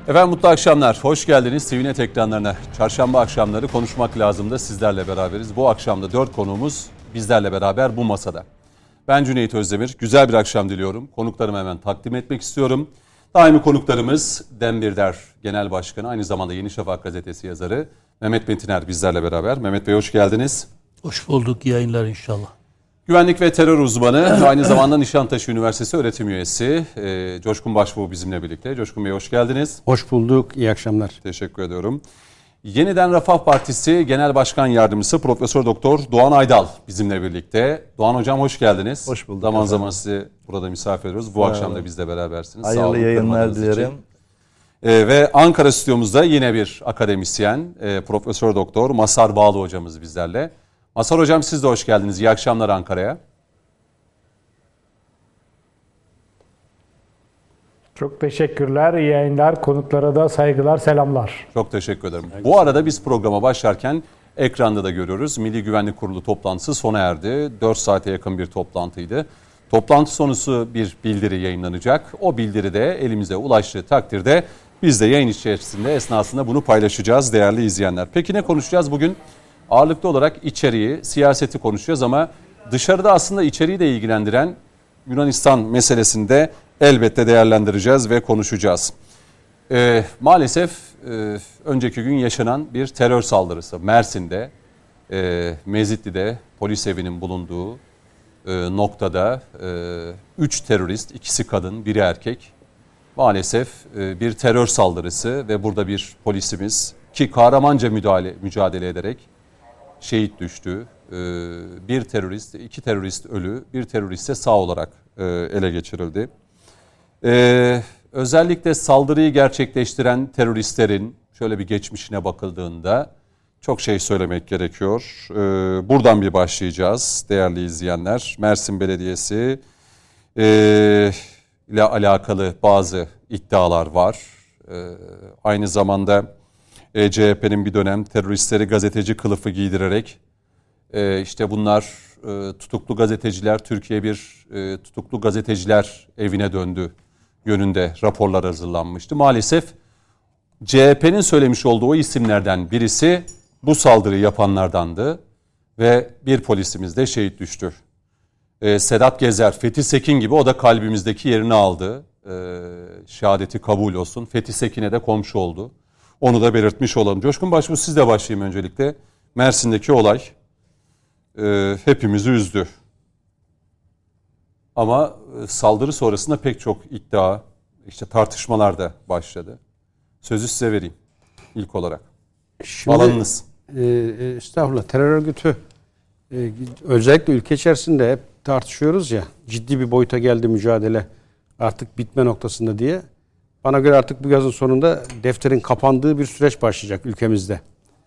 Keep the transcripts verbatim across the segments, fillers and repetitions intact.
Efendim mutlu akşamlar. Hoş geldiniz T V Net ekranlarına. Çarşamba akşamları konuşmak lazım da sizlerle beraberiz. Bu akşam da dört konuğumuz bizlerle beraber bu masada. Ben Cüneyt Özdemir. Güzel bir akşam diliyorum. Konuklarımı hemen takdim etmek istiyorum. Daimi konuklarımız Dem Birder Genel Başkanı, aynı zamanda Yeni Şafak gazetesi yazarı Mehmet Metiner bizlerle beraber. Mehmet Bey hoş geldiniz. Hoş bulduk, iyi yayınlar inşallah. Güvenlik ve terör uzmanı, aynı zamanda Nişantaşı Üniversitesi öğretim üyesi e, Coşkun Başbuğ bizimle birlikte. Coşkun Bey hoş geldiniz. Hoş bulduk, iyi akşamlar. Teşekkür ediyorum. Yeniden Refah Partisi Genel Başkan Yardımcısı Profesör Doktor Doğan Aydal bizimle birlikte. Doğan Hocam hoş geldiniz. Hoş bulduk. Zaman efendim. zaman sizi burada misafir ediyoruz. Bu akşam da bizle berabersiniz. Hayırlı Sağ olun, yayınlar dilerim. Ee, ve Ankara stüdyomuzda yine bir akademisyen, e, Profesör Doktor Mazhar Bağlı hocamız bizlerle. Mazhar Hocam siz de hoş geldiniz. İyi akşamlar Ankara'ya. Çok teşekkürler, iyi yayınlar. Konuklara da saygılar, selamlar. Çok teşekkür ederim. Bu arada biz programa başlarken ekranda da görüyoruz. Milli Güvenlik Kurulu toplantısı sona erdi. dört saate yakın bir toplantıydı. Toplantı sonrası bir bildiri yayınlanacak. O bildiri de elimize ulaştığı takdirde biz de yayın içerisinde esnasında bunu paylaşacağız değerli izleyenler. Peki ne konuşacağız bugün? Ağırlıklı olarak içeriği, siyaseti konuşacağız ama dışarıda aslında içeriği de ilgilendiren Yunanistan meselesinde elbette değerlendireceğiz ve konuşacağız. Ee, maalesef e, önceki gün yaşanan bir terör saldırısı Mersin'de, e, Mezitli'de polis evinin bulunduğu e, noktada üç e, terörist, ikisi kadın, biri erkek, maalesef e, bir terör saldırısı ve burada bir polisimiz ki kahramanca müdahale, mücadele ederek şehit düştü. E, bir terörist, iki terörist ölü, bir terörist de sağ olarak e, ele geçirildi. Ee, özellikle saldırıyı gerçekleştiren teröristlerin şöyle bir geçmişine bakıldığında çok şey söylemek gerekiyor. Ee, buradan bir başlayacağız değerli izleyenler. Mersin Belediyesi e, ile alakalı bazı iddialar var. Ee, aynı zamanda e, C H P'nin bir dönem teröristleri gazeteci kılıfı giydirerek e, işte bunlar e, tutuklu gazeteciler, Türkiye bir e, tutuklu gazeteciler evine döndü yönünde raporlar hazırlanmıştı. Maalesef C H P'nin söylemiş olduğu o isimlerden birisi bu saldırıyı yapanlardandı ve bir polisimiz de şehit düştü. Ee, Sedat Gezer, Fethi Sekin gibi o da kalbimizdeki yerini aldı. Ee, şehadeti kabul olsun. Fethi Sekin'e de komşu oldu. Onu da belirtmiş olalım. Coşkun Başbuğ sizle başlayayım öncelikle. Mersin'deki olay e, hepimizi üzdü. Ama saldırı sonrasında pek çok iddia, işte tartışmalar da başladı. Sözü size vereyim ilk olarak. Şimdi, alanınız. E, estağfurullah, terör örgütü e, özellikle ülke içerisinde hep tartışıyoruz ya, ciddi bir boyuta geldi mücadele artık bitme noktasında diye. Bana göre artık bu yazın sonunda defterin kapandığı bir süreç başlayacak ülkemizde.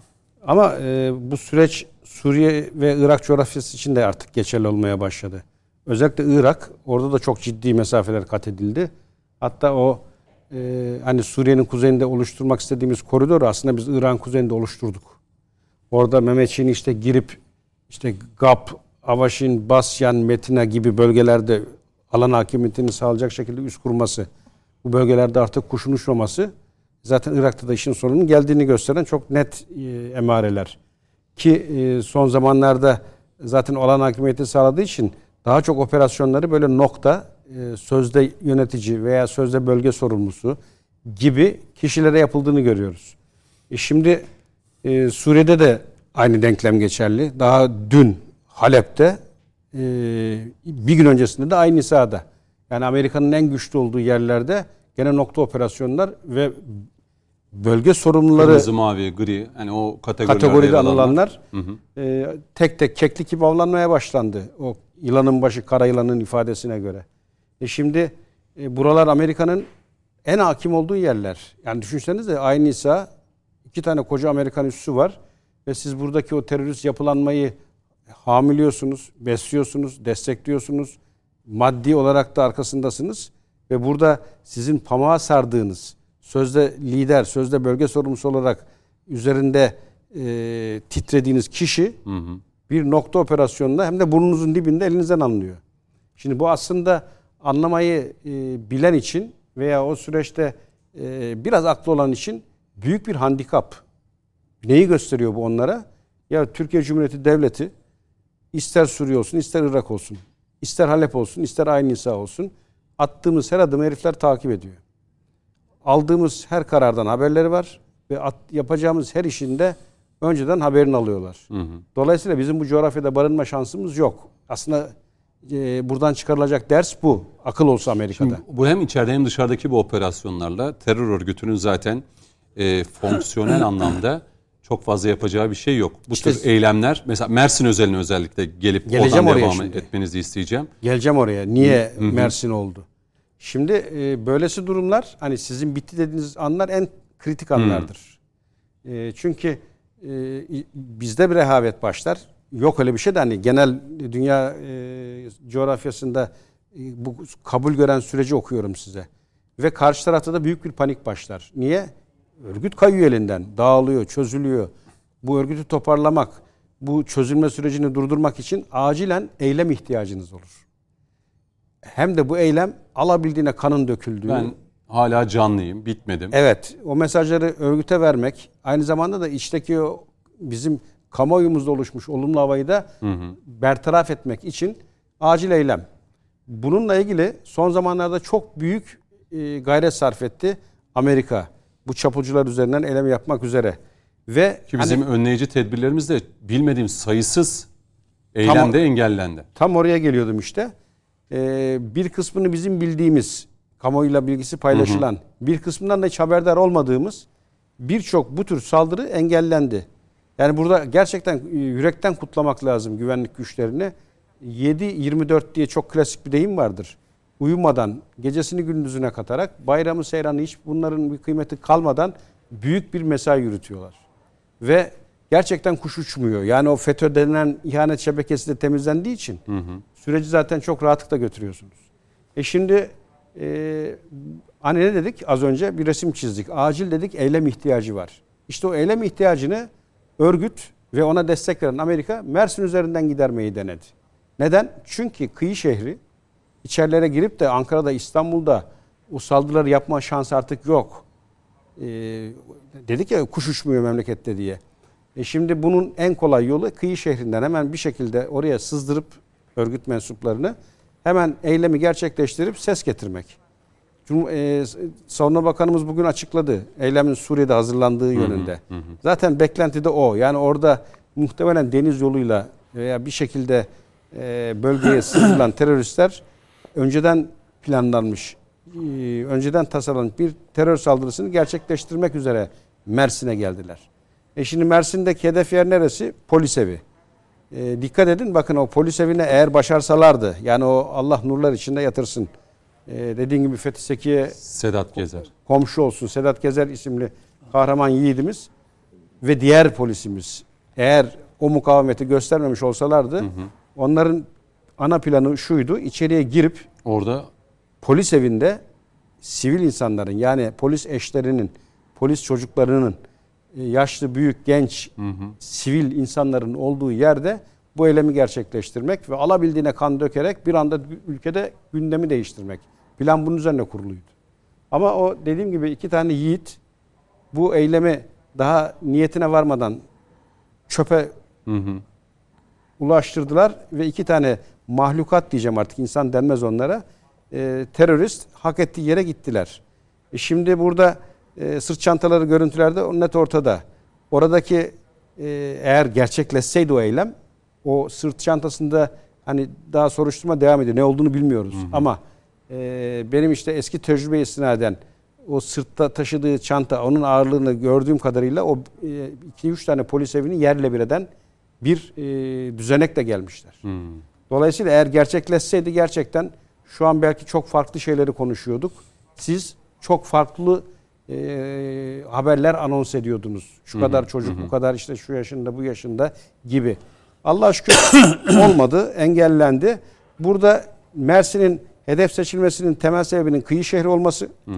Ama e, bu süreç Suriye ve Irak coğrafyası için de artık geçerli olmaya başladı. Özellikle Irak, orada da çok ciddi mesafeler kat edildi. Hatta o e, hani Suriye'nin kuzeyinde oluşturmak istediğimiz koridoru aslında biz Irak'ın kuzeyinde oluşturduk. Orada Mehmetçiğin işte girip işte Gap, Avaşin, Basyan, Metina gibi bölgelerde alan hakimiyetini sağlayacak şekilde üs kurması, bu bölgelerde artık kuşun uçmaması zaten Irak'ta da işin sonunun geldiğini gösteren çok net e, emareler. Ki e, son zamanlarda zaten alan hakimiyeti sağladığı için daha çok operasyonları böyle nokta, e, sözde yönetici veya sözde bölge sorumlusu gibi kişilere yapıldığını görüyoruz. E şimdi e, Suriye'de de aynı denklem geçerli. Daha dün Halep'te, e, bir gün öncesinde de aynı sahada. Yani Amerika'nın en güçlü olduğu yerlerde gene nokta operasyonlar ve bölge sorumluları, kırmızı, mavi, gri, yani o kategoride anılanlar hı hı. E, tek tek keklik gibi avlanmaya başlandı. O yılanın başı kara yılanın ifadesine göre. E şimdi e, buralar Amerika'nın en hakim olduğu yerler. Yani düşünsenize, aynı İsa iki tane koca Amerikan üssü var ve siz buradaki o terörist yapılanmayı hamiliyorsunuz, besliyorsunuz, destekliyorsunuz. Maddi olarak da arkasındasınız ve burada sizin pamuğa sardığınız, sözde lider, sözde bölge sorumlusu olarak üzerinde e, titrediğiniz kişi hı hı. bir nokta operasyonunda hem de burnunuzun dibinde elinizden alınıyor. Şimdi bu aslında anlamayı e, bilen için veya o süreçte e, biraz aklı olan için büyük bir handikap. Neyi gösteriyor bu onlara? Ya Türkiye Cumhuriyeti Devleti ister Suriye olsun, ister Irak olsun, ister Halep olsun, ister Ayn Nisa olsun, attığımız her adımı herifler takip ediyor. Aldığımız her karardan haberleri var ve at, yapacağımız her işinde önceden haberini alıyorlar. Hı hı. Dolayısıyla bizim bu coğrafyada barınma şansımız yok. Aslında e, buradan çıkarılacak ders bu. Akıl olsa Amerika'da. Şimdi bu hem içeride hem dışarıdaki bu operasyonlarla terör örgütünün zaten e, fonksiyonel anlamda çok fazla yapacağı bir şey yok. Bu işte, tür eylemler mesela Mersin özeline özellikle gelip oradan devam şimdi. etmenizi isteyeceğim. Geleceğim oraya. Niye Hı-hı. Mersin oldu? Şimdi e, böylesi durumlar hani sizin bitti dediğiniz anlar en kritik anlardır. E, çünkü e, bizde bir rehavet başlar. Yok öyle bir şey de hani genel dünya e, coğrafyasında e, bu kabul gören süreci okuyorum size. Ve karşı tarafta da büyük bir panik başlar. Niye? Örgüt kayıyor elinden, dağılıyor, çözülüyor. Bu örgütü toparlamak, bu çözülme sürecini durdurmak için acilen eylem ihtiyacınız olur. Hem de bu eylem alabildiğine kanın döküldüğü. Ben hala canlıyım, bitmedim. Evet, o mesajları örgüte vermek, aynı zamanda da içteki o bizim kamuoyumuzda oluşmuş olumlu havayı da hı hı. bertaraf etmek için acil eylem. Bununla ilgili son zamanlarda çok büyük e, gayret sarf etti Amerika. Bu çapulcular üzerinden eylem yapmak üzere. Ve ki bizim hani, önleyici tedbirlerimiz de bilmediğim sayısız eylemde tam, engellendi. Tam oraya geliyordum işte. Ee, bir kısmını bizim bildiğimiz, kamuoyuyla bilgisi paylaşılan, hı hı. bir kısmından da hiç haberdar olmadığımız birçok bu tür saldırı engellendi. Yani burada gerçekten yürekten kutlamak lazım güvenlik güçlerini. yedi yirmi dört diye çok klasik bir deyim vardır. Uyumadan, gecesini gündüzüne katarak, bayramı seyranı hiç bunların bir kıymeti kalmadan büyük bir mesai yürütüyorlar. Ve gerçekten kuş uçmuyor. Yani o FETÖ denilen ihanet şebekesi de temizlendiği için hı hı. süreci zaten çok rahatlıkla götürüyorsunuz. E şimdi e, hani ne dedik? Az önce bir resim çizdik. Acil dedik, eylem ihtiyacı var. İşte o eylem ihtiyacını örgüt ve ona destek veren Amerika Mersin üzerinden gidermeyi denedi. Neden? Çünkü kıyı şehri İçerilere girip de Ankara'da, İstanbul'da o saldırıları yapma şansı artık yok. Ee, dedik ya kuş uçmuyor memlekette diye. E şimdi bunun en kolay yolu kıyı şehrinden hemen bir şekilde oraya sızdırıp örgüt mensuplarını hemen eylemi gerçekleştirip ses getirmek. Cum- e, Savunma Bakanımız bugün açıkladı. Eylemin Suriye'de hazırlandığı yönünde. Hı hı hı. Zaten beklenti de o. Yani orada muhtemelen deniz yoluyla veya bir şekilde e, bölgeye sızdırılan teröristler önceden planlanmış, önceden tasarlanmış bir terör saldırısını gerçekleştirmek üzere Mersin'e geldiler. E şimdi Mersin'deki hedef yer neresi? Polis evi. E, dikkat edin bakın o polis evine eğer başarsalardı, yani o Allah nurlar içinde yatırsın. E, dediğim gibi Fethi Seki'ye Sedat Gezer komşu olsun. Sedat Gezer isimli kahraman yiğidimiz ve diğer polisimiz eğer o mukavemeti göstermemiş olsalardı hı hı. onların ana planı şuydu: içeriye girip orada polis evinde sivil insanların, yani polis eşlerinin, polis çocuklarının, yaşlı, büyük, genç, hı hı. sivil insanların olduğu yerde bu eylemi gerçekleştirmek ve alabildiğine kan dökerek bir anda ülkede gündemi değiştirmek. Plan bunun üzerine kuruluydu. Ama o dediğim gibi iki tane yiğit bu eylemi daha niyetine varmadan çöpe hı hı. ulaştırdılar ve iki tane mahlukat diyeceğim, artık insan denmez onlara, e, terörist hak ettiği yere gittiler. E şimdi burada e, sırt çantaları görüntülerde net ortada. Oradaki e, eğer gerçekleşseydi o eylem, o sırt çantasında hani daha soruşturma devam ediyor. Ne olduğunu bilmiyoruz. Hı hı. Ama e, benim işte eski tecrübe istinaden o sırtta taşıdığı çanta, onun ağırlığını gördüğüm kadarıyla o iki üç tane polis evini yerle bir eden bir e, düzenekle gelmişler. Hmm. Dolayısıyla eğer gerçekleşseydi gerçekten şu an belki çok farklı şeyleri konuşuyorduk. Siz çok farklı e, haberler anons ediyordunuz. Şu hmm. kadar çocuk, hmm. bu kadar işte şu yaşında, bu yaşında gibi. Allah şükür olmadı, engellendi. Burada Mersin'in hedef seçilmesinin temel sebebinin kıyı şehri olması hmm.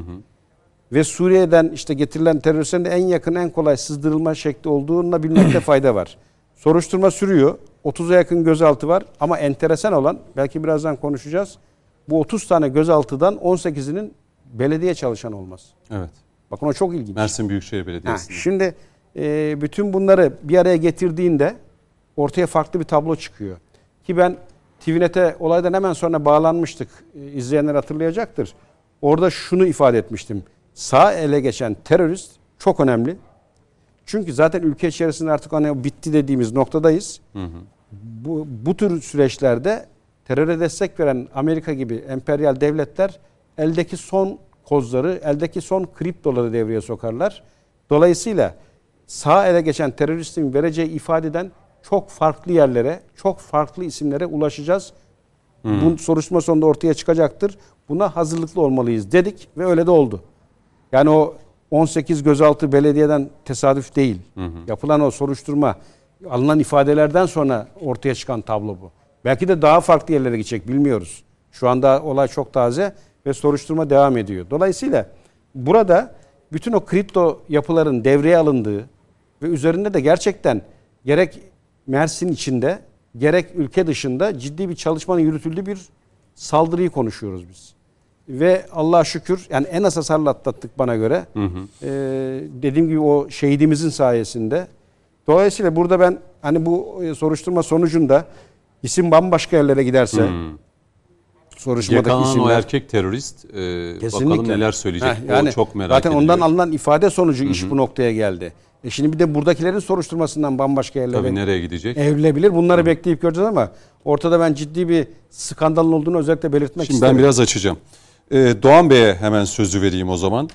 ve Suriye'den işte getirilen teröristlerin en yakın, en kolay sızdırılma şekli olduğunu bilmekte fayda var. Soruşturma sürüyor. otuza yakın gözaltı var. Ama enteresan olan, belki birazdan konuşacağız, bu otuz tane gözaltıdan on sekizinin belediye çalışan olması. Evet. Bakın o çok ilginç. Mersin Büyükşehir Ha, Belediyesi. şimdi e, bütün bunları bir araya getirdiğinde ortaya farklı bir tablo çıkıyor. Ki ben T V Net'e olaydan hemen sonra bağlanmıştık. E, izleyenler hatırlayacaktır. Orada şunu ifade etmiştim. Sağ ele geçen terörist çok önemli. Çünkü zaten ülke içerisinde artık hani bitti dediğimiz noktadayız. Hı hı. Bu, bu tür süreçlerde teröre destek veren Amerika gibi emperyal devletler eldeki son kozları, eldeki son kriptoları devreye sokarlar. Dolayısıyla sağ ele geçen teröristin vereceği ifadeden çok farklı yerlere, çok farklı isimlere ulaşacağız. Hmm. Bu soruşturma sonunda ortaya çıkacaktır. Buna hazırlıklı olmalıyız dedik ve öyle de oldu. Yani o on sekiz gözaltı belediyeden tesadüf değil. Hı hı. Yapılan o soruşturma, alınan ifadelerden sonra ortaya çıkan tablo bu. Belki de daha farklı yerlere gidecek, bilmiyoruz. Şu anda olay çok taze ve soruşturma devam ediyor. Dolayısıyla burada bütün o kripto yapıların devreye alındığı ve üzerinde de gerçekten gerek Mersin içinde gerek ülke dışında ciddi bir çalışmanın yürütüldüğü bir saldırıyı konuşuyoruz biz. Ve Allah'a şükür yani en az hasarla atlattık bana göre. Hı hı. Ee, dediğim gibi o şehidimizin sayesinde. Dolayısıyla burada ben hani bu soruşturma sonucunda isim bambaşka yerlere giderse hı. soruşturmadaki yakalanan isimler. o erkek terörist e, bakalım neler söyleyecek. Heh, yani, o çok merak zaten ediliyor. Zaten ondan alınan ifade sonucu hı hı. iş bu noktaya geldi. E şimdi bir de buradakilerin soruşturmasından bambaşka yerlere Tabii nereye gidecek? evrilebilir. Bunları hı. bekleyip göreceğiz ama ortada ben ciddi bir skandalın olduğunu özellikle belirtmek şimdi isterim. Ben biraz açacağım. Ee, Doğan Bey'e hemen sözü vereyim o zaman.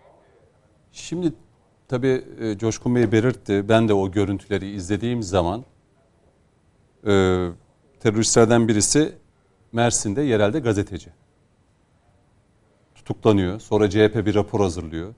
Şimdi tabii e, Coşkun Bey belirtti. Ben de o görüntüleri izlediğim zaman e, teröristlerden birisi Mersin'de yerelde gazeteci. Tutuklanıyor. Sonra C H P bir rapor hazırlıyor.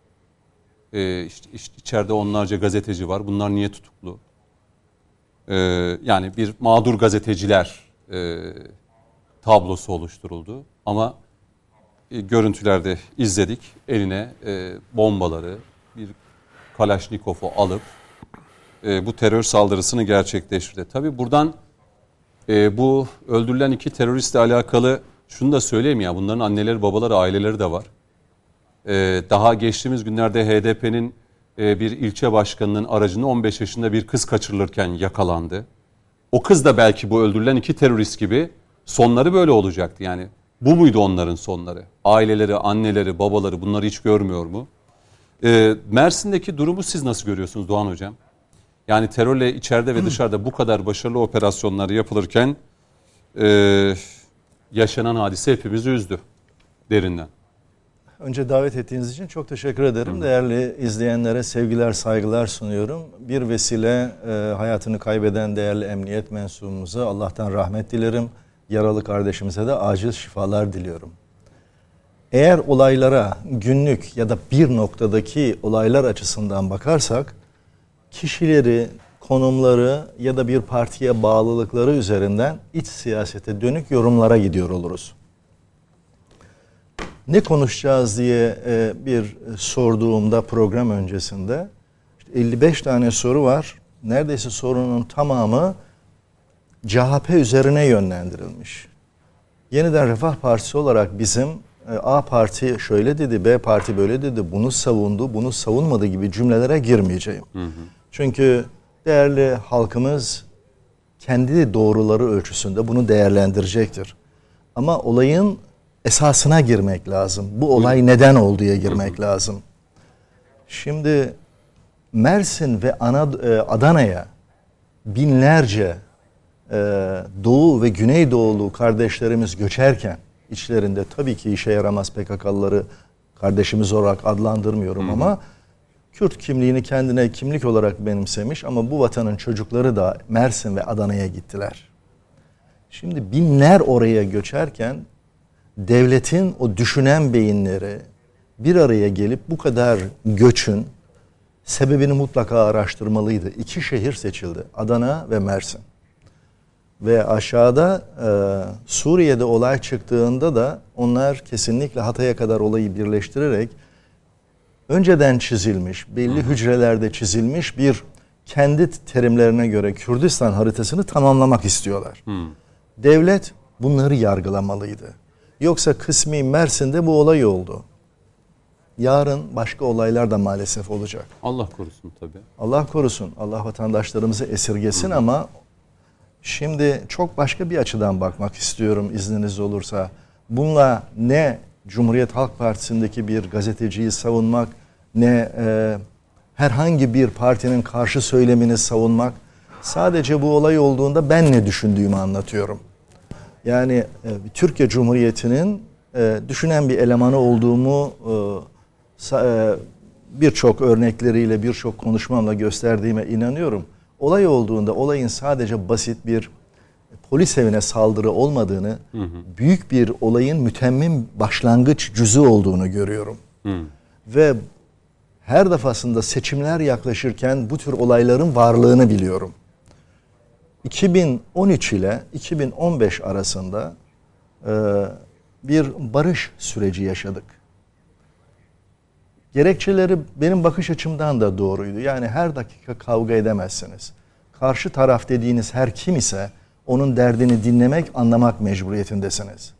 Ee, işte, işte içeride onlarca gazeteci var. Bunlar niye tutuklu? Ee, yani bir mağdur gazeteciler e, tablosu oluşturuldu. Ama e, görüntülerde izledik. Eline e, bombaları, bir Kalaşnikov'u alıp e, bu terör saldırısını gerçekleştirdi. Tabii buradan e, bu öldürülen iki teröristle alakalı şunu da söyleyeyim ya. Bunların anneleri, babaları, aileleri de var. Ee, daha geçtiğimiz günlerde H D P'nin e, bir ilçe başkanının aracında on beş yaşında bir kız kaçırılırken yakalandı. O kız da belki bu öldürülen iki terörist gibi sonları böyle olacaktı. Yani bu muydu onların sonları? Aileleri, anneleri, babaları bunları hiç görmüyor mu? Ee, Mersin'deki durumu siz nasıl görüyorsunuz Doğan Hocam? Yani terörle içeride ve dışarıda bu kadar başarılı operasyonlar yapılırken e, yaşanan hadise hepimizi üzdü derinden. Önce davet ettiğiniz için çok teşekkür ederim. Hı. Değerli izleyenlere sevgiler, saygılar sunuyorum. Bir vesile e, hayatını kaybeden değerli emniyet mensubumuza Allah'tan rahmet dilerim. Yaralı kardeşimize de acil şifalar diliyorum. Eğer olaylara günlük ya da bir noktadaki olaylar açısından bakarsak, kişileri, konumları ya da bir partiye bağlılıkları üzerinden iç siyasete dönük yorumlara gidiyor oluruz. Ne konuşacağız diye bir sorduğumda program öncesinde işte elli beş tane soru var. Neredeyse sorunun tamamı C H P üzerine yönlendirilmiş. Yeniden Refah Partisi olarak bizim A parti şöyle dedi, B parti böyle dedi, bunu savundu, bunu savunmadı gibi cümlelere girmeyeceğim. Hı hı. Çünkü değerli halkımız kendi doğruları ölçüsünde bunu değerlendirecektir. Ama olayın esasına girmek lazım. Bu olay neden olduğuya girmek lazım. Şimdi Mersin ve Adana'ya binlerce Doğu ve Güneydoğulu kardeşlerimiz göçerken içlerinde tabii ki işe yaramaz P K K'lıları kardeşimiz olarak adlandırmıyorum, hı hı. ama Kürt kimliğini kendine kimlik olarak benimsemiş ama bu vatanın çocukları da Mersin ve Adana'ya gittiler. Şimdi binler oraya göçerken devletin o düşünen beyinleri bir araya gelip bu kadar göçün sebebini mutlaka araştırmalıydı. İki şehir seçildi. Adana ve Mersin. Ve aşağıda e, Suriye'de olay çıktığında da onlar kesinlikle Hatay'a kadar olayı birleştirerek önceden çizilmiş, belli hücrelerde çizilmiş bir kendi terimlerine göre Kürdistan haritasını tamamlamak istiyorlar. Hmm. Devlet bunları yargılamalıydı. Yoksa kısmi Mersin'de bu olay oldu. Yarın başka olaylar da maalesef olacak. Allah korusun tabii. Allah korusun. Allah vatandaşlarımızı esirgesin Hı. ama şimdi çok başka bir açıdan bakmak istiyorum izniniz olursa. Bununla ne Cumhuriyet Halk Partisi'ndeki bir gazeteciyi savunmak, ne e, herhangi bir partinin karşı söylemini savunmak. Sadece bu olay olduğunda ben ne düşündüğümü anlatıyorum. Yani e, Türkiye Cumhuriyeti'nin e, düşünen bir elemanı olduğumu e, e, birçok örnekleriyle, birçok konuşmamla gösterdiğime inanıyorum. Olay olduğunda olayın sadece basit bir polis evine saldırı olmadığını, hı hı. büyük bir olayın mütemmim başlangıç cüzü olduğunu görüyorum. Hı. Ve her defasında seçimler yaklaşırken bu tür olayların varlığını biliyorum. iki bin on üç ile iki bin on beş arasında e, bir barış süreci yaşadık. Gerekçeleri benim bakış açımdan da doğruydu. Yani her dakika kavga edemezsiniz. Karşı taraf dediğiniz her kim ise onun derdini dinlemek, anlamak mecburiyetindesiniz.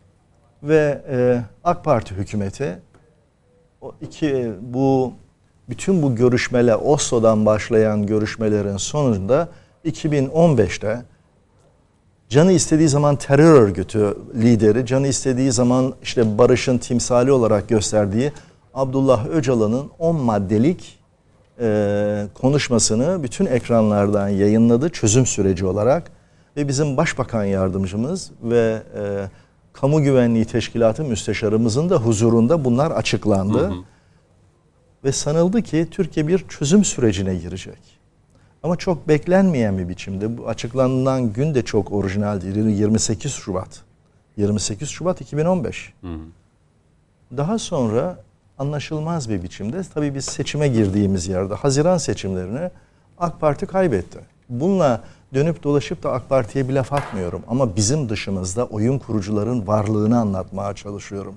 Ve e, AK Parti hükümeti o iki bu bütün bu görüşmeler, Oslo'dan başlayan görüşmelerin sonunda iki bin on beşte canı istediği zaman terör örgütü lideri, canı istediği zaman işte barışın timsali olarak gösterdiği Abdullah Öcalan'ın on maddelik e, konuşmasını bütün ekranlardan yayınladı çözüm süreci olarak ve bizim Başbakan Yardımcımız ve e, Kamu Güvenliği Teşkilatı Müsteşarımızın da huzurunda bunlar açıklandı. Hı hı. Ve sanıldı ki Türkiye bir çözüm sürecine girecek. Ama çok beklenmeyen bir biçimde bu açıklanan gün de çok orijinaldi. yirmi sekiz Şubat. yirmi sekiz Şubat iki bin on beş. Hı hı. Daha sonra anlaşılmaz bir biçimde tabii biz seçime girdiğimiz yerde Haziran seçimlerini AK Parti kaybetti. Bununla dönüp dolaşıp da AK Parti'ye bir laf atmıyorum ama bizim dışımızda oyun kurucuların varlığını anlatmaya çalışıyorum.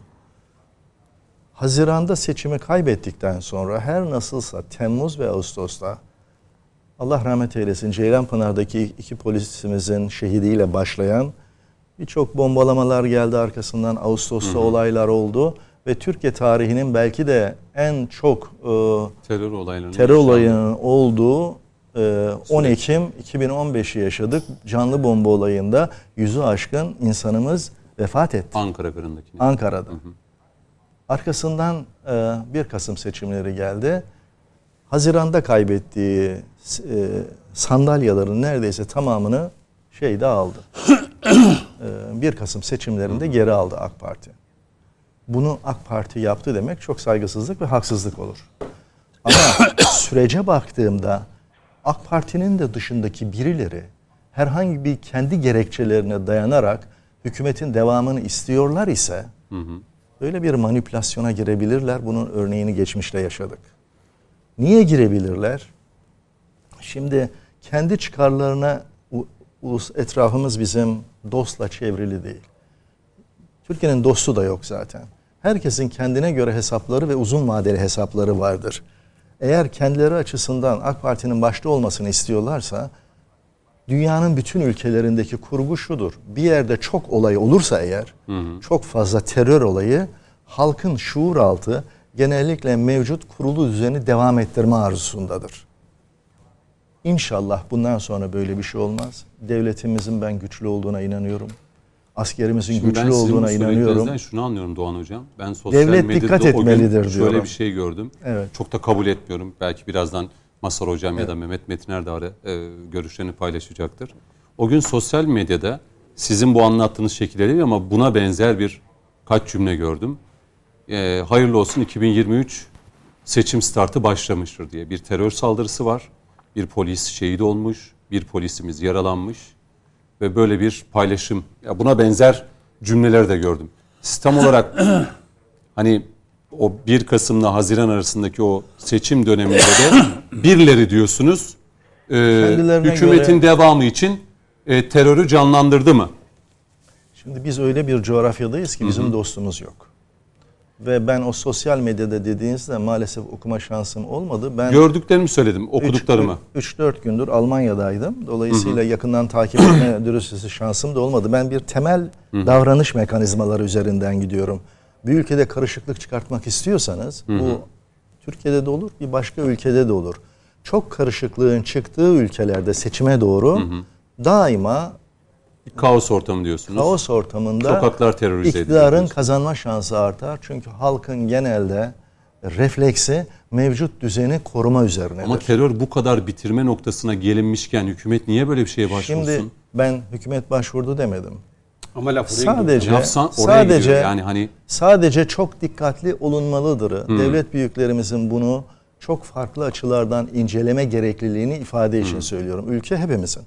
Haziran'da seçimi kaybettikten sonra her nasılsa Temmuz ve Ağustos'ta Allah rahmet eylesin Ceylanpınar'daki iki polisimizin şehidiyle başlayan birçok bombalamalar geldi arkasından. Ağustos'ta hı hı. olaylar oldu ve Türkiye tarihinin belki de en çok e, terör olaylarının terör olayının olduğu e, on Ekim iki bin on beş'i yaşadık. Canlı bomba olayında yüzü aşkın insanımız vefat etti. Ankara Gırı'ndaki. Ankara'da. Hı hı. Arkasından e, bir Kasım seçimleri geldi. Haziran'da kaybettiği e, sandalyaların neredeyse tamamını şeyde aldı. e, bir Kasım seçimlerinde geri aldı AK Parti. Bunu AK Parti yaptı demek çok saygısızlık ve haksızlık olur. Ama sürece baktığımda AK Parti'nin de dışındaki birileri herhangi bir kendi gerekçelerine dayanarak hükümetin devamını istiyorlar ise hı hı. böyle bir manipülasyona girebilirler. Bunun örneğini geçmişte yaşadık. Niye girebilirler? Şimdi kendi çıkarlarına ulus etrafımız bizim dostla çevrili değil. Türkiye'nin dostu da yok zaten. Herkesin kendine göre hesapları ve uzun vadeli hesapları vardır. Eğer kendileri açısından AK Parti'nin başta olmasını istiyorlarsa dünyanın bütün ülkelerindeki kurgu şudur. Bir yerde çok olay olursa eğer hı hı. çok fazla terör olayı halkın şuur altı genellikle mevcut kurulu düzeni devam ettirme arzusundadır. İnşallah bundan sonra böyle bir şey olmaz. Devletimizin ben güçlü olduğuna inanıyorum. Askerimizin Şimdi güçlü olduğuna inanıyorum. Ben şunu anlıyorum Doğan Hocam. Ben sosyal Devlet medyada dikkat etmelidir şöyle diyorum. bir şey gördüm. Evet. Çok da kabul etmiyorum. Belki birazdan Masar Hocam evet. ya da Mehmet Metiner de ara, e, görüşlerini paylaşacaktır. O gün sosyal medyada sizin bu anlattığınız şekilde değil ama buna benzer bir kaç cümle gördüm. E, hayırlı olsun iki bin yirmi üç seçim startı başlamıştır diye. Bir terör saldırısı var. Bir polis şehit olmuş. Bir polisimiz yaralanmış. Ve böyle bir paylaşım. Ya buna benzer cümleler de gördüm. Sistem olarak hani o bir Kasım'la Haziran arasındaki o seçim döneminde de birileri diyorsunuz e, hükümetin göre... devamı için e, terörü canlandırdı mı? Şimdi biz öyle bir coğrafyadayız ki bizim Hı-hı. dostumuz yok. Ve ben o sosyal medyada dediğinizde maalesef okuma şansım olmadı. Ben gördüklerimi söyledim, okuduklarımı. üç dört gündür Almanya'daydım. Dolayısıyla Hı-hı. yakından takip etme dürüstüsü şansım da olmadı. Ben bir temel Hı-hı. davranış mekanizmaları üzerinden gidiyorum. bir ülkede karışıklık çıkartmak istiyorsanız hı hı. bu Türkiye'de de olur, bir başka ülkede de olur. Çok karışıklığın çıktığı ülkelerde seçime doğru hı hı. daima kaos ortamı diyorsunuz. Kaos ortamında sokaklar terörize iktidarın kazanma şansı artar. Çünkü halkın genelde refleksi mevcut düzeni koruma üzerinedir. Ama terör bu kadar bitirme noktasına gelinmişken hükümet niye böyle bir şeye başvursun? Şimdi ben hükümet başvurdu demedim. Ama laf sadece Lafsan, sadece gidiyor. Yani hani sadece çok dikkatli olunmalıdır. Hmm. Devlet büyüklerimizin bunu çok farklı açılardan inceleme gerekliliğini ifade için hmm. söylüyorum. Ülke hepimizin.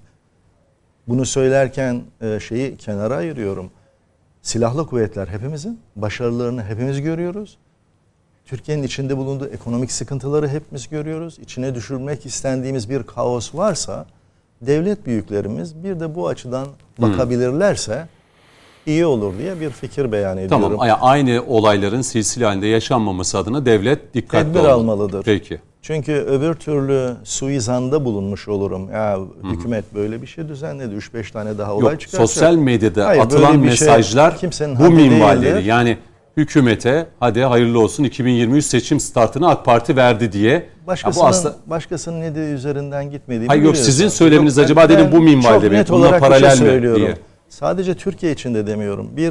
Bunu söylerken şeyi kenara ayırıyorum. Silahlı kuvvetler hepimizin, başarılarını hepimiz görüyoruz. Türkiye'nin içinde bulunduğu ekonomik sıkıntıları hepimiz görüyoruz. İçine düşürmek istendiğimiz bir kaos varsa devlet büyüklerimiz bir de bu açıdan bakabilirlerse iyi olur diye bir fikir beyan ediyorum. Tamam, yani aynı olayların silsile halinde yaşanmaması adına devlet dikkatli tedbir olmalı. almalıdır. Peki. Çünkü öbür türlü suizanda bulunmuş olurum. Ya Hı-hı. hükümet böyle bir şey düzenledi. üç beş tane daha olay Yok, çıkartacak. Sosyal medyada Hayır, atılan mesajlar şey, bu minvalleri. Yani hükümete hadi hayırlı olsun iki bin yirmi üç seçim startını AK Parti verdi diye. Başkasının, bu aslında... başkasının ne dediği üzerinden gitmediğini Hayır yok sizin söyleminiz yok, acaba dedim bu minvalde mi? Bununla paralel mi diye. Sadece Türkiye için de demiyorum. Bir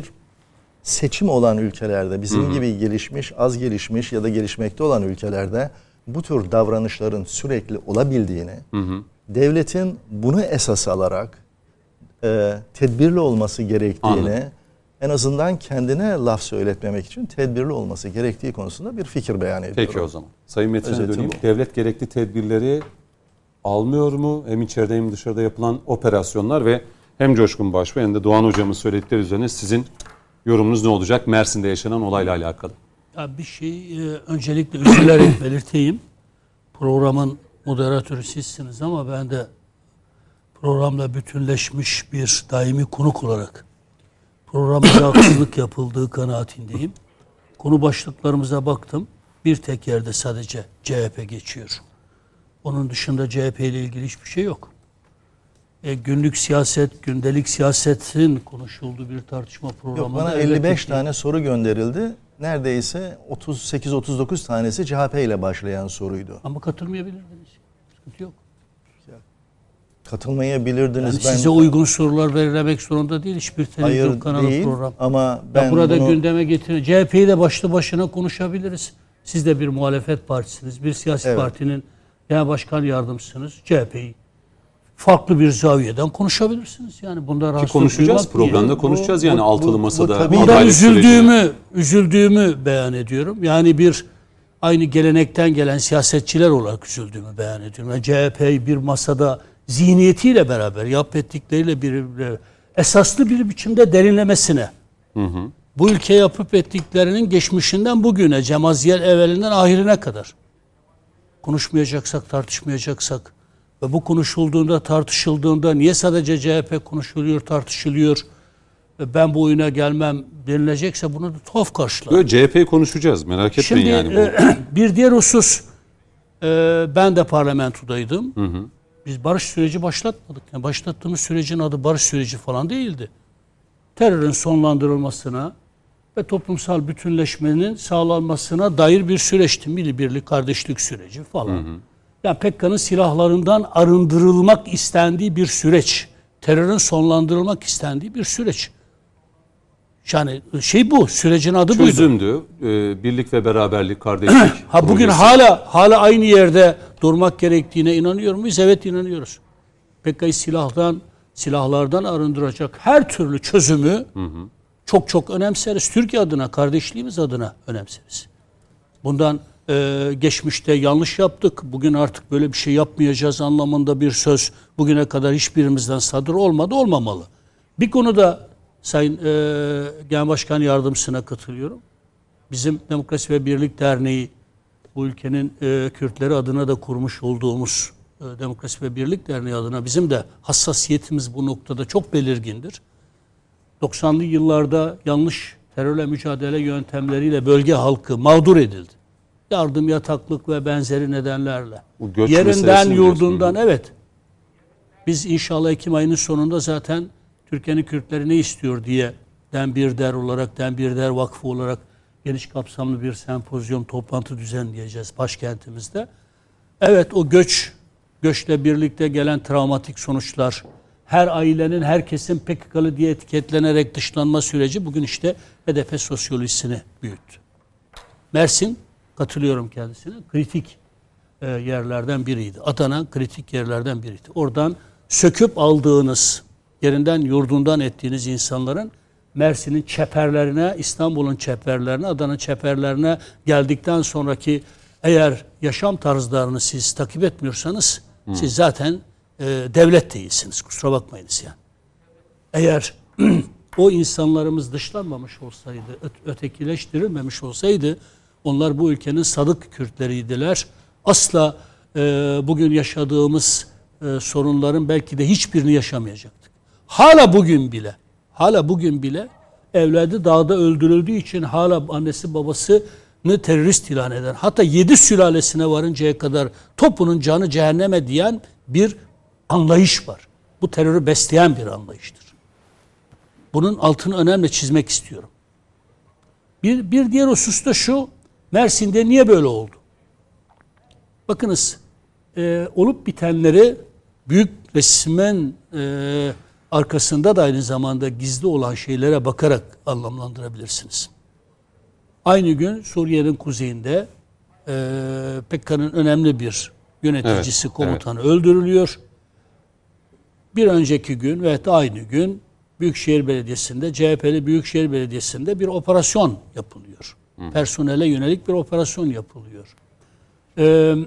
seçim olan ülkelerde bizim Hı-hı. gibi gelişmiş, az gelişmiş ya da gelişmekte olan ülkelerde bu tür davranışların sürekli olabildiğini, Hı-hı. devletin bunu esas alarak e, tedbirli olması gerektiğini, Anladım. en azından kendine laf söyletmemek için tedbirli olması gerektiği konusunda bir fikir beyan ediyorum. Peki o zaman. Sayın Metin'e döneyim. Bu. Devlet gerekli tedbirleri almıyor mu? Hem içeride hem dışarıda yapılan operasyonlar ve hem Coşkun Başbuğ hem de Doğan Hocam'ın söyledikleri üzerine sizin yorumunuz ne olacak Mersin'de yaşanan olayla alakalı? Ya bir şey e, öncelikle üzülerek belirteyim. Programın moderatörü sizsiniz ama ben de programla bütünleşmiş bir daimi konuk olarak programda haksızlık yapıldığı kanaatindeyim. Konu başlıklarımıza baktım. Bir tek yerde sadece C H P geçiyor. Onun dışında C H P ile ilgili hiçbir şey yok. E, günlük siyaset, gündelik siyasetin konuşulduğu bir tartışma programında... Yok, bana elli beş tane soru gönderildi. Neredeyse otuz sekiz otuz dokuz tanesi C H P ile başlayan soruydu. Ama katılmayabilirdiniz. Sıkıntı yok. Katılmayabilirdiniz. Yani ben size uygun sorular verilemek zorunda değil. Hiçbir televizyon kanalı değil, program. Ama ben ya burada bunu... gündeme getirin. C H P'yi de başlı başına konuşabiliriz. Siz de bir muhalefet partisiniz. Bir siyasi evet. partinin genel başkan yardımcısınız. C H P'yi farklı bir zaviyeden konuşabilirsiniz. Yani bunda rahatsız konuşacağız programda diye. konuşacağız bu, yani bu, altılı masada. Burada üzüldüğümü sürecini. üzüldüğümü beyan ediyorum. Yani bir aynı gelenekten gelen siyasetçiler olarak üzüldüğümü beyan ediyorum. Yani C H P'yi bir masada zihniyetiyle beraber yap ettikleriyle bir esaslı bir biçimde derinlemesine hı hı. bu ülke yapıp ettiklerinin geçmişinden bugüne Cemaziyel evvelinden ahirine kadar konuşmayacaksak, tartışmayacaksak ve bu konuşulduğunda, tartışıldığında niye sadece C H P konuşuluyor, tartışılıyor ve ben bu oyuna gelmem denilecekse bunu da tuhaf karşılar. Böyle C H P'yi konuşacağız, merak etmeyin yani. Şimdi e, bir diğer husus, e, ben de parlamentodaydım. Hı hı. Biz barış süreci başlatmadık. Yani başlattığımız sürecin adı barış süreci falan değildi. Terörün sonlandırılmasına ve toplumsal bütünleşmenin sağlanmasına dair bir süreçti. Milli birlik, kardeşlik süreci falan. Hı hı. Yani P K K'nın silahlarından arındırılmak istendiği bir süreç. Terörün sonlandırılmak istendiği bir süreç. Yani şey bu, sürecin adı buydu. Çözümdü. Ee, birlik ve beraberlik, kardeşlik. ha bugün projesi. hala hala aynı yerde durmak gerektiğine inanıyor muyuz? Evet, inanıyoruz. P K K'yı silahdan, silahlardan arındıracak her türlü çözümü hı hı. çok çok önemseriz. Türkiye adına, kardeşliğimiz adına önemseriz. Bundan e, geçmişte yanlış yaptık. Bugün artık böyle bir şey yapmayacağız anlamında bir söz bugüne kadar hiçbirimizden sadır olmadı, olmamalı. Bir konuda Sayın e, Genel Başkan Yardımcısına katılıyorum. Bizim Demokrasi ve Birlik Derneği, bu ülkenin e, Kürtleri adına da kurmuş olduğumuz e, Demokrasi ve Birlik Derneği adına bizim de hassasiyetimiz bu noktada çok belirgindir. doksanlı yıllarda yanlış terörle mücadele yöntemleriyle bölge halkı mağdur edildi. Yardım, yataklık ve benzeri nedenlerle. Yerinden, yurdundan, evet. Biz inşallah Ekim ayının sonunda zaten Türkiye'nin Kürtleri ne istiyor diye Den Bir Der olarak, Den Bir Der Vakfı olarak geniş kapsamlı bir sempozyum toplantı düzenleyeceğiz başkentimizde. Evet, o göç, göçle birlikte gelen travmatik sonuçlar, her ailenin, herkesin P K K'lı diye etiketlenerek dışlanma süreci bugün işte H D P sosyolojisini büyüttü. Mersin, katılıyorum kendisine, kritik e, yerlerden biriydi. Adana kritik yerlerden biriydi. Oradan söküp aldığınız, yerinden yurdundan ettiğiniz insanların Mersin'in çeperlerine, İstanbul'un çeperlerine, Adana'nın çeperlerine geldikten sonraki eğer yaşam tarzlarını siz takip etmiyorsanız hmm. siz zaten e, devlet değilsiniz. Kusura bakmayınız yani. Eğer o insanlarımız dışlanmamış olsaydı, ötekileştirilmemiş olsaydı, onlar bu ülkenin sadık Kürtleriydiler. Asla e, bugün yaşadığımız e, sorunların belki de hiçbirini yaşamayacaktık. Hala bugün bile, hala bugün bile evladı dağda öldürüldüğü için hala annesi babasını terörist ilan eden, hatta yedi sülalesine varıncaya kadar topunun canı cehenneme diyen bir anlayış var. Bu terörü besleyen bir anlayıştır. Bunun altını önemli çizmek istiyorum. Bir, bir diğer husus da şu, Mersin'de niye böyle oldu? Bakınız, e, olup bitenleri büyük resmin e, arkasında da aynı zamanda gizli olan şeylere bakarak anlamlandırabilirsiniz. Aynı gün Suriye'nin kuzeyinde e, P K K'nın önemli bir yöneticisi, evet, komutanı evet. öldürülüyor. Bir önceki gün ve aynı gün Büyükşehir Belediyesi'nde, C H P'li Büyükşehir Belediyesi'nde bir operasyon yapılıyor. Hı. Personele yönelik bir operasyon yapılıyor. Ee,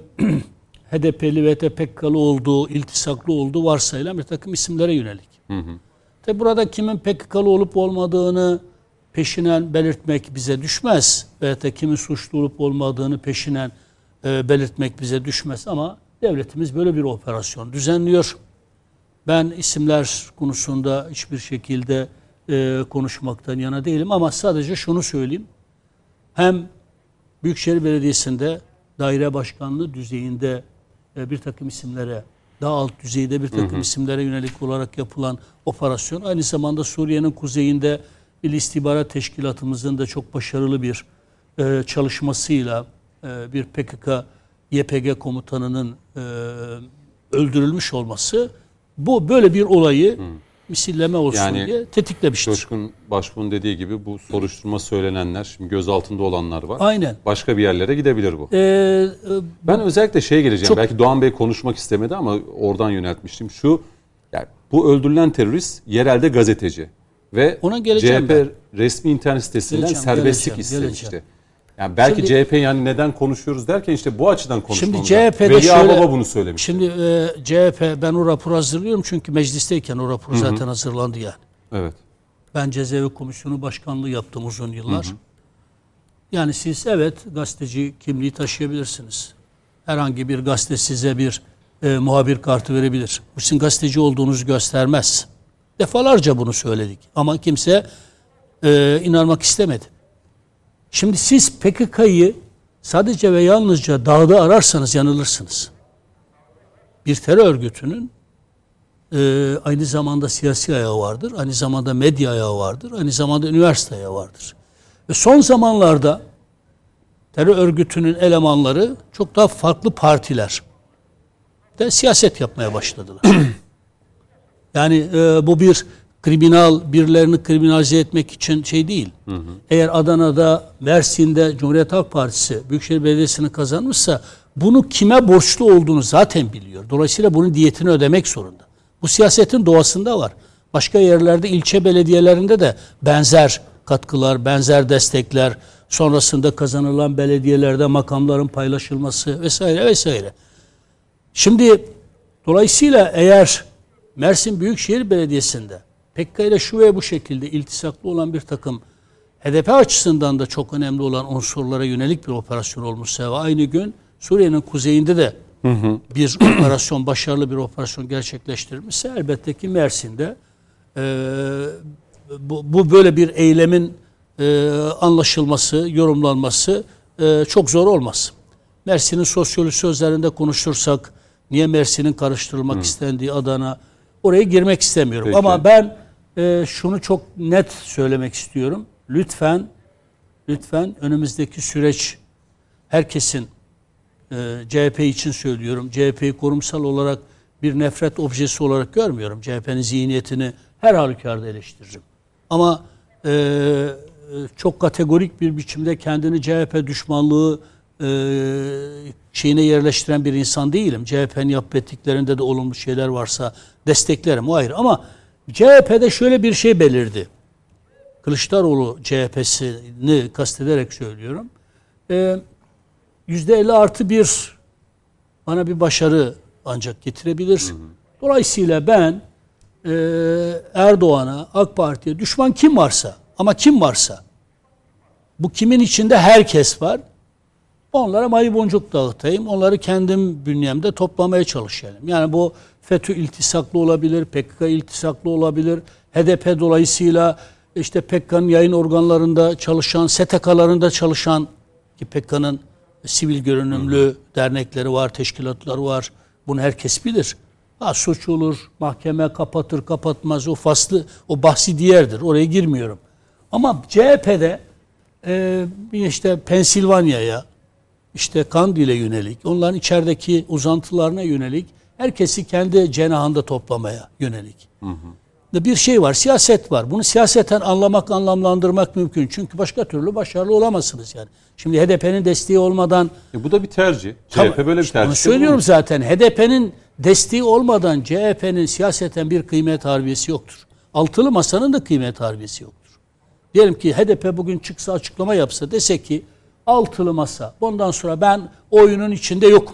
H D P'li ve P K K'lı olduğu, iltisaklı olduğu varsayılan bir takım isimlere yönelik. Hı hı. Tabi burada kimin P K K'lı olup olmadığını peşinen belirtmek bize düşmez. Veya da kimin suçlu olup olmadığını peşinen e, belirtmek bize düşmez. Ama devletimiz böyle bir operasyon düzenliyor. Ben isimler konusunda hiçbir şekilde e, konuşmaktan yana değilim ama sadece şunu söyleyeyim. Hem Büyükşehir Belediyesi'nde daire başkanlığı düzeyinde e, bir takım isimlere, daha alt düzeyde bir takım hı hı. isimlere yönelik olarak yapılan operasyon, aynı zamanda Suriye'nin kuzeyinde Milli İstihbarat Teşkilatımızın da çok başarılı bir e, çalışmasıyla e, bir P K K Y P G komutanının e, öldürülmüş olması, bu böyle bir olayı hmm. misilleme olsun yani, diye tetiklemiştir. Coşkun Başbuğ'un dediği gibi bu soruşturma söylenenler, şimdi gözaltında olanlar var. Aynen. Başka bir yerlere gidebilir bu. Ee, e, ben özellikle şeye geleceğim. Çok, belki Doğan Bey konuşmak istemedi ama oradan yöneltmiştim. Şu, yani bu öldürülen terörist yerelde gazeteci ve C H P ben. resmi internet sitesinden geleceğim, serbestlik geleceğim, istemişti. Geleceğim. Yani belki şimdi, C H P yani neden konuşuyoruz derken işte bu açıdan konuşmamız. Şimdi C H P'de Veli şöyle, Ağbaba bunu söylemiş. Şimdi e, C H P, ben o raporu hazırlıyorum çünkü meclisteyken o rapor zaten hı hı. hazırlandı yani. Evet. Ben Cezaevi Komisyonu Başkanlığı yaptım uzun yıllar. Hı hı. Yani siz evet gazeteci kimliği taşıyabilirsiniz. Herhangi bir gazete size bir e, muhabir kartı verebilir. Bu sizin gazeteci olduğunuzu göstermez. Defalarca bunu söyledik ama kimse e, inanmak istemedi. Şimdi siz P K K'yı sadece ve yalnızca dağda ararsanız yanılırsınız. Bir terör örgütünün e, aynı zamanda siyasi ayağı vardır, aynı zamanda medya ayağı vardır, aynı zamanda üniversite ayağı vardır. Ve son zamanlarda terör örgütünün elemanları çok daha farklı partiler de siyaset yapmaya başladılar. Yani e, bu bir kriminal, birilerini kriminalize etmek için şey değil. Hı hı. Eğer Adana'da, Mersin'de Cumhuriyet Halk Partisi Büyükşehir Belediyesi'ni kazanmışsa bunu kime borçlu olduğunu zaten biliyor. Dolayısıyla bunun diyetini ödemek zorunda. Bu siyasetin doğasında var. Başka yerlerde, ilçe belediyelerinde de benzer katkılar, benzer destekler, sonrasında kazanılan belediyelerde makamların paylaşılması vesaire vesaire. Şimdi dolayısıyla eğer Mersin Büyükşehir Belediyesi'nde P K K ile şu ve bu şekilde iltisaklı olan bir takım H D P açısından da çok önemli olan unsurlara yönelik bir operasyon olmuşsa ve aynı gün Suriye'nin kuzeyinde de hı hı. bir operasyon, başarılı bir operasyon gerçekleştirilmişse elbette ki Mersin'de e, bu, bu böyle bir eylemin e, anlaşılması, yorumlanması e, çok zor olmaz. Mersin'in sosyoloji sözlerinde konuşursak niye Mersin'in karıştırılmak hı. istendiği Adana, oraya girmek istemiyorum. Peki. Ama ben e, şunu çok net söylemek istiyorum. Lütfen lütfen önümüzdeki süreç herkesin e, C H P için söylüyorum. C H P'yi kurumsal olarak bir nefret objesi olarak görmüyorum. C H P'nin zihniyetini her halükarda eleştiririm. Ama e, çok kategorik bir biçimde kendini C H P düşmanlığı e, şeyine yerleştiren bir insan değilim. C H P'nin yapıp ettiklerinde de olumlu şeyler varsa desteklerim, o ayrı. Ama C H P'de şöyle bir şey belirdi. Kılıçdaroğlu C H P'sini kastederek söylüyorum. E, yüzde elli artı bir bana bir başarı ancak getirebilir. Hı hı. Dolayısıyla ben e, Erdoğan'a, AK Parti'ye düşman kim varsa, ama kim varsa, bu kimin içinde herkes var, onlara mayı boncuk dağıtayım, onları kendim bünyemde toplamaya çalışalım. Yani bu FETÖ iltisaklı olabilir, P K K iltisaklı olabilir, H D P dolayısıyla işte P K K'nın yayın organlarında çalışan, S T K'larında çalışan, ki P K K'nın sivil görünümlü dernekleri var, teşkilatları var. Bunu herkes bilir. Ha, suç olur, mahkeme kapatır, kapatmaz, o faslı, o bahsi diğerdir. Oraya girmiyorum. Ama C H P'de e, işte Pensilvanya'ya, işte Kandil'e yönelik, onların içerideki uzantılarına yönelik, herkesi kendi cenahında toplamaya yönelik. Hı hı. Bir şey var, siyaset var. Bunu siyaseten anlamak, anlamlandırmak mümkün. Çünkü başka türlü başarılı olamazsınız yani. Şimdi H D P'nin desteği olmadan... E bu da bir tercih. Tamam, C H P böyle bir tercih. Onu söylüyorum zaten. H D P'nin desteği olmadan C H P'nin siyaseten bir kıymet harbiyesi yoktur. Altılı Masa'nın da kıymet harbiyesi yoktur. Diyelim ki H D P bugün çıksa, açıklama yapsa, dese ki Altılı Masa, bundan sonra ben oyunun içinde yokum.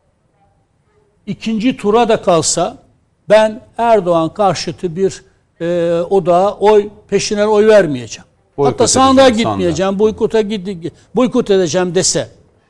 İkinci tura da kalsa ben Erdoğan karşıtı bir e, odağa oy, peşine oy vermeyeceğim. Boykot Hatta sandığa gitmeyeceğim, sandığa. boykota gid boykot edeceğim dese,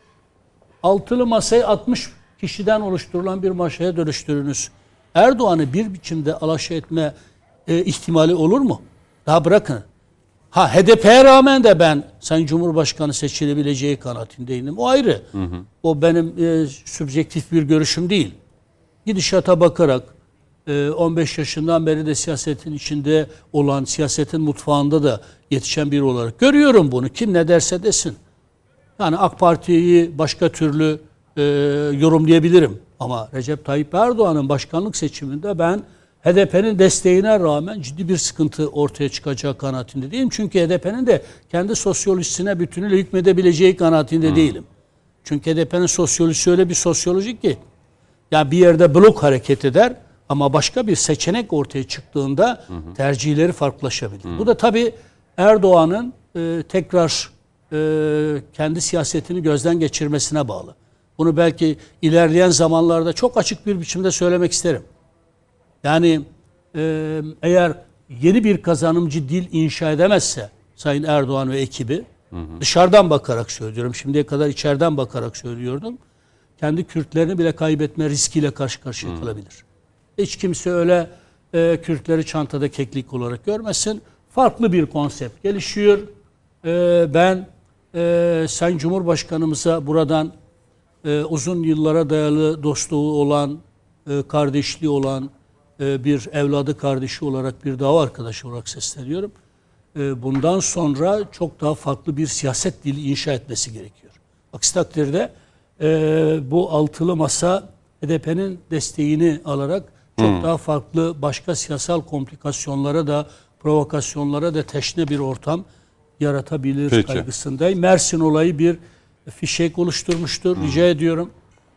Altılı Masayı altmış kişiden oluşturulan bir masaya dönüştürünüz. Erdoğan'ı bir biçimde alaşağı etme e, ihtimali olur mu? Daha bırakın. Ha, H D P'ye rağmen de ben Sayın Cumhurbaşkanı seçilebileceği kanaatindeyim. O ayrı. Hı hı. O benim e, sübjektif bir görüşüm değil. Gidişata bakarak e, on beş yaşından beri de siyasetin içinde olan, siyasetin mutfağında da yetişen biri olarak görüyorum bunu. Kim ne derse desin. Yani AK Parti'yi başka türlü e, yorumlayabilirim. Ama Recep Tayyip Erdoğan'ın başkanlık seçiminde ben H D P'nin desteğine rağmen ciddi bir sıkıntı ortaya çıkacağı kanaatinde değilim. Çünkü H D P'nin de kendi sosyolojisine bütünüyle hükmedebileceği kanaatinde hmm. değilim. Çünkü H D P'nin sosyolojisi öyle bir sosyoloji ki, yani bir yerde blok hareket eder ama başka bir seçenek ortaya çıktığında hmm. tercihleri farklılaşabilir. Hmm. Bu da tabii Erdoğan'ın e, tekrar e, kendi siyasetini gözden geçirmesine bağlı. Bunu belki ilerleyen zamanlarda çok açık bir biçimde söylemek isterim. Yani e, eğer yeni bir kazanımcı dil inşa edemezse Sayın Erdoğan ve ekibi, hı hı. dışarıdan bakarak söylüyorum, şimdiye kadar içeriden bakarak söylüyordum, kendi Kürtlerini bile kaybetme riskiyle karşı karşıya hı. kalabilir. Hiç kimse öyle e, Kürtleri çantada keklik olarak görmesin. Farklı bir konsept gelişiyor. E, ben e, Sayın Cumhurbaşkanımıza buradan e, uzun yıllara dayalı dostluğu olan, e, kardeşliği olan, bir evladı kardeşi olarak, bir dava arkadaşı olarak sesleniyorum. Bundan sonra çok daha farklı bir siyaset dili inşa etmesi gerekiyor. Aksi takdirde bu altılı masa H D P'nin desteğini alarak çok hmm. daha farklı başka siyasal komplikasyonlara da, provokasyonlara da teşne bir ortam yaratabilir Peki. kaygısındayım. Mersin olayı bir fişek oluşturmuştur. Hmm. Rica ediyorum.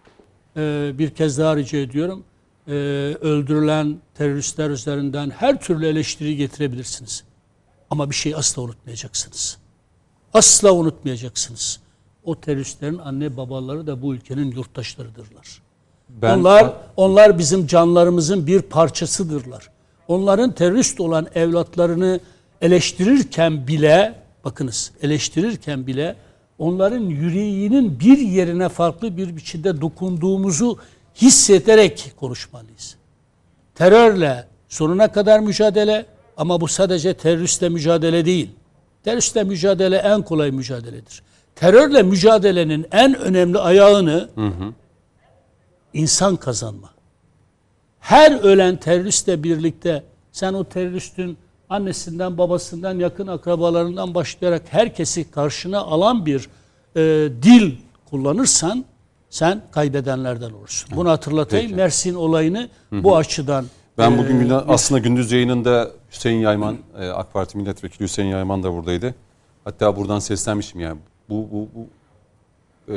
Bir kez daha rica ediyorum. Ee, öldürülen teröristler üzerinden her türlü eleştiri getirebilirsiniz. Ama bir şey asla unutmayacaksınız. Asla unutmayacaksınız. O teröristlerin anne babaları da bu ülkenin yurttaşlarıdırlar. Ben, onlar, onlar bizim canlarımızın bir parçasıdırlar. Onların terörist olan evlatlarını eleştirirken bile, bakınız eleştirirken bile onların yüreğinin bir yerine farklı bir biçimde dokunduğumuzu hissederek konuşmalıyız. Terörle sonuna kadar mücadele, ama bu sadece teröristle mücadele değil. Teröristle mücadele en kolay mücadeledir. Terörle mücadelenin en önemli ayağını hı hı. insan kazanma. Her ölen teröristle birlikte sen o teröristin annesinden, babasından, yakın akrabalarından başlayarak herkesi karşına alan bir e, dil kullanırsan sen kaybedenlerden olursun. Bunu hatırlatayım. Peki. Mersin olayını Hı-hı. bu açıdan. Ben bugün e, aslında gündüz yayınında Hüseyin Yayman, e, AK Parti Milletvekili Hüseyin Yayman da buradaydı. Hatta buradan seslenmişim yani. Bu bu bu e,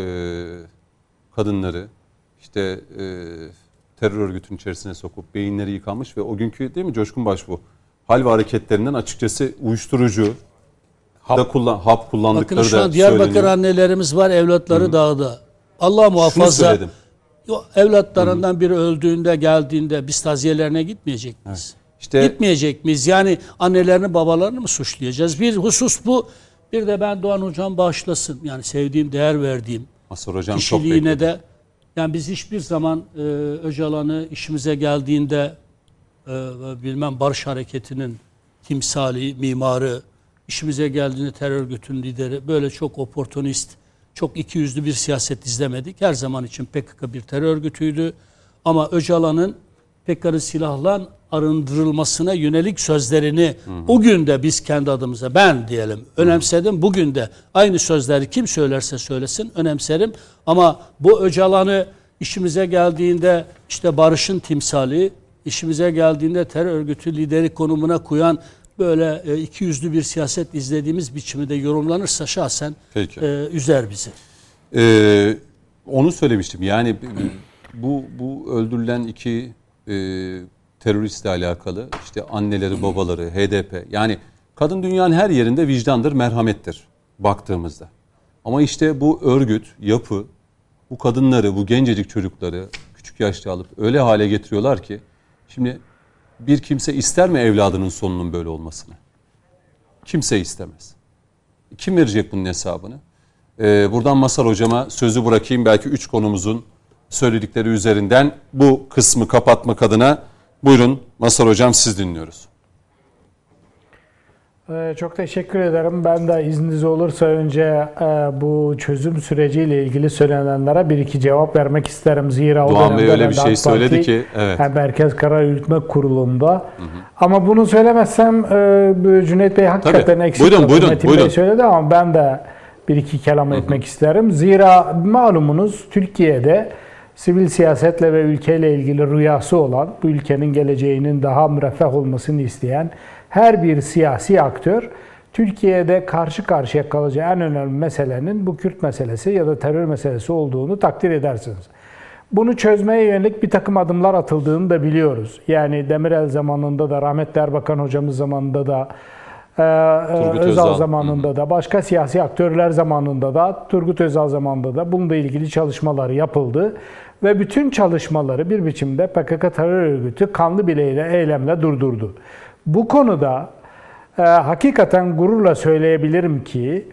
kadınları işte e, terör örgütünün içerisine sokup beyinleri yıkanmış ve o günkü değil mi Coşkun Başbuğ hal ve hareketlerinden açıkçası uyuşturucu hap, da kullan, hap kullandıkları da söyleniyor. Bakın şu an Diyarbakır annelerimiz var, evlatları Hı-hı. dağda. Allah muhafaza evlatlarından biri öldüğünde geldiğinde biz taziyelerine gitmeyecek miyiz? Evet. İşte, Gitmeyecek miyiz? Yani annelerini babalarını mı suçlayacağız? Bir husus bu. Bir de ben Doğan Hocam bağışlasın. Yani sevdiğim, değer verdiğim Masar Hocam kişiliğine de yani biz hiçbir zaman e, Öcalan'ı işimize geldiğinde e, bilmem Barış Hareketi'nin timsali, mimarı, işimize geldiğinde terör örgütünün lideri böyle çok oportunist, çok ikiyüzlü bir siyaset izlemedik. Her zaman için P K K bir terör örgütüydü. Ama Öcalan'ın P K K'nın silahlan arındırılmasına yönelik sözlerini hı hı. o gün de biz kendi adımıza ben diyelim önemsedim. Bugün de aynı sözleri kim söylerse söylesin önemserim. Ama bu Öcalan'ı işimize geldiğinde işte barışın timsali, işimize geldiğinde terör örgütü lideri konumuna koyan böyle e, iki yüzlü bir siyaset izlediğimiz biçimde yorumlanırsa şahsen e, üzer bizi. Ee, onu söylemiştim. Yani bu bu öldürülen iki e, teröristle alakalı işte anneleri, babaları, H D P. Yani kadın dünyanın her yerinde vicdandır, merhamettir baktığımızda. Ama işte bu örgüt, yapı bu kadınları, bu gencecik çocukları küçük yaşta alıp öyle hale getiriyorlar ki şimdi bir kimse ister mi evladının sonunun böyle olmasını? Kimse istemez. Kim verecek bunun hesabını? Ee, buradan Masar Hocama sözü bırakayım. Belki üç konumuzun söyledikleri üzerinden bu kısmı kapatmak adına. Buyurun Masar Hocam, siz dinliyoruz. Ee, çok teşekkür ederim. Ben de izniniz olursa önce e, bu çözüm süreciyle ilgili söylenenlere bir iki cevap vermek isterim. Zira Doğan Bey öyle bir şey söyledi ki. Evet. Merkez Karar Yürütme Kurulu'nda. Hı hı. Ama bunu söylemezsem e, Cüneyt Bey hakikaten Tabii. eksik. Buyurun, buyurun, Metin buyurun. Bey söyledi ama ben de bir iki kelam hı hı. etmek isterim. Zira malumunuz Türkiye'de sivil siyasetle ve ülkeyle ilgili rüyası olan, bu ülkenin geleceğinin daha müreffeh olmasını isteyen her bir siyasi aktör Türkiye'de karşı karşıya kalacağı en önemli meselenin bu Kürt meselesi ya da terör meselesi olduğunu takdir edersiniz. Bunu çözmeye yönelik bir takım adımlar atıldığını da biliyoruz. Yani Demirel zamanında da, rahmetli Erbakan hocamız zamanında da, Turgut Özal, Özal zamanında Hı-hı. da, başka siyasi aktörler zamanında da, Turgut Özal zamanında da bununla ilgili çalışmalar yapıldı. Ve bütün çalışmaları bir biçimde P K K terör örgütü kanlı bileğiyle, eylemle durdurdu. Bu konuda e, hakikaten gururla söyleyebilirim ki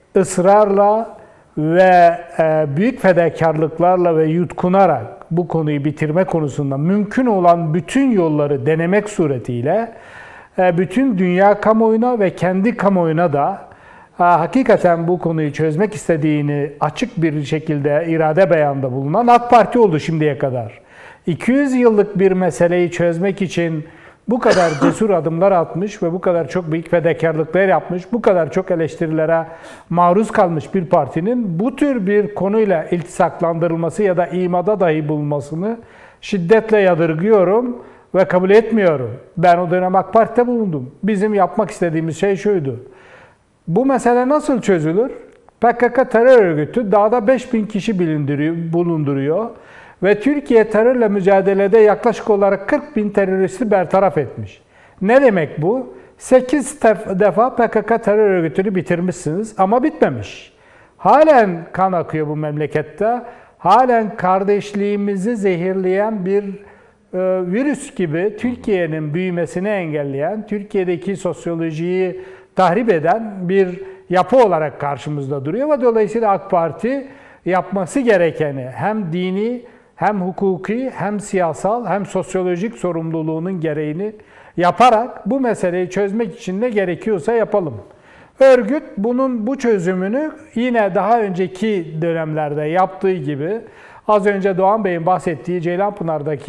ısrarla ve e, büyük fedakarlıklarla ve yutkunarak bu konuyu bitirme konusunda mümkün olan bütün yolları denemek suretiyle e, bütün dünya kamuoyuna ve kendi kamuoyuna da e, hakikaten bu konuyu çözmek istediğini açık bir şekilde irade beyanda bulunan AK Parti oldu şimdiye kadar. iki yüz yıllık bir meseleyi çözmek için bu kadar cesur adımlar atmış ve bu kadar çok büyük fedakarlıklar yapmış, bu kadar çok eleştirilere maruz kalmış bir partinin bu tür bir konuyla iltisaklandırılması ya da imada dahi bulunmasını şiddetle yadırgıyorum ve kabul etmiyorum. Ben o dönem AK Parti'de bulundum. Bizim yapmak istediğimiz şey şuydu. Bu mesele nasıl çözülür? P K K terör örgütü dağda beş bin kişi bulunduruyor. Ve Türkiye terörle mücadelede yaklaşık olarak kırk bin teröristi bertaraf etmiş. Ne demek bu? sekiz defa P K K terör örgütünü bitirmişsiniz ama bitmemiş. Halen kan akıyor bu memlekette. Halen kardeşliğimizi zehirleyen bir e, virüs gibi Türkiye'nin büyümesini engelleyen, Türkiye'deki sosyolojiyi tahrip eden bir yapı olarak karşımızda duruyor. Ve dolayısıyla AK Parti yapması gerekeni hem dini, hem hukuki, hem siyasal, hem sosyolojik sorumluluğunun gereğini yaparak bu meseleyi çözmek için ne gerekiyorsa yapalım. Örgüt bunun bu çözümünü yine daha önceki dönemlerde yaptığı gibi az önce Doğan Bey'in bahsettiği Ceylanpınar'daki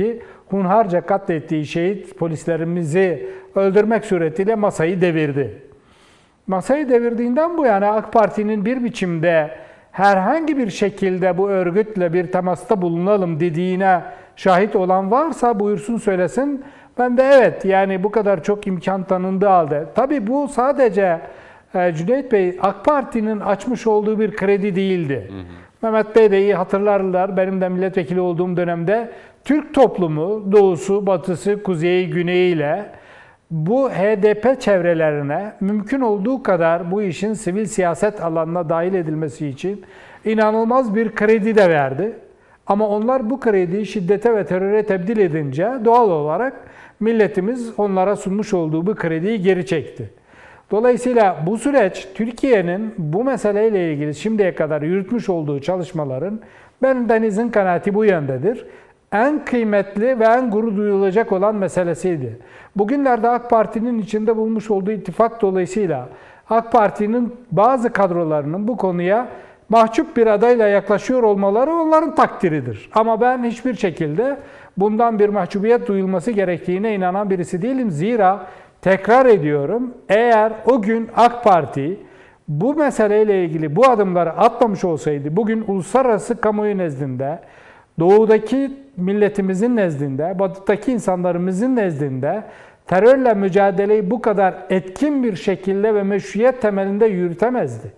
hunharca katlettiği şehit polislerimizi öldürmek suretiyle masayı devirdi. Masayı devirdiğinden bu yana AK Parti'nin bir biçimde herhangi bir şekilde bu örgütle bir temasta bulunalım dediğine şahit olan varsa buyursun söylesin. Ben de evet, yani bu kadar çok imkan tanındığı halde. Tabii bu sadece e, Cüneyt Bey AK Parti'nin açmış olduğu bir kredi değildi. Hı hı. Mehmet Bey de iyi hatırlarlar. Benim de milletvekili olduğum dönemde Türk toplumu doğusu, batısı, kuzeyi, güneyiyle bu H D P çevrelerine mümkün olduğu kadar bu işin sivil siyaset alanına dahil edilmesi için inanılmaz bir kredi de verdi. Ama onlar bu krediyi şiddete ve teröre tebdil edince doğal olarak milletimiz onlara sunmuş olduğu bu krediyi geri çekti. Dolayısıyla bu süreç Türkiye'nin bu meseleyle ilgili şimdiye kadar yürütmüş olduğu çalışmaların bendenizin kanaati bu yöndedir. En kıymetli ve en gurur duyulacak olan meselesiydi. Bugünlerde AK Parti'nin içinde bulmuş olduğu ittifak dolayısıyla AK Parti'nin bazı kadrolarının bu konuya mahcup bir adayla yaklaşıyor olmaları onların takdiridir. Ama ben hiçbir şekilde bundan bir mahcubiyet duyulması gerektiğine inanan birisi değilim. Zira tekrar ediyorum, eğer o gün AK Parti bu meseleyle ilgili bu adımları atmamış olsaydı, bugün uluslararası kamuoyu nezdinde, doğudaki milletimizin nezdinde, batıdaki insanlarımızın nezdinde terörle mücadeleyi bu kadar etkin bir şekilde ve meşruiyet temelinde yürütemezdi.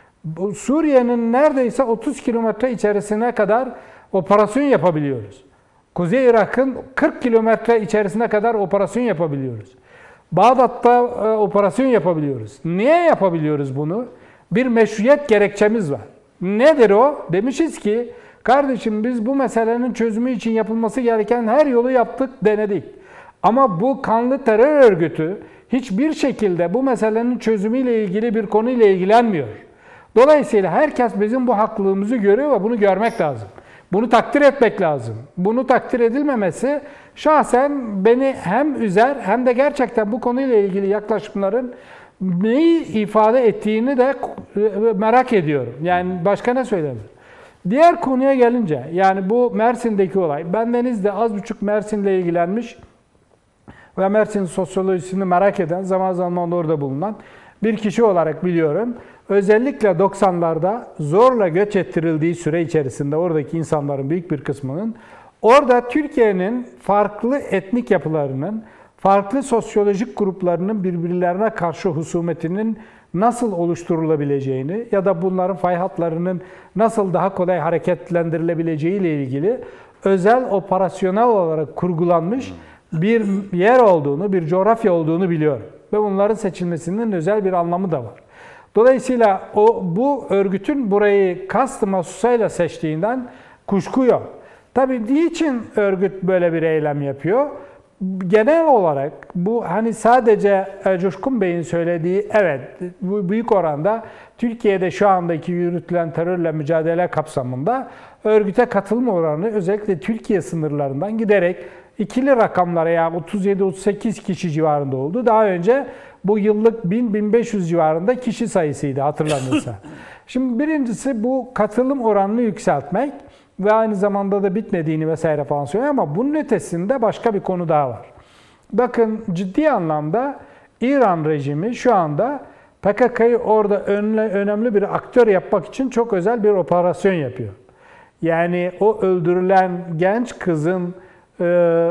Suriye'nin neredeyse otuz kilometre içerisine kadar operasyon yapabiliyoruz. Kuzey Irak'ın kırk kilometre içerisine kadar operasyon yapabiliyoruz. Bağdat'ta e, operasyon yapabiliyoruz. Niye yapabiliyoruz bunu? Bir meşruiyet gerekçemiz var. Nedir o? Demişiz ki, kardeşim biz bu meselenin çözümü için yapılması gereken her yolu yaptık, denedik. Ama bu kanlı terör örgütü hiçbir şekilde bu meselenin çözümüyle ilgili bir konuyla ilgilenmiyor. Dolayısıyla herkes bizim bu haklılığımızı görüyor ve bunu görmek lazım. Bunu takdir etmek lazım. Bunu takdir edilmemesi şahsen beni hem üzer hem de gerçekten bu konuyla ilgili yaklaşımların neyi ifade ettiğini de merak ediyorum. Yani başka ne söylenir? Diğer konuya gelince, yani bu Mersin'deki olay, bendeniz de az buçuk Mersin'le ilgilenmiş ve Mersin sosyolojisini merak eden, zaman zaman orada bulunan bir kişi olarak biliyorum. Özellikle doksanlarda zorla göç ettirildiği süre içerisinde oradaki insanların büyük bir kısmının orada Türkiye'nin farklı etnik yapılarının, farklı sosyolojik gruplarının birbirlerine karşı husumetinin nasıl oluşturulabileceğini ya da bunların fay hatlarının nasıl daha kolay hareketlendirilebileceği ile ilgili özel operasyonel olarak kurgulanmış bir yer olduğunu, bir coğrafya olduğunu biliyorum. Ve bunların seçilmesinin özel bir anlamı da var. Dolayısıyla o bu örgütün burayı kast-ı mahsusayla seçtiğinden kuşku yok. Tabii niçin örgüt böyle bir eylem yapıyor? Genel olarak bu hani sadece Coşkun Bey'in söylediği, evet bu büyük oranda Türkiye'de şu andaki yürütülen terörle mücadele kapsamında örgüte katılma oranı özellikle Türkiye sınırlarından giderek ikili rakamlara, yani otuz yedi otuz sekiz kişi civarında oldu. Daha önce bu yıllık bin bin beş yüz civarında kişi sayısıydı hatırlanırsa. Şimdi birincisi bu katılım oranını yükseltmek ve aynı zamanda da bitmediğini vesaire falan söylüyor ama bunun ötesinde başka bir konu daha var. Bakın ciddi anlamda İran rejimi şu anda P K K'yı orada önemli bir aktör yapmak için çok özel bir operasyon yapıyor. Yani o öldürülen genç kızın e, e,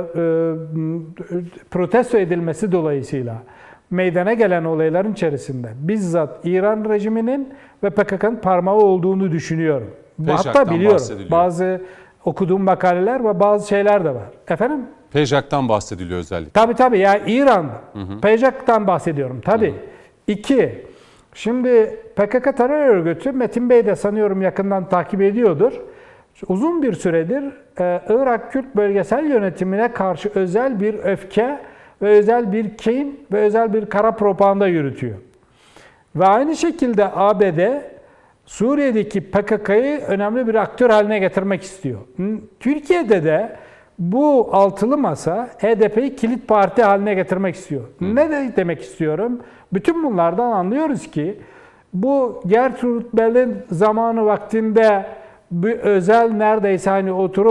protesto edilmesi dolayısıyla meydana gelen olayların içerisinde bizzat İran rejiminin ve P K K'nın parmağı olduğunu düşünüyorum. Pejac'tan hatta biliyorum. Bazı okuduğum makaleler ve bazı şeyler de var. Efendim? Pejac'tan bahsediliyor özellikle. Tabii tabii. Yani İran, Pejac'tan bahsediyorum. Tabii. Hı hı. İki, şimdi P K K terör örgütü, Metin Bey de sanıyorum yakından takip ediyordur. Uzun bir süredir e, Irak Kürt bölgesel yönetimine karşı özel bir öfke ve özel bir kin ve özel bir kara propaganda yürütüyor. Ve aynı şekilde A B D Suriye'deki P K K'yı önemli bir aktör haline getirmek istiyor. Türkiye'de de bu altılı masa H D P'yi kilit parti haline getirmek istiyor. Hı. Ne de demek istiyorum? Bütün bunlardan anlıyoruz ki bu Gertrud Bell'in zamanı vaktinde bir özel neredeyse hani oturup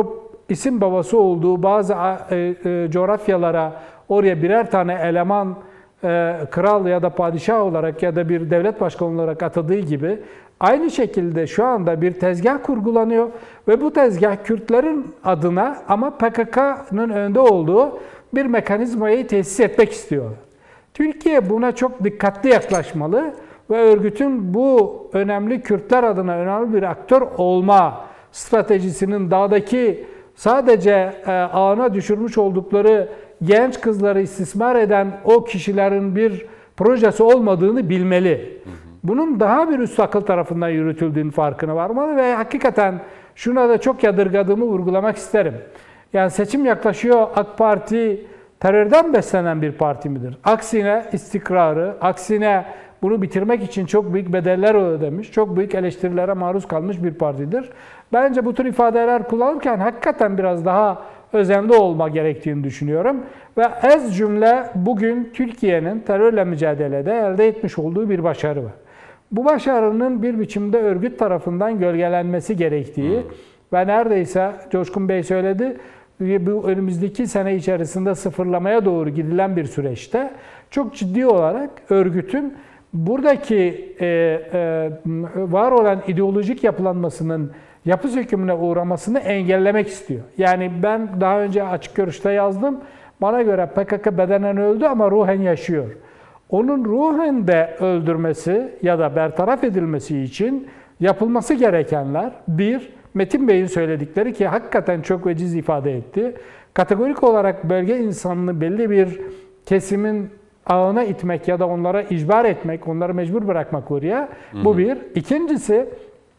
isim babası olduğu bazı e, e, coğrafyalara oraya birer tane eleman e, kral ya da padişah olarak ya da bir devlet başkanı olarak atadığı gibi aynı şekilde şu anda bir tezgah kurgulanıyor ve bu tezgah Kürtlerin adına ama P K K'nın önde olduğu bir mekanizmayı tesis etmek istiyor. Türkiye buna çok dikkatli yaklaşmalı ve örgütün bu önemli Kürtler adına önemli bir aktör olma stratejisinin dağdaki sadece e, ağına düşürmüş oldukları genç kızları istismar eden o kişilerin bir projesi olmadığını bilmeli. Bunun daha bir üst akıl tarafından yürütüldüğünün farkına varmalı ve hakikaten şuna da çok yadırgadığımı vurgulamak isterim. Yani seçim yaklaşıyor, AK Parti terörden beslenen bir parti midir? Aksine istikrarı, aksine bunu bitirmek için çok büyük bedeller ödemiş, çok büyük eleştirilere maruz kalmış bir partidir. Bence bu tür ifadeler kullanırken hakikaten biraz daha özenli olma gerektiğini düşünüyorum. Ve ez cümle bugün Türkiye'nin terörle mücadelede elde etmiş olduğu bir başarı var. Bu başarının bir biçimde örgüt tarafından gölgelenmesi gerektiği ve neredeyse Coşkun Bey söyledi, bu önümüzdeki sene içerisinde sıfırlamaya doğru gidilen bir süreçte çok ciddi olarak örgütün buradaki e, e, var olan ideolojik yapılanmasının yapı sökümüne uğramasını engellemek istiyor. Yani ben daha önce açık görüşte yazdım. Bana göre P K K bedenen öldü ama ruhen yaşıyor. Onun ruhen de öldürmesi ya da bertaraf edilmesi için yapılması gerekenler, bir, Metin Bey'in söyledikleri ki hakikaten çok veciz ifade etti. Kategorik olarak bölge insanını belli bir kesimin ağına itmek ya da onlara icbar etmek, onları mecbur bırakmak oraya. Hı hı. Bu bir. İkincisi,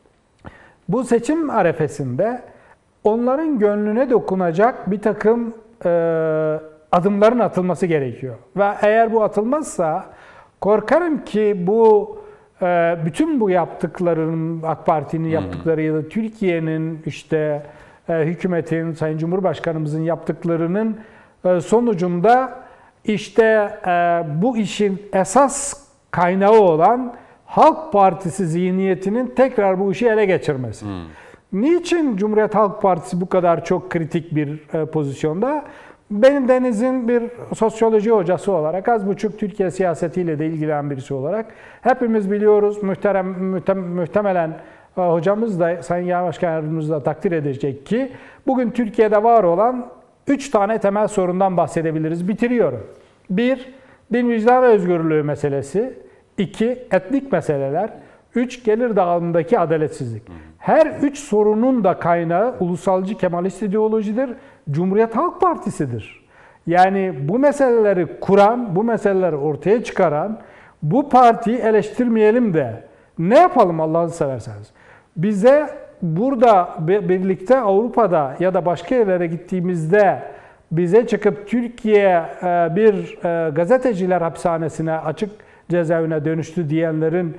bu seçim arefesinde onların gönlüne dokunacak bir takım e, adımların atılması gerekiyor. Ve eğer bu atılmazsa korkarım ki bu e, bütün bu yaptıklarının, AK Parti'nin yaptıkları ya da Türkiye'nin işte e, hükümetin, Sayın Cumhurbaşkanımızın yaptıklarının e, sonucunda işte e, bu işin esas kaynağı olan Halk Partisi zihniyetinin tekrar bu işi ele geçirmesi. Hmm. Niçin Cumhuriyet Halk Partisi bu kadar çok kritik bir e, pozisyonda? Benim Deniz'in bir sosyoloji hocası olarak, az buçuk Türkiye siyasetiyle de ilgilenen birisi olarak hepimiz biliyoruz, muhterem, mühtem, muhtemelen e, hocamız da, Sayın Genel Başkan Yardımcımız da takdir edecek ki bugün Türkiye'de var olan üç tane temel sorundan bahsedebiliriz. Bitiriyorum. Bir, din vicdan özgürlüğü meselesi. İki, etnik meseleler. Üç, gelir dağılımındaki adaletsizlik. Her üç sorunun da kaynağı ulusalcı Kemalist ideolojidir. Cumhuriyet Halk Partisi'dir. Yani bu meseleleri kuran, bu meseleleri ortaya çıkaran, bu partiyi eleştirmeyelim de ne yapalım Allah'ını severseniz. Bize burada birlikte Avrupa'da ya da başka yerlere gittiğimizde bize çıkıp Türkiye bir gazeteciler hapishanesine, açık cezaevine dönüştü diyenlerin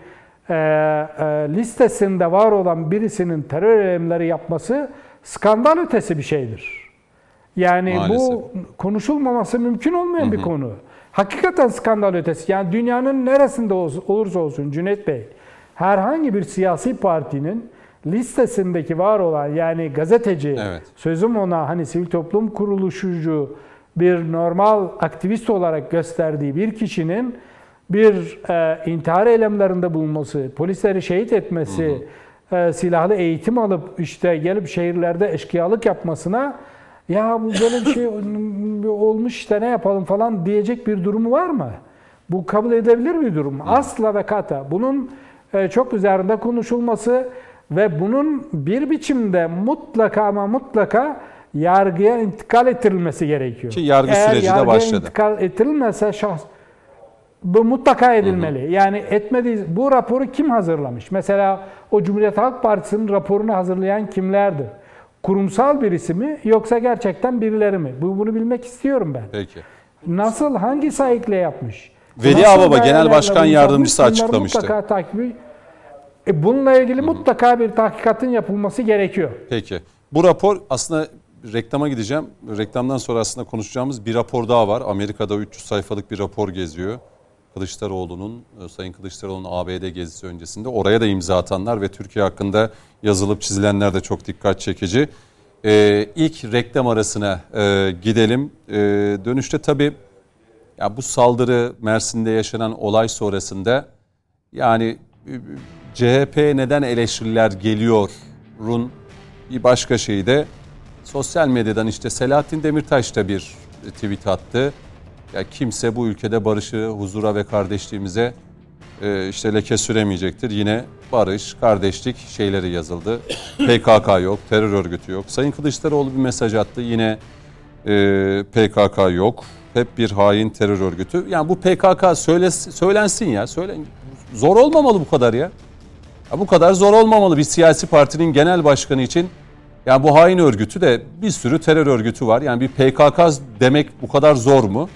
listesinde var olan birisinin terör eylemleri yapması skandal ötesi bir şeydir. Yani maalesef bu konuşulmaması mümkün olmayan hı hı. bir konu. Hakikaten skandal ötesi. Yani dünyanın neresinde olursa olsun Cüneyt Bey, herhangi bir siyasi partinin listesindeki var olan, yani gazeteci, evet. sözüm ona hani sivil toplum kuruluşucu bir normal aktivist olarak gösterdiği bir kişinin bir e, intihar eylemlerinde bulunması, polisleri şehit etmesi, hı hı. E, silahlı eğitim alıp işte gelip şehirlerde eşkıyalık yapmasına ya bu böyle bir şey olmuş işte ne yapalım falan diyecek bir durumu var mı? Bu kabul edilebilir bir durum. Hı. Asla ve kata. Bunun e, çok üzerinde konuşulması ve bunun bir biçimde mutlaka ama mutlaka yargıya intikal ettirilmesi gerekiyor. Ki yargı Eğer süreci de başladı. Eğer intikal ettirilmezse şahs bu mutlaka edilmeli. Hı hı. Yani etmediği bu raporu kim hazırlamış? Mesela o Cumhuriyet Halk Partisi'nin raporunu hazırlayan kimlerdir? Kurumsal birisi mi yoksa gerçekten birileri mi? Bunu bilmek istiyorum ben. Peki. Nasıl, hangi sahikle yapmış? Veli Ağbaba Genel Başkan Yardımcısı açıklamıştı. Mutlaka takibi. E bununla ilgili Hı-hı. mutlaka bir tahkikatın yapılması gerekiyor. Peki. Bu rapor aslında reklama gideceğim. Reklamdan sonra aslında konuşacağımız bir rapor daha var. Amerika'da üç yüz sayfalık bir rapor geziyor. Kılıçdaroğlu'nun, Sayın Kılıçdaroğlu'nun A B D gezisi öncesinde oraya da imza atanlar ve Türkiye hakkında yazılıp çizilenler de çok dikkat çekici. Ee, ilk reklam arasına e, gidelim. E, dönüşte tabii ya bu saldırı, Mersin'de yaşanan olay sonrasında yani C H P'ye neden eleştiriler geliyor'un bir başka şeyi de sosyal medyadan işte Selahattin Demirtaş da bir tweet attı. Ya kimse bu ülkede barışı, huzura ve kardeşliğimize e, işte leke süremeyecektir. Yine barış, kardeşlik şeyleri yazıldı. P K K yok, terör örgütü yok. Sayın Kılıçdaroğlu bir mesaj attı. Yine e, P K K yok. Hep bir hain terör örgütü. Yani bu P K K söyle, söylensin ya. Söyle, zor olmamalı bu kadar ya. ya. Bu kadar zor olmamalı bir siyasi partinin genel başkanı için. Yani bu hain örgütü de bir sürü terör örgütü var. Yani bir P K K demek bu kadar zor mu?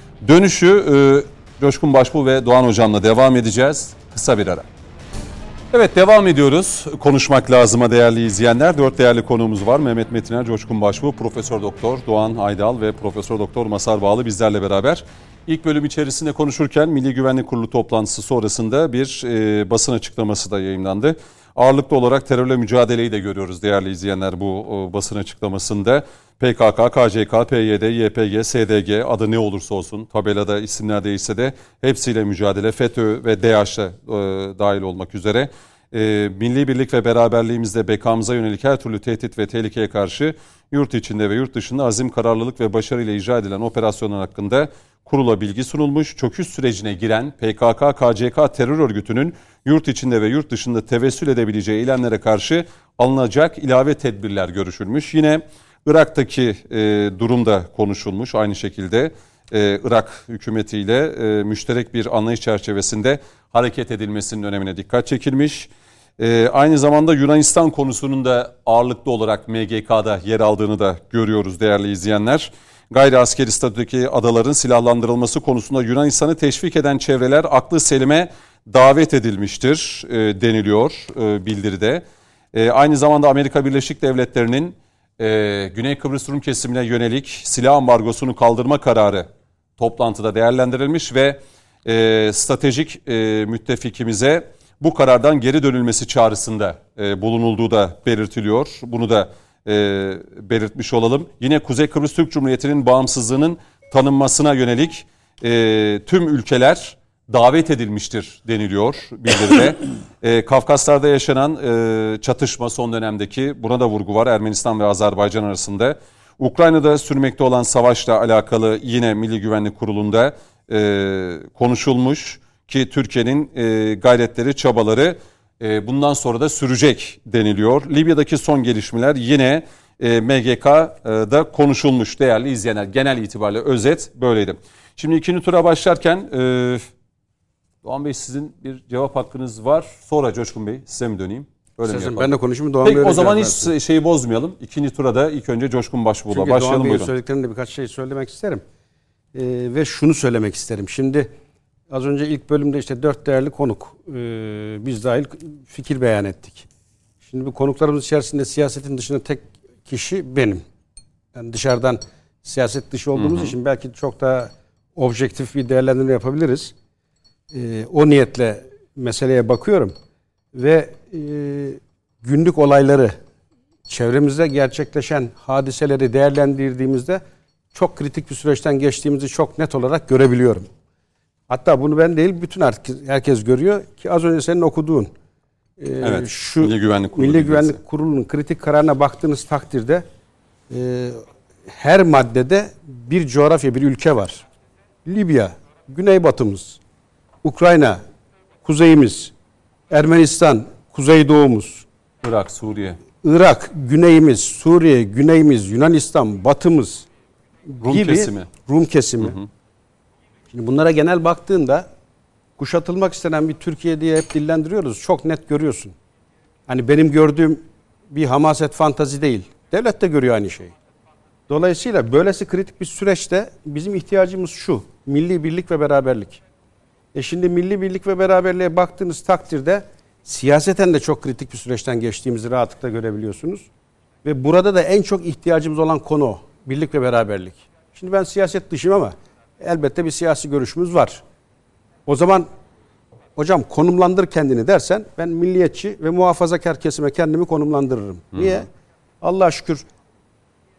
Dönüşü e, Coşkun Başbuğ ve Doğan Hocam'la devam edeceğiz. Kısa bir ara. Evet, devam ediyoruz. Konuşmak lazıma değerli izleyenler. Dört değerli konuğumuz var. Mehmet Metiner, Coşkun Başbuğ, Profesör Doktor Doğan Aydal ve Profesör Doktor Masar Bağlı bizlerle beraber. İlk bölüm içerisinde konuşurken Milli Güvenlik Kurulu toplantısı sonrasında bir e, basın açıklaması da yayımlandı. Ağırlıklı olarak terörle mücadeleyi de görüyoruz değerli izleyenler bu o, basın açıklamasında. P K K, K C K, P Y D, Y P G, S D G adı ne olursa olsun, tabelada isimler değişse de hepsiyle mücadele, FETÖ ve DAEŞ'e e, dahil olmak üzere. E, milli birlik ve beraberliğimizde bekamıza yönelik her türlü tehdit ve tehlikeye karşı yurt içinde ve yurt dışında azim, kararlılık ve başarıyla icra edilen operasyonlar hakkında kurula bilgi sunulmuş. Çöküş sürecine giren P K K, K C K terör örgütünün yurt içinde ve yurt dışında tevessül edebileceği eylemlere karşı alınacak ilave tedbirler görüşülmüş. Yine Irak'taki e, durum da konuşulmuş aynı şekilde. E, Irak hükümetiyle e, müşterek bir anlayış çerçevesinde hareket edilmesinin önemine dikkat çekilmiş. E, aynı zamanda Yunanistan konusunun da ağırlıklı olarak M G K'da yer aldığını da görüyoruz değerli izleyenler. Gayri askeri statüdeki adaların silahlandırılması konusunda Yunanistan'ı teşvik eden çevreler aklı selime davet edilmiştir e, deniliyor e, bildiride. E, aynı zamanda Amerika Birleşik Devletleri'nin e, Güney Kıbrıs Rum kesimine yönelik silah ambargosunu kaldırma kararı toplantıda değerlendirilmiş ve e, stratejik e, müttefikimize bu karardan geri dönülmesi çağrısında e, bulunulduğu da belirtiliyor. Bunu da e, belirtmiş olalım. Yine Kuzey Kıbrıs Türk Cumhuriyeti'nin bağımsızlığının tanınmasına yönelik e, tüm ülkeler davet edilmiştir deniliyor bildiride. e, Kafkaslar'da yaşanan e, çatışma son dönemdeki, buna da vurgu var Ermenistan ve Azerbaycan arasında. Ukrayna'da sürmekte olan savaşla alakalı yine Milli Güvenlik Kurulu'nda e, konuşulmuş ki Türkiye'nin e, gayretleri, çabaları e, bundan sonra da sürecek deniliyor. Libya'daki son gelişmeler yine e, M G K'da konuşulmuş değerli izleyenler. Genel itibariyle özet böyleydi. Şimdi ikinci tura başlarken e, Doğan Bey sizin bir cevap hakkınız var. Sonra Coşkun Bey size mi döneyim? Öyle mi ben de konuşayım. Doğan Peki Bey'e o zaman hiç versin. şeyi bozmayalım. İkinci turada ilk önce Coşkun Başbuğ'la Çünkü başlayalım. Doğan Bey'in Buyurun. söylediklerinde birkaç şey söylemek isterim. Ee, ve şunu söylemek isterim. Şimdi az önce ilk bölümde işte dört değerli konuk e, biz dahil fikir beyan ettik. Şimdi bu konuklarımız içerisinde siyasetin dışında tek kişi benim. Yani dışarıdan siyaset dışı olduğumuz hı hı. için belki çok daha objektif bir değerlendirme yapabiliriz. E, o niyetle meseleye bakıyorum ve e, günlük olayları, çevremizde gerçekleşen hadiseleri değerlendirdiğimizde çok kritik bir süreçten geçtiğimizi çok net olarak görebiliyorum. Hatta bunu ben değil, bütün herkes, herkes görüyor ki az önce senin okuduğun e, evet, şu Milli Güvenlik Kurulu Milli Güvenlik Kurulu'nun kritik kararına baktığınız takdirde e, her maddede bir coğrafya, bir ülke var. Libya, güneybatımız, Ukrayna, kuzeyimiz, Ermenistan, kuzeydoğumuz, Irak, Suriye, Irak, güneyimiz, Suriye, güneyimiz, Yunanistan, batımız Rum gibi kesimi. Rum kesimi. Hı hı. Şimdi bunlara genel baktığında kuşatılmak istenen bir Türkiye diye hep dillendiriyoruz. Çok net görüyorsun. Hani benim gördüğüm bir hamaset fantazi değil. Devlet de görüyor aynı şeyi. Dolayısıyla böylesi kritik bir süreçte bizim ihtiyacımız şu. Milli birlik ve beraberlik. E şimdi milli birlik ve beraberliğe baktığınız takdirde siyaseten de çok kritik bir süreçten geçtiğimizi rahatlıkla görebiliyorsunuz. Ve burada da en çok ihtiyacımız olan konu o. Birlik ve beraberlik. Şimdi ben siyaset dışıyım ama elbette bir siyasi görüşümüz var. O zaman hocam konumlandır kendini dersen ben milliyetçi ve muhafazakar kesime kendimi konumlandırırım. Niye? Allah'a şükür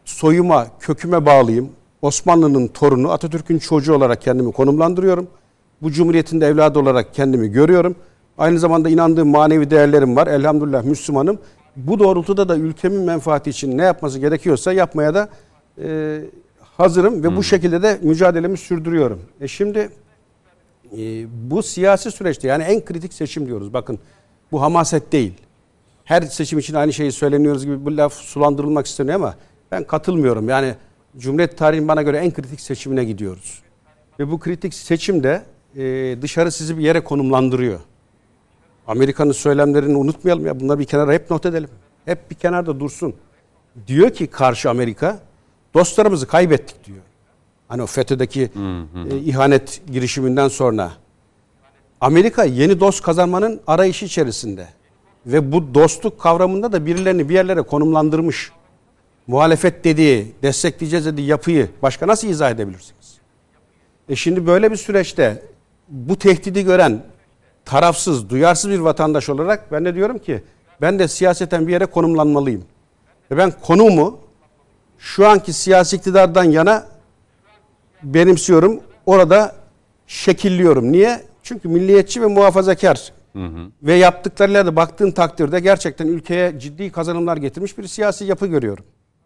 soyuma, köküme bağlıyım. Osmanlı'nın torunu, Atatürk'ün çocuğu olarak kendimi konumlandırıyorum. Bu cumhuriyetin de evladı olarak kendimi görüyorum. Aynı zamanda inandığım manevi değerlerim var. Elhamdülillah Müslümanım. Bu doğrultuda da ülkemin menfaati için ne yapması gerekiyorsa yapmaya da e, hazırım ve hmm. bu şekilde de mücadelemi sürdürüyorum. E şimdi e, bu siyasi süreçte yani en kritik seçim diyoruz. Bakın bu hamaset değil. Her seçim için aynı şeyi söyleniyoruz gibi bu laf sulandırılmak isteniyor ama ben katılmıyorum. Yani Cumhuriyet tarihinin bana göre en kritik seçimine gidiyoruz. Ve bu kritik seçimde e, dışarı sizi bir yere konumlandırıyor. Amerika'nın söylemlerini unutmayalım ya. Bunları bir kenara hep not edelim. Hep bir kenarda dursun. Diyor ki karşı Amerika, dostlarımızı kaybettik diyor. Hani o FETÖ'deki e, ihanet girişiminden sonra. Amerika yeni dost kazanmanın arayışı içerisinde. Ve bu dostluk kavramında da birilerini bir yerlere konumlandırmış. Muhalefet dediği, destekleyeceğiz dediği yapıyı başka nasıl izah edebilirsiniz? E şimdi böyle bir süreçte bu tehdidi gören tarafsız, duyarsız bir vatandaş olarak ben de diyorum ki ben de siyaseten bir yere konumlanmalıyım. Ve ben konumu şu anki siyasi iktidardan yana benimsiyorum. Orada şekilliyorum. Niye? Çünkü milliyetçi ve muhafazakar hı hı. ve yaptıklarıyla da baktığın takdirde gerçekten ülkeye ciddi kazanımlar getirmiş bir siyasi yapı görüyorum.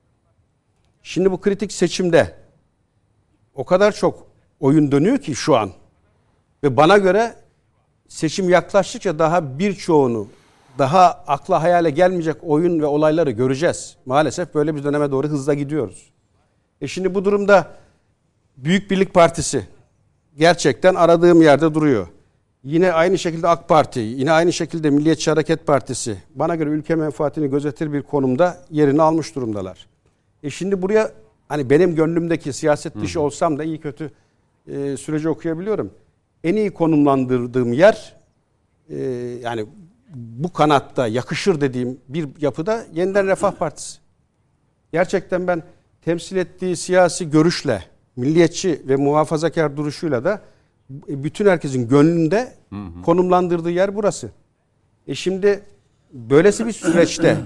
Şimdi bu kritik seçimde o kadar çok oyun dönüyor ki şu an ve bana göre seçim yaklaştıkça daha birçoğunu, daha akla hayale gelmeyecek oyun ve olayları göreceğiz. Maalesef böyle bir döneme doğru hızla gidiyoruz. E şimdi bu durumda Büyük Birlik Partisi gerçekten aradığım yerde duruyor. Yine aynı şekilde AK Parti, yine aynı şekilde Milliyetçi Hareket Partisi bana göre ülke menfaatini gözetir bir konumda yerini almış durumdalar. E şimdi buraya hani benim gönlümdeki siyaset dışı olsam da iyi kötü e, süreci okuyabiliyorum. En iyi konumlandırdığım yer e, yani bu kanatta yakışır dediğim bir yapıda Yeniden Refah Partisi. Gerçekten ben temsil ettiği siyasi görüşle, milliyetçi ve muhafazakar duruşuyla da bütün herkesin gönlünde hı hı. konumlandırdığı yer burası. E şimdi böylesi bir süreçte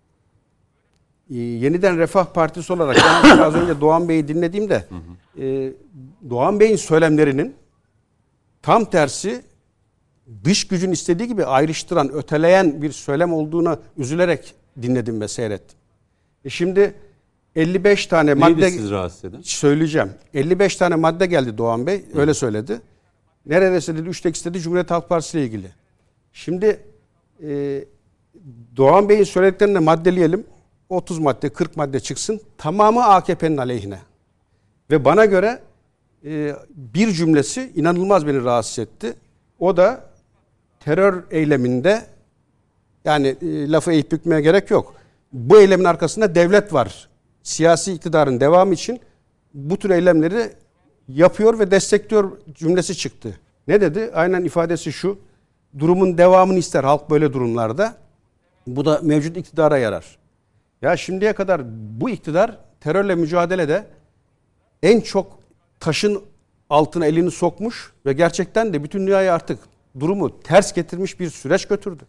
e, Yeniden Refah Partisi olarak ben az önce Doğan Bey'i dinlediğimde hı hı. E, Doğan Bey'in söylemlerinin tam tersi dış gücün istediği gibi ayrıştıran, öteleyen bir söylem olduğuna üzülerek dinledim ve seyrettim. E şimdi elli beş tane Neydi madde siz rahatsız eden? Söyleyeceğim. elli beş tane madde geldi Doğan Bey. Öyle Hı. söyledi. Neredeyse dedi üçte ikisi dedi Cumhuriyet Halk Partisi ile ilgili. Şimdi e, Doğan Bey'in söylediklerini de maddeleyelim. otuz madde, kırk madde çıksın. Tamamı A K P'nin aleyhine. Ve bana göre e, bir cümlesi inanılmaz beni rahatsız etti. O da terör eyleminde yani e, lafı eğip bükmeye gerek yok. Bu eylemin arkasında devlet var. Siyasi iktidarın devamı için bu tür eylemleri yapıyor ve destekliyor cümlesi çıktı. Ne dedi? Aynen ifadesi şu. Durumun devamını ister halk böyle durumlarda. Bu da mevcut iktidara yarar. Ya şimdiye kadar bu iktidar terörle mücadelede en çok taşın altına elini sokmuş ve gerçekten de bütün dünyayı artık durumu ters getirmiş bir süreç götürdü.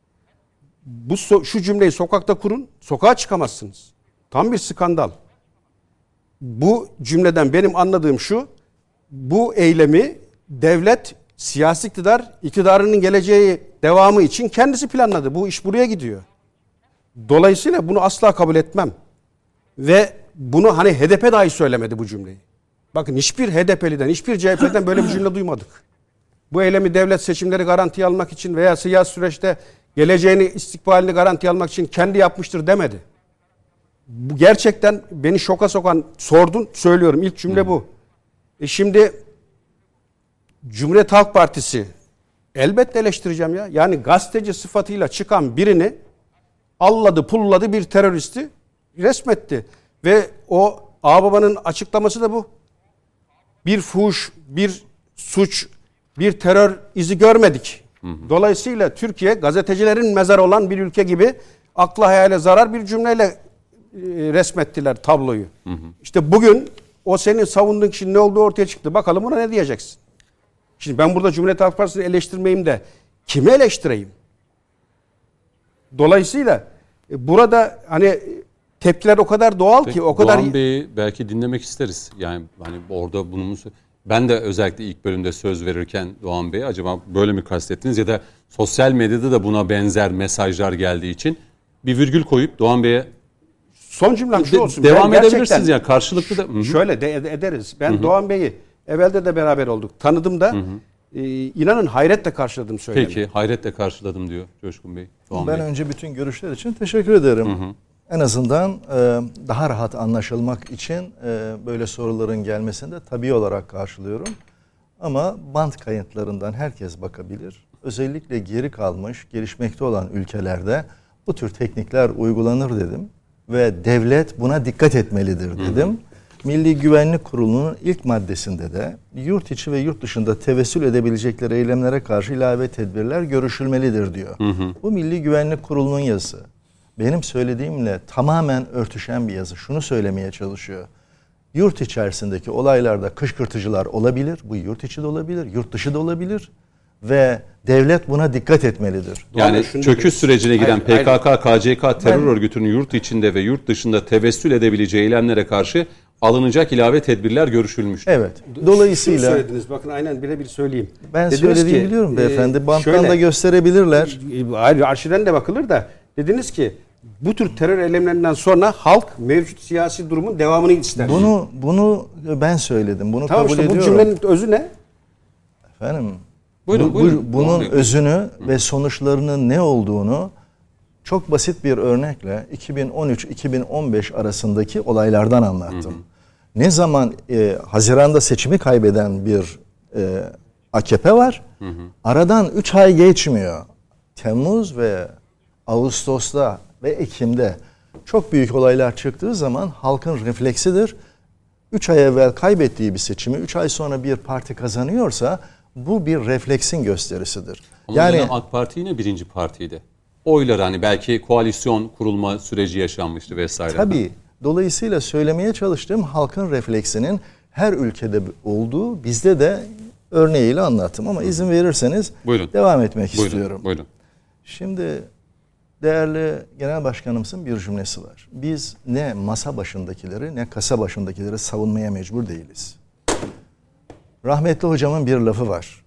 Bu şu cümleyi sokakta kurun, sokağa çıkamazsınız. Tam bir skandal. Bu cümleden benim anladığım şu, bu eylemi devlet, siyasi iktidar, iktidarının geleceği devamı için kendisi planladı. Bu iş buraya gidiyor. Dolayısıyla bunu asla kabul etmem. Ve bunu hani H D P dahi söylemedi bu cümleyi. Bakın hiçbir H D P'liden, hiçbir C H P'den böyle bir cümle duymadık. Bu eylemi devlet seçimleri garantiye almak için veya siyasi süreçte geleceğini, istikbalini garantiye almak için kendi yapmıştır demedi. Bu gerçekten beni şoka sokan, sordun, söylüyorum. İlk cümle bu. E şimdi Cumhuriyet Halk Partisi elbette eleştireceğim ya. Yani gazeteci sıfatıyla çıkan birini alladı, pulladı bir teröristi resmetti. Ve o Ağbaba'nın açıklaması da bu. Bir fuhuş, bir suç, bir terör izi görmedik. Hı hı. Dolayısıyla Türkiye gazetecilerin mezarı olan bir ülke gibi akla hayale zarar bir cümleyle e, resmettiler tabloyu. Hı hı. İşte bugün o senin savunduğun kişinin ne olduğu ortaya çıktı. Bakalım buna ne diyeceksin? Şimdi ben burada Cumhuriyet Halk Partisi'ni eleştirmeyeyim de kimi eleştireyim? Dolayısıyla e, burada hani tepkiler o kadar doğal Peki, ki o kadar Doğan Bey'i belki dinlemek isteriz. Yani hani orada bunu ben de özellikle ilk bölümde söz verirken Doğan Bey'e acaba böyle mi kastettiniz ya da sosyal medyada da buna benzer mesajlar geldiği için bir virgül koyup Doğan Bey'e son cümlem şu olsun. Devam Ben edebilirsiniz yani karşılıklı da. Hı-hı. Şöyle de ederiz. Ben Hı-hı. Doğan Bey'i evvelde de beraber olduk. Tanıdım da e, inanın hayretle karşıladım söylemi. Peki hayretle karşıladım diyor Coşkun Bey. Doğan ben Bey. önce bütün görüşler için teşekkür ederim. Hı hı. En azından e, daha rahat anlaşılmak için e, böyle soruların gelmesini de tabii olarak karşılıyorum. Ama band kayıtlarından herkes bakabilir. Özellikle geri kalmış, gelişmekte olan ülkelerde bu tür teknikler uygulanır dedim. Ve devlet buna dikkat etmelidir dedim. Hı hı. Milli Güvenlik Kurulu'nun ilk maddesinde de yurt içi ve yurt dışında tevessül edebilecekleri eylemlere karşı ilave tedbirler görüşülmelidir diyor. Hı hı. Bu Milli Güvenlik Kurulu'nun yazısı. Benim söylediğimle tamamen örtüşen bir yazı. Şunu söylemeye çalışıyor. Yurt içerisindeki olaylarda kışkırtıcılar olabilir. Bu yurt içi de olabilir, yurt dışı da olabilir. Ve devlet buna dikkat etmelidir. Yani çöküş sürecine giden hayır, P K K, hayır. K C K terör Ben, örgütünün yurt içinde ve yurt dışında tevessül edebileceği eylemlere karşı alınacak ilave tedbirler görüşülmüştür. Evet. Dolayısıyla şunu söylediniz. Bakın aynen birebir söyleyeyim. Ben Dediniz söylediğimi ki, biliyorum beyefendi. E, Banttan şöyle, da gösterebilirler. Hayır, arşivden de bakılır da dediniz ki bu tür terör eylemlerinden sonra halk mevcut siyasi durumun devamını ister. Bunu bunu ben söyledim. Bunu tamam, kabul işte, ediyorum. bu cümlenin özü ne? Efendim, Buyurun, bu, buyurun. bu, bunun Buyurun. özünü Hı. ve sonuçlarının ne olduğunu çok basit bir örnekle iki bin on üç iki bin on beş arasındaki olaylardan anlattım. Hı hı. Ne zaman e, Haziran'da seçimi kaybeden bir e, A K P var, hı hı. aradan üç ay geçmiyor. Temmuz ve Ağustos'ta ve Ekim'de çok büyük olaylar çıktığı zaman halkın refleksidir. üç ay evvel kaybettiği bir seçimi üç ay sonra bir parti kazanıyorsa bu bir refleksin gösterisidir. Ama yani AK Parti yine birinci partiydi. Oylar hani belki koalisyon kurulma süreci yaşanmıştı vesaire. Tabii. Dolayısıyla söylemeye çalıştığım halkın refleksinin her ülkede olduğu, bizde de örneğiyle anlattım. Ama izin verirseniz Buyurun. devam etmek Buyurun. istiyorum. Buyurun. Şimdi değerli Genel Başkanımızın bir cümlesi var. Biz ne masa başındakileri ne kasa başındakileri savunmaya mecbur değiliz. Rahmetli hocamın bir lafı var.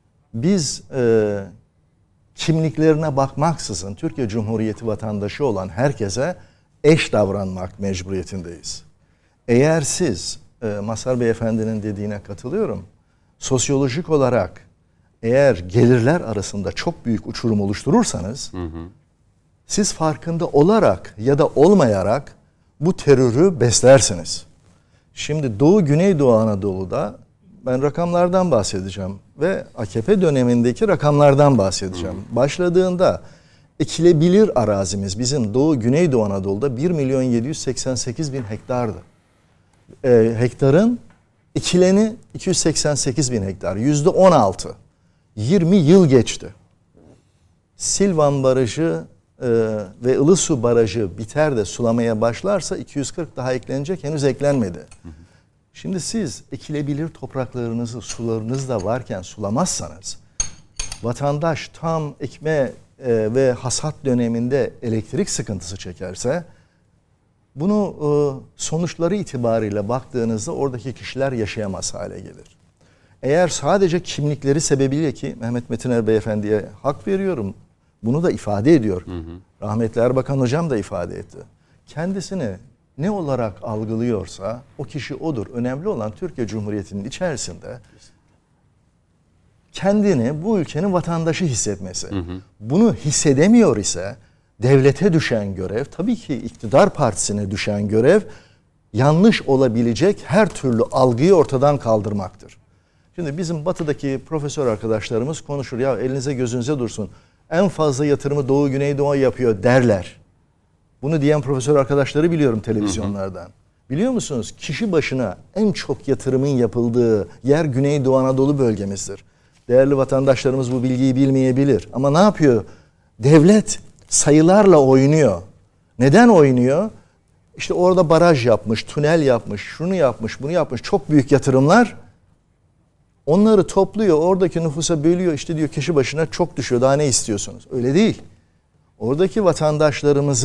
Biz e, kimliklerine bakmaksızın Türkiye Cumhuriyeti vatandaşı olan herkese eş davranmak mecburiyetindeyiz. Eğer siz, e, Mazhar Beyefendi'nin dediğine katılıyorum, sosyolojik olarak eğer gelirler arasında çok büyük uçurum oluşturursanız, hı hı. siz farkında olarak ya da olmayarak bu terörü beslersiniz. Şimdi Doğu Güneydoğu Anadolu'da ben rakamlardan bahsedeceğim ve A K P dönemindeki rakamlardan bahsedeceğim. Hı. Başladığında ekilebilir arazimiz bizim Doğu Güneydoğu Anadolu'da bir milyon yedi yüz seksen sekiz bin hektardı. Ee, hektarın ekileni iki yüz seksen sekiz bin hektar. yüzde on altı. yirmi yıl geçti. Silvan Barajı e, ve Ilısu Barajı biter de sulamaya başlarsa iki yüz kırk daha eklenecek. Henüz eklenmedi. Hı hı. Şimdi siz ekilebilir topraklarınızı, sularınız da varken sulamazsanız, vatandaş tam ekme e, ve hasat döneminde elektrik sıkıntısı çekerse, bunu e, sonuçları itibariyle baktığınızda oradaki kişiler yaşayamaz hale gelir. Eğer sadece kimlikleri sebebiyle, ki Mehmet Metiner Beyefendi'ye hak veriyorum, bunu da ifade ediyor. Hı hı. Rahmetli Erbakan Hocam da ifade etti. Kendisini ne olarak algılıyorsa o kişi odur. Önemli olan Türkiye Cumhuriyeti'nin içerisinde kendini bu ülkenin vatandaşı hissetmesi. Hı hı. Bunu hissedemiyor ise devlete düşen görev, tabii ki iktidar partisine düşen görev, yanlış olabilecek her türlü algıyı ortadan kaldırmaktır. Şimdi bizim batıdaki profesör arkadaşlarımız konuşur. Ya elinize gözünüze dursun. En fazla yatırımı Doğu Güneydoğu yapıyor derler. Bunu diyen profesör arkadaşları biliyorum televizyonlardan. Hı hı. Biliyor musunuz? Kişi başına en çok yatırımın yapıldığı yer Güneydoğu Anadolu bölgemizdir. Değerli vatandaşlarımız bu bilgiyi bilmeyebilir. Ama ne yapıyor? Devlet sayılarla oynuyor. Neden oynuyor? İşte orada baraj yapmış, tünel yapmış, şunu yapmış, bunu yapmış. Çok büyük yatırımlar. Onları topluyor, oradaki nüfusa bölüyor. İşte diyor kişi başına çok düşüyor, daha ne istiyorsunuz? Öyle değil. Oradaki vatandaşlarımızın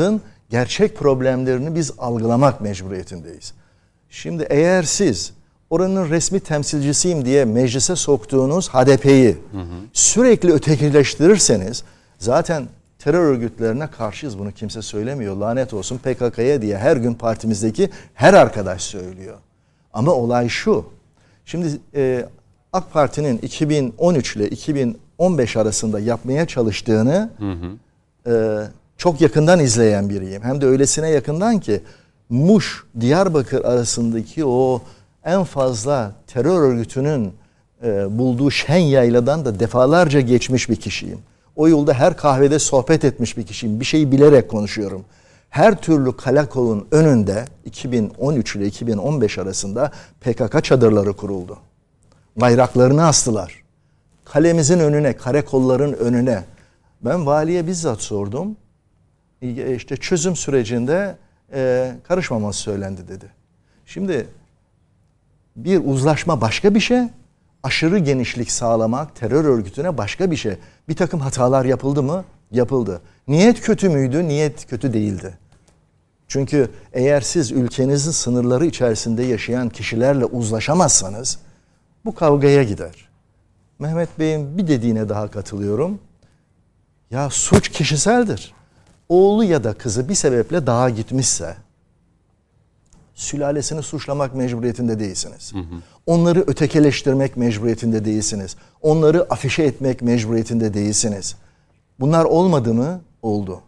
gerçek problemlerini biz algılamak mecburiyetindeyiz. Şimdi eğer siz oranın resmi temsilcisiyim diye meclise soktuğunuz H D P'yi hı hı. sürekli ötekileştirirseniz, zaten terör örgütlerine karşıyız, bunu kimse söylemiyor. Lanet olsun P K K'ya diye her gün partimizdeki her arkadaş söylüyor. Ama olay şu. Şimdi e, AK Parti'nin iki bin on üç ile iki bin on beş arasında yapmaya çalıştığını hı hı. E, çok yakından izleyen biriyim. Hem de öylesine yakından ki Muş, Diyarbakır arasındaki o en fazla terör örgütünün e, bulduğu şen yayladan da defalarca geçmiş bir kişiyim. O yolda her kahvede sohbet etmiş bir kişiyim. Bir şeyi bilerek konuşuyorum. Her türlü kalakolun önünde iki bin on üç ile iki bin on beş arasında P K K çadırları kuruldu. Bayraklarını astılar. Kalemizin önüne, karakolların önüne. Ben valiye bizzat sordum. İşte çözüm sürecinde e, karışmaması söylendi dedi. Şimdi bir uzlaşma başka bir şey, aşırı genişlik sağlamak terör örgütüne başka bir şey. Bir takım hatalar yapıldı mı? Yapıldı. Niyet kötü müydü? Niyet kötü değildi. Çünkü eğer siz ülkenizin sınırları içerisinde yaşayan kişilerle uzlaşamazsanız bu kavgaya gider. Mehmet Bey'in bir dediğine daha katılıyorum. Ya suç kişiseldir. Oğlu ya da kızı bir sebeple dağa gitmişse sülalesini suçlamak mecburiyetinde değilsiniz. Hı hı. Onları ötekileştirmek mecburiyetinde değilsiniz. Onları afişe etmek mecburiyetinde değilsiniz. Bunlar olmadı mı? Oldu.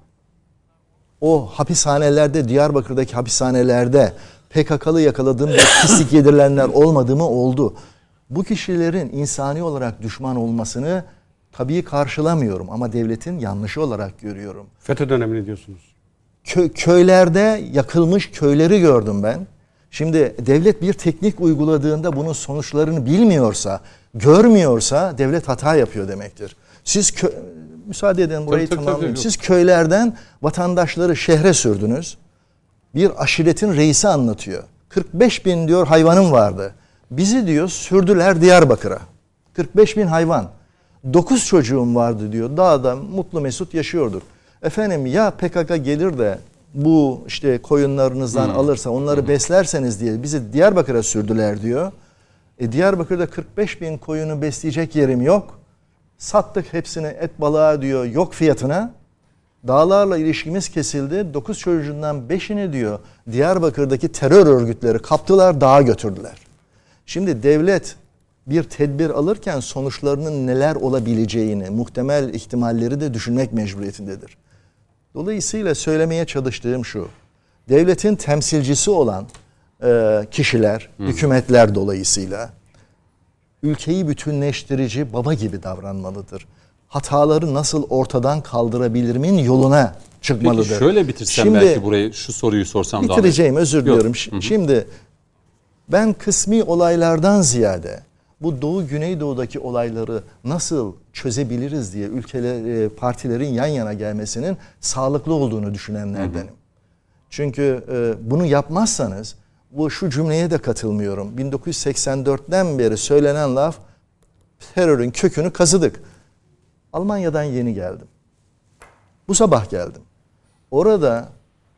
O hapishanelerde, Diyarbakır'daki hapishanelerde P K K'lı yakaladığım bir pislik yedirilenler olmadı mı? Oldu. Bu kişilerin insani olarak düşman olmasını tabii karşılamıyorum ama devletin yanlışı olarak görüyorum. FETÖ dönemini diyorsunuz. Kö- köylerde yakılmış köyleri gördüm ben. Şimdi devlet bir teknik uyguladığında bunun sonuçlarını bilmiyorsa, görmüyorsa devlet hata yapıyor demektir. Siz kö- müsaade edin burayı tabii, tamamlayayım. Tabii, tabii. Siz köylerden vatandaşları şehre sürdünüz. Bir aşiretin reisi anlatıyor. kırk beş bin diyor hayvanım vardı. Bizi diyor sürdüler Diyarbakır'a. kırk beş bin hayvan. dokuz çocuğum vardı diyor. Dağda mutlu mesut yaşıyorduk. Efendim ya P K K gelir de bu işte koyunlarınızdan hmm. alırsa onları hmm. beslerseniz diye bizi Diyarbakır'a sürdüler diyor. E Diyarbakır'da kırk beş bin koyunu besleyecek yerim yok. Sattık hepsini et balığa diyor yok fiyatına. Dağlarla ilişkimiz kesildi. dokuz çocuğundan beşini diyor Diyarbakır'daki terör örgütleri kaptılar, dağa götürdüler. Şimdi devlet bir tedbir alırken sonuçlarının neler olabileceğini, muhtemel ihtimalleri de düşünmek mecburiyetindedir. Dolayısıyla söylemeye çalıştığım şu. Devletin temsilcisi olan e, kişiler, Hı. hükümetler dolayısıyla ülkeyi bütünleştirici baba gibi davranmalıdır. Hataları nasıl ortadan kaldırabilirimin yoluna çıkmalıdır. Peki şöyle bitirsem Şimdi, belki burayı şu soruyu sorsam bitireceğim, daha Bitireceğim özür diliyorum. Yok. Şimdi ben kısmi olaylardan ziyade bu Doğu Güneydoğu'daki olayları nasıl çözebiliriz diye ülkeler, partilerin yan yana gelmesinin sağlıklı olduğunu düşünenlerdenim. Hı hı. Çünkü e, bunu yapmazsanız, bu şu cümleye de katılmıyorum. bin dokuz yüz seksen dörtten beri söylenen laf, terörün kökünü kazıdık. Almanya'dan yeni geldim. Bu sabah geldim. Orada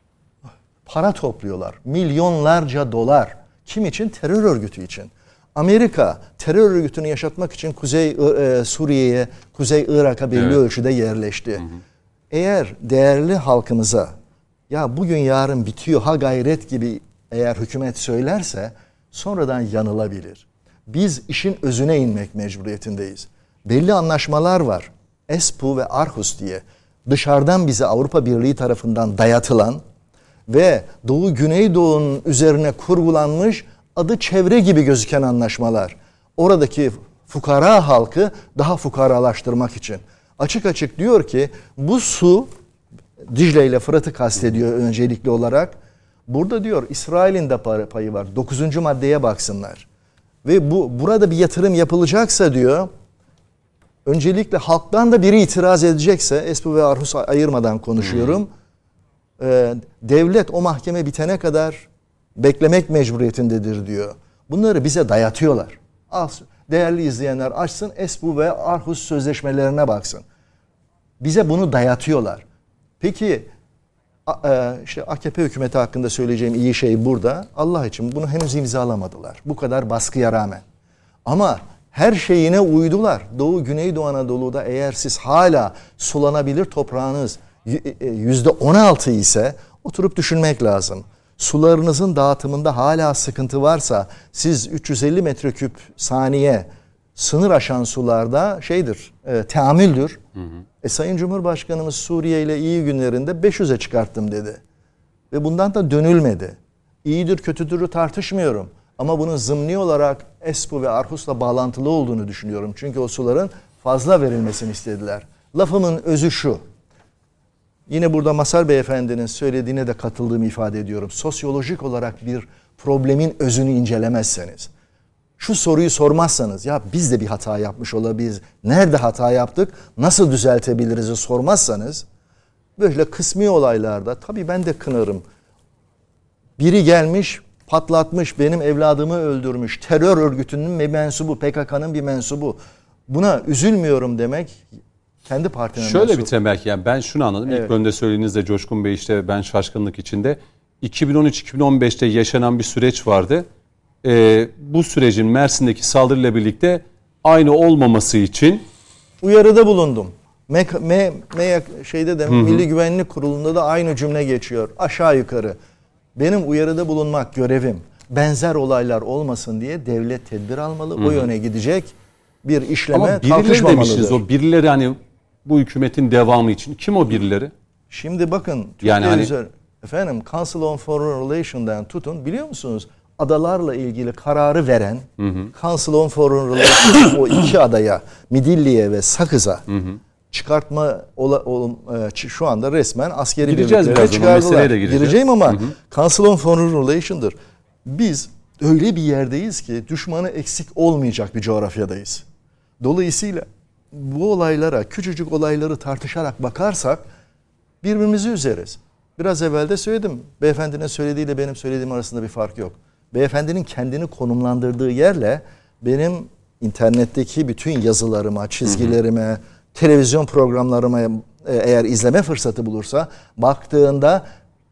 para topluyorlar. Milyonlarca dolar. Kim için? Terör örgütü için. Amerika terör örgütünü yaşatmak için Kuzey e, Suriye'ye, Kuzey Irak'a belli evet. ölçüde yerleşti. Hı hı. Eğer değerli halkımıza ya bugün yarın bitiyor ha gayret gibi eğer hükümet söylerse sonradan yanılabilir. Biz işin özüne inmek mecburiyetindeyiz. Belli anlaşmalar var. ESPU ve Arhus diye dışarıdan bize Avrupa Birliği tarafından dayatılan ve Doğu Güneydoğu'nun üzerine kurgulanmış adı çevre gibi gözüken anlaşmalar. Oradaki fukara halkı daha fukaralaştırmak için. Açık açık diyor ki bu su, Dicle ile Fırat'ı kastediyor öncelikli olarak. Burada diyor İsrail'in de payı var. Dokuzuncu maddeye baksınlar. Ve bu burada bir yatırım yapılacaksa diyor, öncelikle halktan da biri itiraz edecekse, ESPU ve Arhus ayırmadan konuşuyorum. Hmm. E, devlet o mahkeme bitene kadar beklemek mecburiyetindedir diyor. Bunları bize dayatıyorlar. Değerli izleyenler açsın ESPU ve Arhus sözleşmelerine baksın. Bize bunu dayatıyorlar. Peki işte A K P hükümeti hakkında söyleyeceğim iyi şey burada. Allah için bunu henüz imzalamadılar. Bu kadar baskıya rağmen. Ama her şeyine uydular. Doğu, Güneydoğu Anadolu'da eğer siz hala sulanabilir toprağınız yüzde on altı ise oturup düşünmek lazım. Sularınızın dağıtımında hala sıkıntı varsa siz üç yüz elli metreküp saniye sınır aşan sularda şeydir, e, teamüldür. Hı hı. E, Sayın Cumhurbaşkanımız Suriye ile iyi günlerinde beş yüze çıkarttım dedi. Ve bundan da dönülmedi. İyidir kötüdürü tartışmıyorum. Ama bunun zımni olarak Espu ve Arhus'la bağlantılı olduğunu düşünüyorum. Çünkü o suların fazla verilmesini istediler. Lafımın özü şu. Yine burada Masar Beyefendi'nin söylediğine de katıldığımı ifade ediyorum. Sosyolojik olarak bir problemin özünü incelemezseniz, şu soruyu sormazsanız, ya biz de bir hata yapmış olabiliriz, nerede hata yaptık, nasıl düzeltebiliriz'i sormazsanız, böyle kısmi olaylarda, tabii ben de kınarım, biri gelmiş, patlatmış, benim evladımı öldürmüş, terör örgütünün bir mensubu, P K K'nın bir mensubu, buna üzülmüyorum demek, kendi partinin Şöyle mensubu. bitireyim belki, yani ben şunu anladım, evet. İlk bölümde söylediğinizde Coşkun Bey, işte ben şaşkınlık içinde, iki bin on üç iki bin on beşte yaşanan bir süreç vardı. Ee, bu sürecin Mersin'deki saldırıyla birlikte aynı olmaması için uyarıda bulundum. M, M, M şeyde de hı hı. Milli Güvenlik Kurulu'nda da aynı cümle geçiyor. Aşağı yukarı. Benim uyarıda bulunmak görevim. Benzer olaylar olmasın diye devlet tedbir almalı. Hı hı. O yöne gidecek bir işleme kalkışmamalıdır. Ama birileri demişsiniz, o birileri hani bu hükümetin devamı için. Kim o birileri? Şimdi bakın. Türkiye yani hani... üzeri, efendim Council on Foreign Relations'dan tutun, biliyor musunuz? Adalarla ilgili kararı veren hı hı. Council on Foreign Relations o iki adaya, Midilli'ye ve Sakız'a hı hı. çıkartma ola, ol, şu anda resmen askeri birlikleri çıkardılar. Gireceğim ama hı hı. Council on Foreign Relations'dır. Biz öyle bir yerdeyiz ki düşmanı eksik olmayacak bir coğrafyadayız. Dolayısıyla bu olaylara, küçücük olayları tartışarak bakarsak birbirimizi üzeriz. Biraz evvel de söyledim. Beyefendinin söylediğiyle benim söylediğim arasında bir fark yok. Beyefendinin kendini konumlandırdığı yerle benim internetteki bütün yazılarıma, çizgilerime, hı hı. televizyon programlarıma eğer izleme fırsatı bulursa baktığında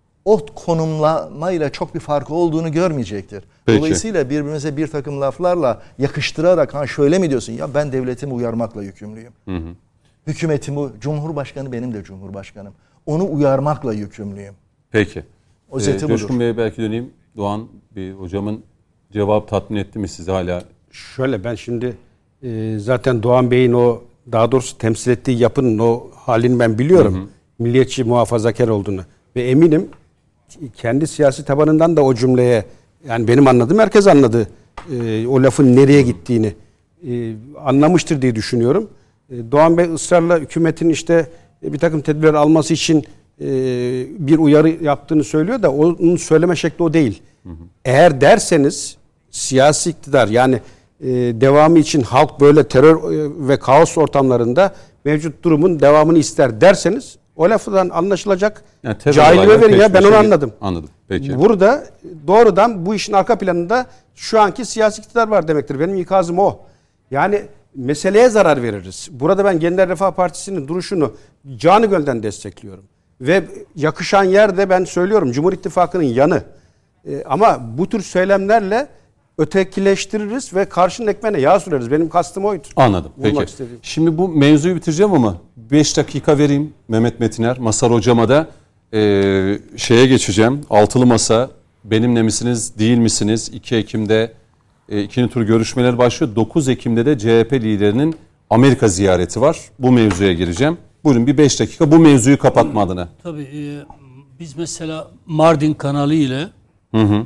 o konumlamayla çok bir farkı olduğunu görmeyecektir. Peki. Dolayısıyla birbirimize bir takım laflarla yakıştırarak ha şöyle mi diyorsun? Ya ben devletimi uyarmakla yükümlüyüm. Hı hı. Hükümetimi, Cumhurbaşkanı benim de Cumhurbaşkanım. Onu uyarmakla yükümlüyüm. Peki. Özeti ee, budur. Coşkun Bey'e belki döneyim. Doğan bir hocamın cevap tatmin etti mi sizi hala? Şöyle, ben şimdi e, zaten Doğan Bey'in o, daha doğrusu temsil ettiği yapının o halini ben biliyorum. Hı hı. Milliyetçi, muhafazakar olduğunu. Ve eminim kendi siyasi tabanından da o cümleye, yani benim anladığım herkes anladı. E, o lafın nereye gittiğini e, anlamıştır diye düşünüyorum. E, Doğan Bey ısrarla hükümetin işte e, bir takım tedbirler alması için e, bir uyarı yaptığını söylüyor da onun söyleme şekli o değil. Hı hı. Eğer derseniz siyasi iktidar, yani e, devamı için halk böyle terör e, ve kaos ortamlarında mevcut durumun devamını ister derseniz o lafından anlaşılacak yani cahilime verin ya, ben onu anladım. Anladım. Peki. Burada doğrudan bu işin arka planında şu anki siyasi iktidar var demektir. Benim ikazım o. Yani meseleye zarar veririz. Burada ben Gençler Refah Partisi'nin duruşunu canı gönülden destekliyorum. Ve yakışan yerde ben söylüyorum Cumhur İttifakı'nın yanı. Ee, ama bu tür söylemlerle ötekileştiririz ve karşının ekmeğine yağ süreriz. Benim kastım oydu. Anladım. Peki. Istediğim. Şimdi bu mevzuyu bitireceğim ama beş dakika vereyim Mehmet Metiner. Masar hocama da e, şeye geçeceğim. Altılı masa, benimle misiniz değil misiniz? iki Ekim'de e, ikinci tur görüşmeler başlıyor. dokuz Ekim'de de C H P liderinin Amerika ziyareti var. Bu mevzuya gireceğim. Buyurun bir beş dakika bu mevzuyu kapatma adına. Tabii e, biz mesela Mardin kanalı ile hı hı.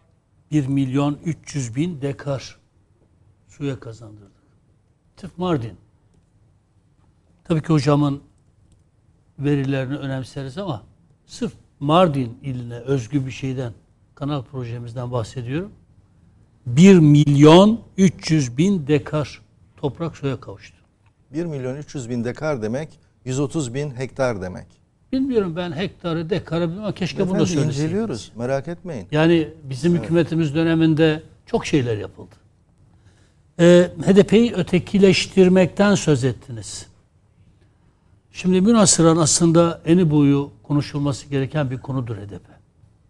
bir milyon üç yüz bin dekar suya kazandırdık. Sırf Mardin. Tabii ki hocamın verilerini önemseriz ama sırf Mardin iline özgü bir şeyden, kanal projemizden bahsediyorum. bir milyon üç yüz bin dekar toprak suya kavuştu. bir milyon üç yüz bin dekar demek yüz otuz bin hektar demek. Bilmiyorum ben hektarı, dekarı ama keşke Efendim, bunu da söyleseydiniz. inceliyoruz, merak etmeyin. Yani bizim evet. hükümetimiz döneminde çok şeyler yapıldı. Ee, H D P'yi ötekileştirmekten söz ettiniz. Şimdi münasıran aslında eni boyu konuşulması gereken bir konudur H D P.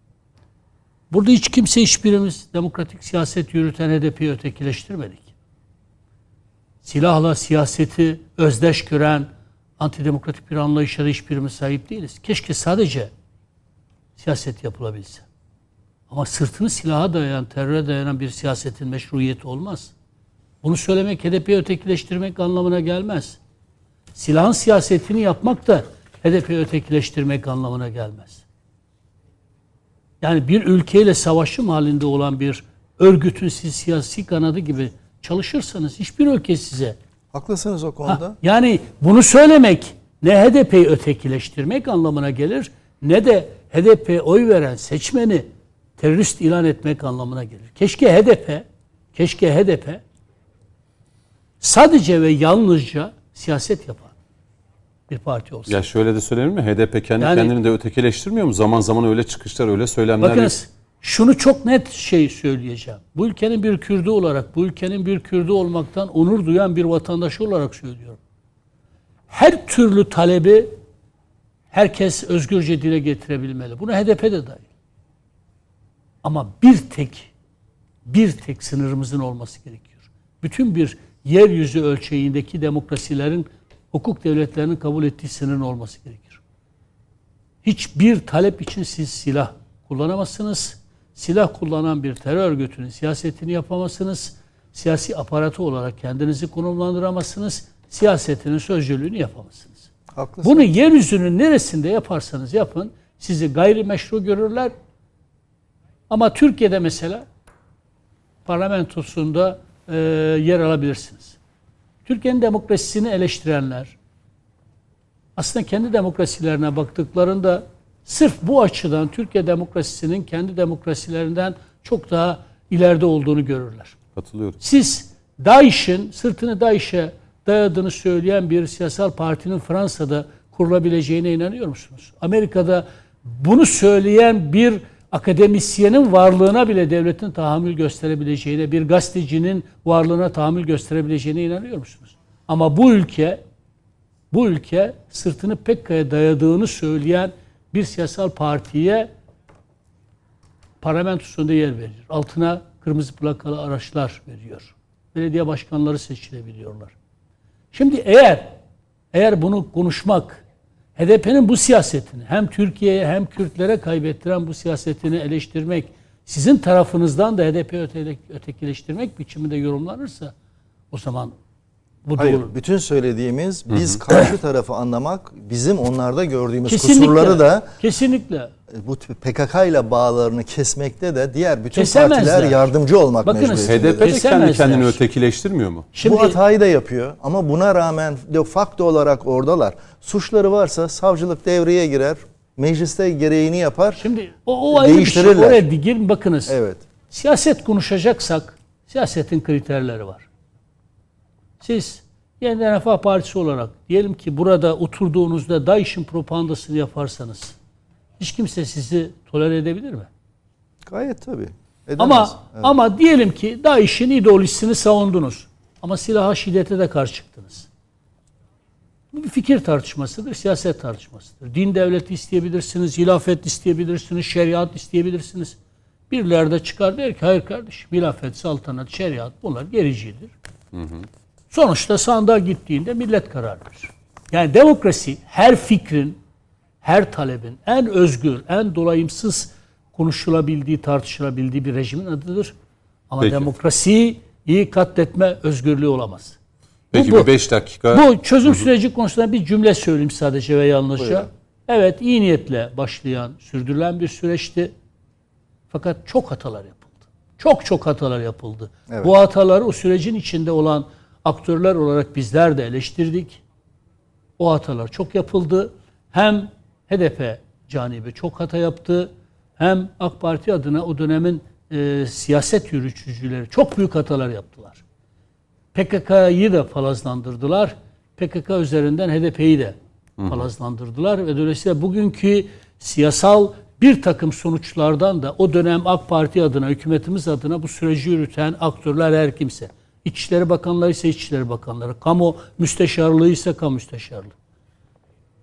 Burada hiç kimse, hiçbirimiz demokratik siyaset yürüten H D P'yi ötekileştirmedik. Silahla siyaseti özdeş gören antidemokratik bir anlayışa da hiçbirimiz sahip değiliz. Keşke sadece siyaset yapılabilse. Ama sırtını silaha dayayan, teröre dayanan bir siyasetin meşruiyeti olmaz. Bunu söylemek H D P'yi ötekileştirmek anlamına gelmez. Silahın siyasetini yapmak da H D P'yi ötekileştirmek anlamına gelmez. Yani bir ülkeyle savaşım halinde olan bir örgütün siz siyasi kanadı gibi çalışırsanız hiçbir ülke size... Haklısınız o konuda. Ha, yani bunu söylemek ne H D P'yi ötekileştirmek anlamına gelir, ne de H D P'ye oy veren seçmeni terörist ilan etmek anlamına gelir. Keşke H D P, keşke H D P sadece ve yalnızca siyaset yapan bir parti olsun. Ya şöyle de söylenir mi? H D P kendi yani, kendini de ötekileştirmiyor mu? Zaman zaman öyle çıkışlar, öyle söylemler. Bakınız, şunu çok net şey söyleyeceğim. Bu ülkenin bir Kürdü olarak, bu ülkenin bir Kürdü olmaktan onur duyan bir vatandaşı olarak söylüyorum. Her türlü talebi herkes özgürce dile getirebilmeli. Buna H D P de dahil. Ama bir tek, bir tek sınırımızın olması gerekiyor. Bütün bir yeryüzü ölçeğindeki demokrasilerin, hukuk devletlerinin kabul ettiği sınırın olması gerekir. Hiçbir talep için siz silah kullanamazsınız. Silah kullanan bir terör örgütünün siyasetini yapamazsınız. Siyasi aparatı olarak kendinizi konumlandıramazsınız. Siyasetinin sözcülüğünü yapamazsınız. Haklısın. Bunu yeryüzünün neresinde yaparsanız yapın, sizi gayrimeşru görürler. Ama Türkiye'de mesela parlamentosunda e, yer alabilirsiniz. Türkiye'nin demokrasisini eleştirenler aslında kendi demokrasilerine baktıklarında sırf bu açıdan Türkiye demokrasisinin kendi demokrasilerinden çok daha ileride olduğunu görürler. Katılıyorum. Siz DAEŞ'in sırtını DAEŞ'e dayadığını söyleyen bir siyasal partinin Fransa'da kurulabileceğine inanıyor musunuz? Amerika'da bunu söyleyen bir akademisyenin varlığına bile devletin tahammül gösterebileceğine, bir gazetecinin varlığına tahammül gösterebileceğine inanıyor musunuz? Ama bu ülke, bu ülke sırtını P K K'ya dayadığını söyleyen bir siyasal partiye parlamentosunda yer verir. Altına kırmızı plakalı araçlar veriyor. Belediye başkanları seçilebiliyorlar. Şimdi eğer eğer bunu konuşmak, H D P'nin bu siyasetini hem Türkiye'ye hem Kürtlere kaybettiren bu siyasetini eleştirmek, sizin tarafınızdan da H D P'yi ötekileştirmek biçiminde yorumlanırsa o zaman bu Hayır, doğru. bütün söylediğimiz biz Hı-hı. karşı tarafı anlamak, bizim onlarda gördüğümüz kesinlikle, kusurları da kesinlikle bu P K K ile bağlarını kesmekte de diğer bütün Kesemezler. partiler yardımcı olmak Bakınız, H D P de kendi kendini ötekileştirmiyor mu? Şimdi, bu hatayı da yapıyor ama buna rağmen de facto olarak oradalar. Suçları varsa savcılık devreye girer, mecliste gereğini yapar. Şimdi o, o ayrı bir şey. Oraya girin bakınız. Evet. Siyaset konuşacaksak siyasetin kriterleri var. Siz Yeniden Refah Partisi olarak diyelim ki burada oturduğunuzda DAEŞ'in propagandasını yaparsanız hiç kimse sizi tolere edebilir mi? Gayet tabii. Edemez. Ama evet. ama diyelim ki DAEŞ'in ideolojisini savundunuz. Ama silaha, şiddete de karşı çıktınız. Bu bir fikir tartışmasıdır, siyaset tartışmasıdır. Din devleti isteyebilirsiniz, hilafet isteyebilirsiniz, şeriat isteyebilirsiniz. Birileri de çıkar der ki hayır kardeşim, hilafet, saltanat, şeriat bunlar gericidir. Hı hı. Sonuçta sandığa gittiğinde millet karar verir. Yani demokrasi her fikrin, her talebin en özgür, en dolayımsız konuşulabildiği, tartışılabildiği bir rejimin adıdır. Ama Peki. demokrasiyi iyi katletme özgürlüğü olamaz. Peki bu, bir beş dakika. Bu çözüm süreci konusunda bir cümle söyleyeyim sadece ve yalnızca. Buyurun. Evet, iyi niyetle başlayan, sürdürülen bir süreçti. Fakat çok hatalar yapıldı. Çok çok hatalar yapıldı. Evet. Bu hataları o sürecin içinde olan aktörler olarak bizler de eleştirdik. O hatalar çok yapıldı. Hem H D P canibi çok hata yaptı. Hem AK Parti adına o dönemin e, siyaset yürütücüleri çok büyük hatalar yaptılar. P K K'yı da palazlandırdılar. P K K üzerinden H D P'yi de palazlandırdılar. Ve dolayısıyla bugünkü siyasal bir takım sonuçlardan da o dönem AK Parti adına, hükümetimiz adına bu süreci yürüten aktörler her kimse. İçişleri Bakanları ise İçişleri Bakanları, kamu müsteşarlığı ise kamu müsteşarlığı.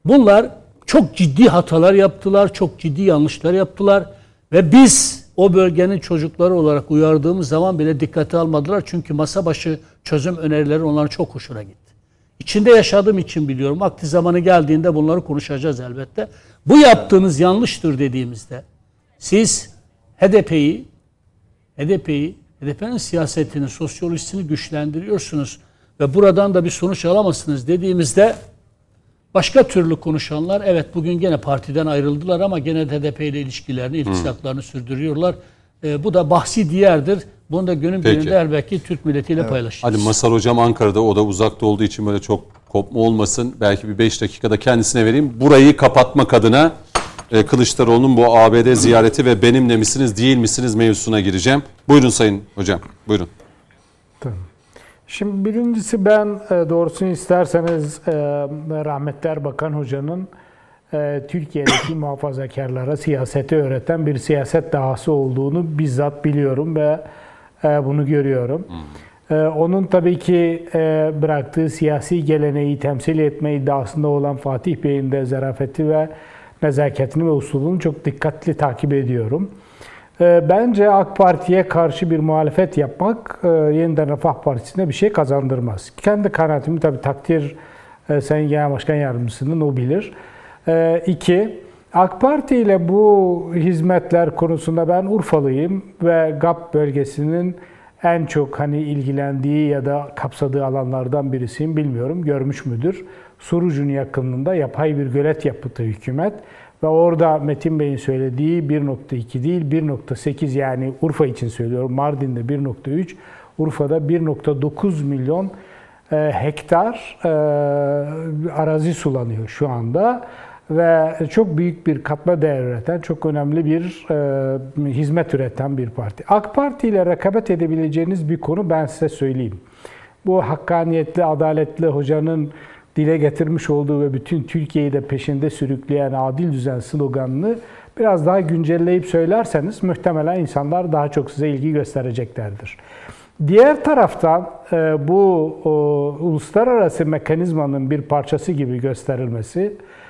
Bunlar çok ciddi hatalar yaptılar, çok ciddi yanlışlar yaptılar ve biz o bölgenin çocukları olarak uyardığımız zaman bile dikkate almadılar. Çünkü masa başı çözüm önerileri onların çok hoşuna gitti. İçinde yaşadığım için biliyorum. Vakti zamanı geldiğinde bunları konuşacağız elbette. Bu yaptığınız yanlıştır dediğimizde siz H D P'yi H D P'yi H D P'nin siyasetini, sosyolojisini güçlendiriyorsunuz ve buradan da bir sonuç alamazsınız dediğimizde başka türlü konuşanlar evet bugün gene partiden ayrıldılar ama gene H D P ile ilişkilerini, iltisaklarını hmm. sürdürüyorlar. E, bu da bahsi diğerdir. Bunu da günün Peki. birinde elbette Türk milletiyle evet. paylaşacağız. Hadi Mazhar Hocam Ankara'da, o da uzakta olduğu için böyle çok kopma olmasın. Belki bir beş dakikada kendisine vereyim. Burayı kapatmak adına e, Kılıçdaroğlu'nun bu A B D ziyareti ve benimle misiniz değil misiniz mevzusuna gireceğim. Buyurun Sayın Hocam, buyurun. Tamam. Şimdi birincisi ben doğrusunu isterseniz rahmetli Erbakan Hoca'nın Türkiye'deki muhafazakarlara siyaseti öğreten bir siyaset dahası olduğunu bizzat biliyorum ve bunu görüyorum. Hmm. Onun tabii ki bıraktığı siyasi geleneği temsil etme iddiasında olan Fatih Bey'in de zarafeti ve nezaketini ve usulünü çok dikkatli takip ediyorum. Bence AK Parti'ye karşı bir muhalefet yapmak yeniden Refah Partisi'ne bir şey kazandırmaz. Kendi kanaatimi tabii takdir Sayın Genel Başkan Yardımcısının o bilir. İki, AK Parti ile bu hizmetler konusunda ben Urfalıyım ve G A P bölgesinin en çok hani ilgilendiği ya da kapsadığı alanlardan birisiyim, bilmiyorum görmüş müdür. Surucu'nun yakınında yapay bir gölet yaptı hükümet. Ve orada Metin Bey'in söylediği bir nokta iki değil bir nokta sekiz, yani Urfa için söylüyorum. Mardin'de bir nokta üç, Urfa'da bir nokta dokuz milyon e, hektar e, arazi sulanıyor şu anda. Ve çok büyük bir katma değer üreten, çok önemli bir e, hizmet üreten bir parti. AK Parti ile rekabet edebileceğiniz bir konu ben size söyleyeyim. Bu hakkaniyetli, adaletli hocanın dile getirmiş olduğu ve bütün Türkiye'yi de peşinde sürükleyen adil düzen sloganını biraz daha güncelleyip söylerseniz muhtemelen insanlar daha çok size ilgi göstereceklerdir. Diğer taraftan bu o, uluslararası mekanizmanın bir parçası gibi gösterilmesi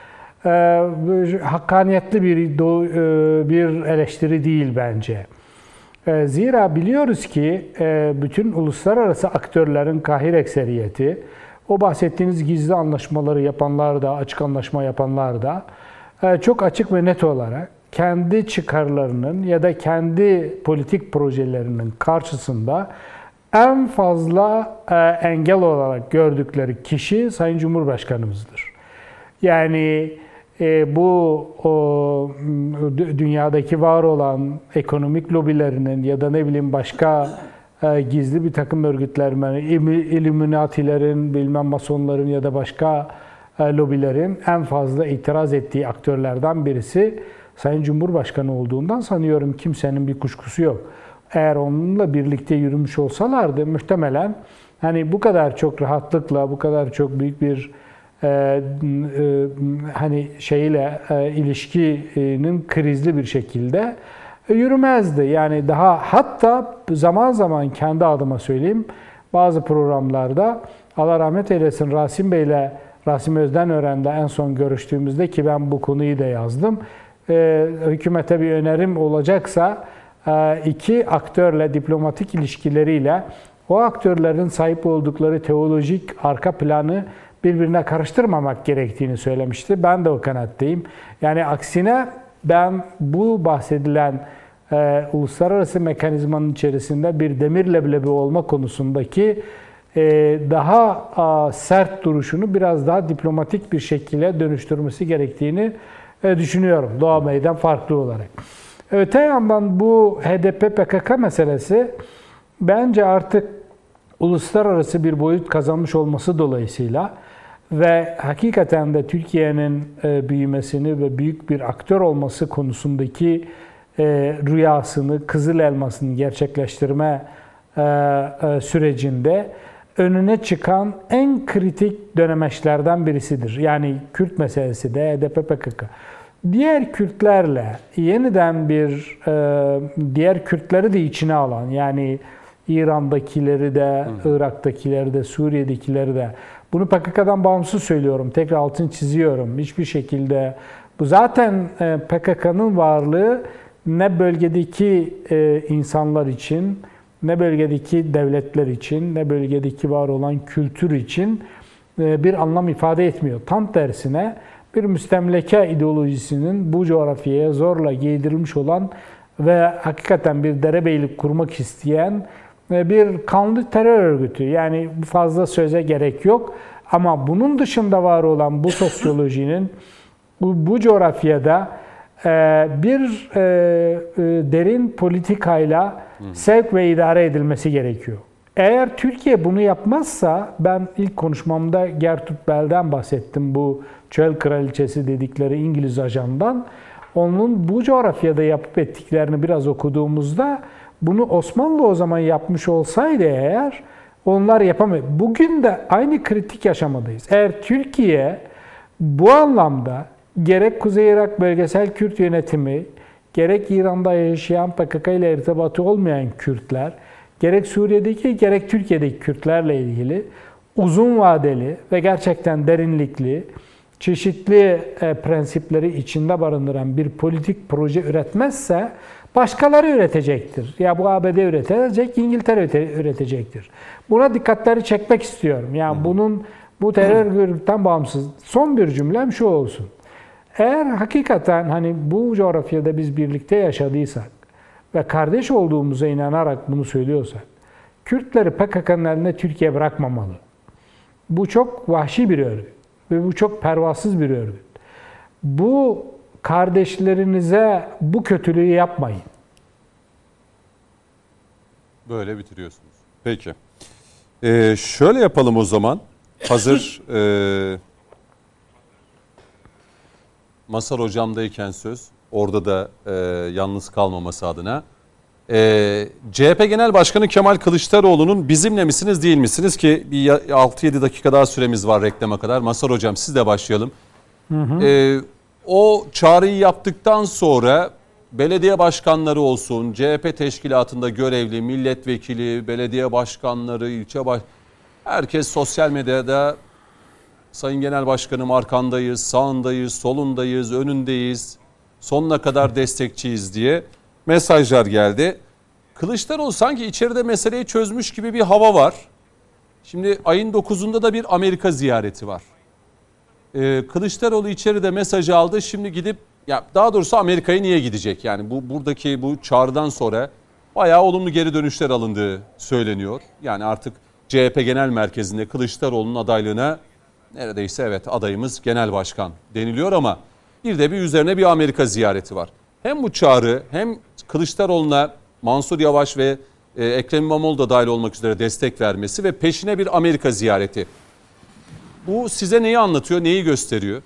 e, hakkaniyetli bir, do, e, bir eleştiri değil bence. E, zira biliyoruz ki e, bütün uluslararası aktörlerin kahir ekseriyeti, o bahsettiğiniz gizli anlaşmaları yapanlar da, açık anlaşma yapanlar da çok açık ve net olarak kendi çıkarlarının ya da kendi politik projelerinin karşısında en fazla engel olarak gördükleri kişi Sayın Cumhurbaşkanımızdır. Yani bu o, dünyadaki var olan ekonomik lobilerinin ya da ne bileyim başka gizli bir takım örgütlerin, Illuminatilerin, bilmem masonların ya da başka lobilerin en fazla itiraz ettiği aktörlerden birisi Sayın Cumhurbaşkanı olduğundan sanıyorum kimsenin bir kuşkusu yok. Eğer onunla birlikte yürümüş olsalardı muhtemelen hani bu kadar çok rahatlıkla, bu kadar çok büyük bir e, e, hani şeyle e, ilişkinin krizli bir şekilde yürümezdi. Yani daha hatta zaman zaman kendi adıma söyleyeyim, bazı programlarda Allah rahmet eylesin Rasim Bey'le Rasim Özdenören'de en son görüştüğümüzde, ki ben bu konuyu da yazdım. E, hükümete bir önerim olacaksa e, iki aktörle diplomatik ilişkileriyle o aktörlerin sahip oldukları teolojik arka planı birbirine karıştırmamak gerektiğini söylemişti. Ben de o kanaatteyim. Yani aksine ben bu bahsedilen e, uluslararası mekanizmanın içerisinde bir demir leblebi olma konusundaki e, daha a, sert duruşunu biraz daha diplomatik bir şekilde dönüştürmesi gerektiğini e, düşünüyorum. Doğa Bey'den farklı olarak. Öte yandan bu H D P P K K meselesi bence artık uluslararası bir boyut kazanmış olması dolayısıyla ve hakikaten de Türkiye'nin e, büyümesini ve büyük bir aktör olması konusundaki e, rüyasını, Kızıl Elmas'ını gerçekleştirme e, e, sürecinde önüne çıkan en kritik dönemeçlerden birisidir. Yani Kürt meselesi de H D P P K K. Diğer Kürtlerle yeniden bir, e, diğer Kürtleri de içine alan, yani İran'dakileri de, Irak'takileri de, Suriye'dekileri de Bunu P K K'dan bağımsız söylüyorum. Tekrar altını çiziyorum. Hiçbir şekilde bu zaten P K K'nın varlığı ne bölgedeki insanlar için, ne bölgedeki devletler için, ne bölgedeki var olan kültür için bir anlam ifade etmiyor. Tam tersine bir müstemleke ideolojisinin bu coğrafyaya zorla giydirilmiş olan ve hakikaten bir derebeylik kurmak isteyen bir kanlı terör örgütü. Yani fazla söze gerek yok. Ama bunun dışında var olan bu sosyolojinin bu, bu coğrafyada bir derin politikayla sevk ve idare edilmesi gerekiyor. Eğer Türkiye bunu yapmazsa, ben ilk konuşmamda Gertrude Bell'den bahsettim, bu çöl kraliçesi dedikleri İngiliz ajandan. Onun bu coğrafyada yapıp ettiklerini biraz okuduğumuzda, bunu Osmanlı o zaman yapmış olsaydı eğer, onlar yapamıyor. Bugün de aynı kritik yaşamadayız. Eğer Türkiye bu anlamda gerek Kuzey Irak Bölgesel Kürt Yönetimi, gerek İran'da yaşayan P K K ile irtibatı olmayan Kürtler, gerek Suriye'deki gerek Türkiye'deki Kürtlerle ilgili uzun vadeli ve gerçekten derinlikli, çeşitli prensipleri içinde barındıran bir politik proje üretmezse başkaları üretecektir. Ya bu A B D üretecek, İngiltere üretecektir. Buna dikkatleri çekmek istiyorum. Yani bunun bu terör örgütünden bağımsız. Son bir cümlem şu olsun. Eğer hakikaten hani bu coğrafyada biz birlikte yaşadıysak ve kardeş olduğumuza inanarak bunu söylüyorsak, Kürtleri P K K'nın eline Türkiye bırakmamalı. Bu çok vahşi bir örgüt ve bu çok pervasız bir örgüt. Bu kardeşlerinize bu kötülüğü yapmayın. Böyle bitiriyorsunuz. Peki. Ee, şöyle yapalım o zaman. Hazır e, Mazhar Hocam'dayken söz, orada da e, yalnız kalmaması adına. E, C H P Genel Başkanı Kemal Kılıçdaroğlu'nun bizimle misiniz değil misiniz ki bir altı yedi dakika daha süremiz var reklama kadar. Mazhar Hocam siz de başlayalım. Hı hı. E, o çağrıyı yaptıktan sonra belediye başkanları olsun, C H P teşkilatında görevli, milletvekili, belediye başkanları, ilçe baş... herkes sosyal medyada Sayın Genel Başkanım arkandayız, sağındayız, solundayız, önündeyiz, sonuna kadar destekçiyiz diye mesajlar geldi. Kılıçdaroğlu sanki içeride meseleyi çözmüş gibi bir hava var. Şimdi ayın dokuzunda da bir Amerika ziyareti var. Ee, Kılıçdaroğlu içeride mesajı aldı. Şimdi gidip, ya daha doğrusu Amerika'ya niye gidecek? Yani bu buradaki bu çağrıdan sonra bayağı olumlu geri dönüşler alındığı söyleniyor. Yani artık C H P Genel Merkezi'nde Kılıçdaroğlu'nun adaylığına neredeyse evet adayımız genel başkan deniliyor ama bir de bir üzerine bir Amerika ziyareti var. Hem bu çağrı hem Kılıçdaroğlu'na Mansur Yavaş ve e, Ekrem İmamoğlu da dahil olmak üzere destek vermesi ve peşine bir Amerika ziyareti. Bu size neyi anlatıyor, neyi gösteriyor?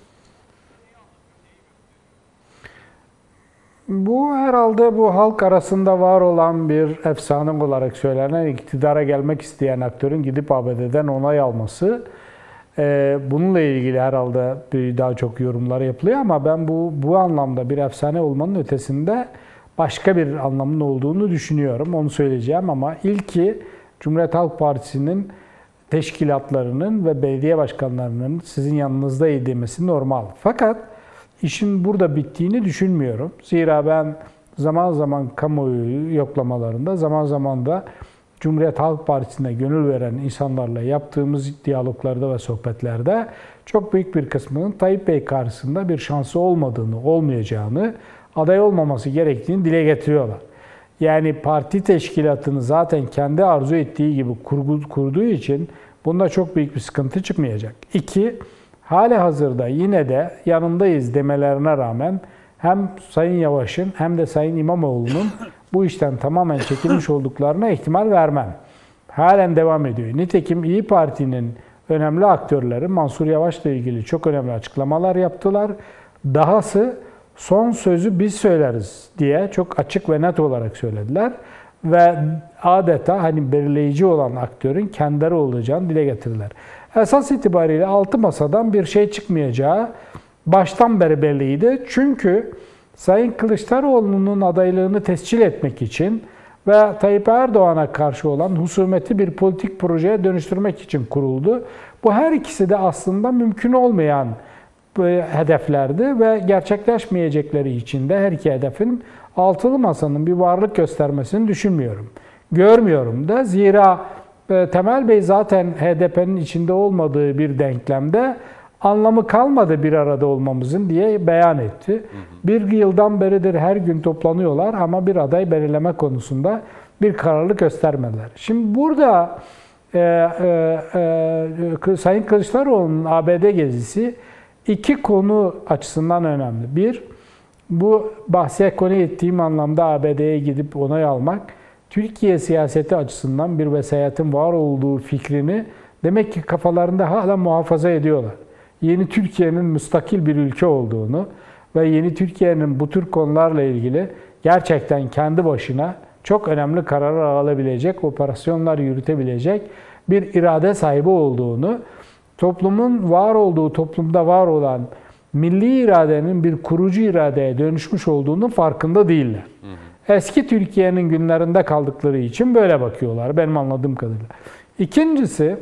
Bu herhalde bu halk arasında var olan bir efsane olarak söylenen iktidara gelmek isteyen aktörün gidip A B D'den onay alması. Bununla ilgili herhalde daha çok yorumlar yapılıyor ama ben bu bu anlamda bir efsane olmanın ötesinde başka bir anlamın olduğunu düşünüyorum. Onu söyleyeceğim ama ilki Cumhuriyet Halk Partisi'nin teşkilatlarının ve belediye başkanlarının sizin yanınızda demesi normal. Fakat işin burada bittiğini düşünmüyorum. Zira ben zaman zaman kamuoyu yoklamalarında, zaman zaman da Cumhuriyet Halk Partisi'ne gönül veren insanlarla yaptığımız diyaloglarda ve sohbetlerde çok büyük bir kısmının Tayyip Bey karşısında bir şansı olmadığını, olmayacağını, aday olmaması gerektiğini dile getiriyorlar. Yani parti teşkilatını zaten kendi arzu ettiği gibi kurgu, kurduğu için bunda çok büyük bir sıkıntı çıkmayacak. İki, hali hazırda yine de yanındayız demelerine rağmen hem Sayın Yavaş'ın hem de Sayın İmamoğlu'nun bu işten tamamen çekilmiş olduklarına ihtimal vermem. Halen devam ediyor. Nitekim İYİ Parti'nin önemli aktörleri Mansur Yavaş'la ilgili çok önemli açıklamalar yaptılar. Dahası son sözü biz söyleriz diye çok açık ve net olarak söylediler. Ve adeta hani belirleyici olan aktörün kendileri olacağını dile getirdiler. Esas itibariyle altı masadan bir şey çıkmayacağı baştan beri belliydi. Çünkü Sayın Kılıçdaroğlu'nun adaylığını tescil etmek için ve Tayyip Erdoğan'a karşı olan husumeti bir politik projeye dönüştürmek için kuruldu. Bu her ikisi de aslında mümkün olmayan hedeflerdi ve gerçekleşmeyecekleri için de her iki hedefin altılı masanın bir varlık göstermesini düşünmüyorum. Görmüyorum da, zira Temel Bey zaten H D P'nin içinde olmadığı bir denklemde anlamı kalmadı bir arada olmamızın diye beyan etti. Hı hı. Bir yıldan beridir her gün toplanıyorlar ama bir aday belirleme konusunda bir kararlılık göstermediler. Şimdi burada e, e, e, Sayın Kılıçdaroğlu'nun A B D gezisi iki konu açısından önemli. Bir, bu bahse konu ettiğim anlamda A B D'ye gidip onay almak, Türkiye siyaseti açısından bir vesayetin var olduğu fikrini demek ki kafalarında hala muhafaza ediyorlar. Yeni Türkiye'nin müstakil bir ülke olduğunu ve yeni Türkiye'nin bu tür konularla ilgili gerçekten kendi başına çok önemli kararlar alabilecek, operasyonlar yürütebilecek bir irade sahibi olduğunu, toplumun var olduğu, toplumda var olan milli iradenin bir kurucu iradeye dönüşmüş olduğunun farkında değiller. Hı hı. Eski Türkiye'nin günlerinde kaldıkları için böyle bakıyorlar benim anladığım kadarıyla. İkincisi,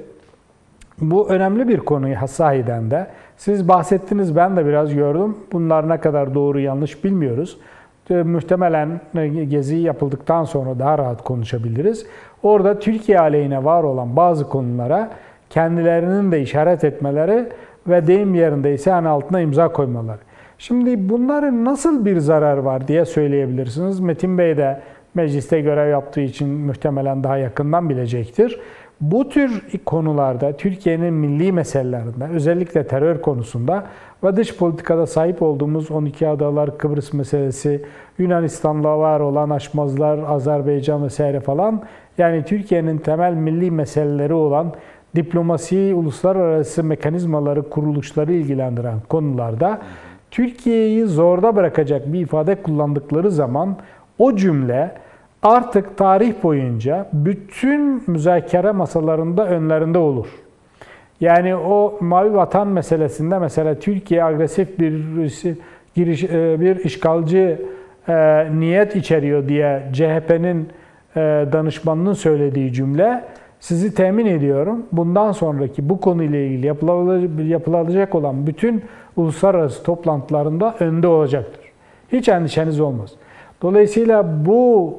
bu önemli bir konuyu sahiden de. Siz bahsettiniz, ben de biraz gördüm. Bunlar ne kadar doğru yanlış bilmiyoruz. Muhtemelen gezi yapıldıktan sonra daha rahat konuşabiliriz. Orada Türkiye aleyhine var olan bazı konulara kendilerinin de işaret etmeleri ve deyim yerindeyse en altına imza koymaları. Şimdi bunların nasıl bir zarar var diye söyleyebilirsiniz. Metin Bey de mecliste görev yaptığı için muhtemelen daha yakından bilecektir. Bu tür konularda, Türkiye'nin milli meselelerinde, özellikle terör konusunda ve dış politikada sahip olduğumuz on iki adalar, Kıbrıs meselesi, Yunanistan'la var olan aşmazlar, Azerbaycan vesaire falan, yani Türkiye'nin temel milli meseleleri olan diplomasi, uluslararası mekanizmaları, kuruluşları ilgilendiren konularda Türkiye'yi zorda bırakacak bir ifade kullandıkları zaman o cümle artık tarih boyunca bütün müzakere masalarında önlerinde olur. Yani o Mavi Vatan meselesinde mesela Türkiye agresif bir giriş, bir işgalci e, niyet içeriyor diye C H P'nin e, danışmanının söylediği cümle, sizi temin ediyorum, bundan sonraki bu konuyla ilgili yapılacak olan bütün uluslararası toplantılarında önde olacaktır. Hiç endişeniz olmaz. Dolayısıyla bu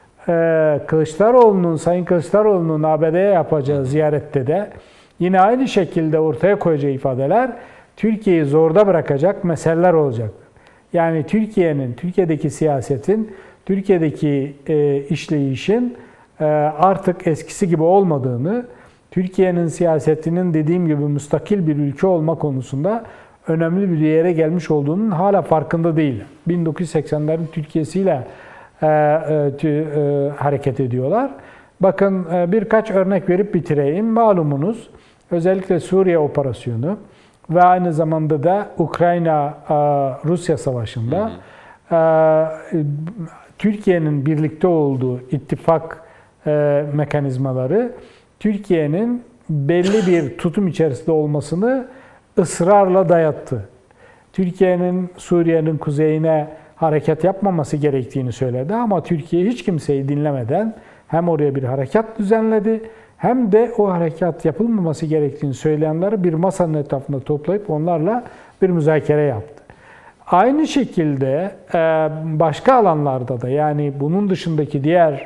e, Kılıçdaroğlu'nun, Sayın Kılıçdaroğlu'nun A B D'ye yapacağı ziyarette de yine aynı şekilde ortaya koyacağı ifadeler Türkiye'yi zorda bırakacak meseleler olacaktır. Yani Türkiye'nin, Türkiye'deki siyasetin, Türkiye'deki e, işleyişin e, artık eskisi gibi olmadığını, Türkiye'nin siyasetinin dediğim gibi müstakil bir ülke olma konusunda önemli bir yere gelmiş olduğunun hala farkında değil. bin dokuz yüz seksenlerin Türkiye'siyle e, e, e, hareket ediyorlar. Bakın e, birkaç örnek verip bitireyim. Malumunuz özellikle Suriye operasyonu ve aynı zamanda da Ukrayna-Rusya savaşında e, Türkiye'nin birlikte olduğu ittifak e, mekanizmaları Türkiye'nin belli bir tutum içerisinde olmasını ısrarla dayattı. Türkiye'nin Suriye'nin kuzeyine hareket yapmaması gerektiğini söyledi ama Türkiye hiç kimseyi dinlemeden hem oraya bir harekat düzenledi hem de o harekat yapılmaması gerektiğini söyleyenleri bir masanın etrafında toplayıp onlarla bir müzakere yaptı. Aynı şekilde başka alanlarda da, yani bunun dışındaki diğer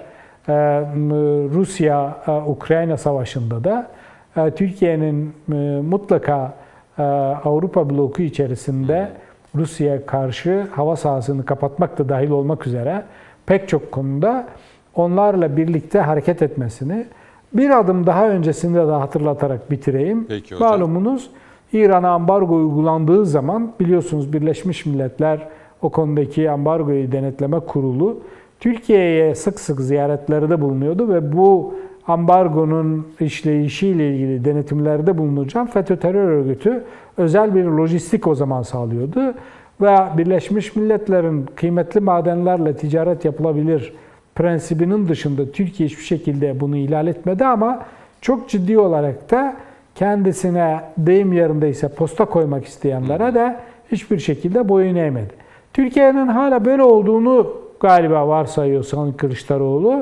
Rusya-Ukrayna savaşında da Türkiye'nin mutlaka Avrupa bloku içerisinde Rusya'ya karşı hava sahasını kapatmak da dahil olmak üzere pek çok konuda onlarla birlikte hareket etmesini, bir adım daha öncesinde de hatırlatarak bitireyim. Peki hocam. Malumunuz İran'a ambargo uygulandığı zaman biliyorsunuz Birleşmiş Milletler o konudaki ambargoyu denetleme kurulu Türkiye'ye sık sık ziyaretlerde bulunuyordu ve bu ambargonun işleyişiyle ilgili denetimlerde bulunacak FETÖ terör örgütü özel bir lojistik o zaman sağlıyordu. Ve Birleşmiş Milletler'in kıymetli madenlerle ticaret yapılabilir prensibinin dışında Türkiye hiçbir şekilde bunu ihlal etmedi ama çok ciddi olarak da kendisine deyim yerindeyse posta koymak isteyenlere de hiçbir şekilde boyun eğmedi. Türkiye'nin hala böyle olduğunu galiba varsayıyor Sayın Kılıçdaroğlu.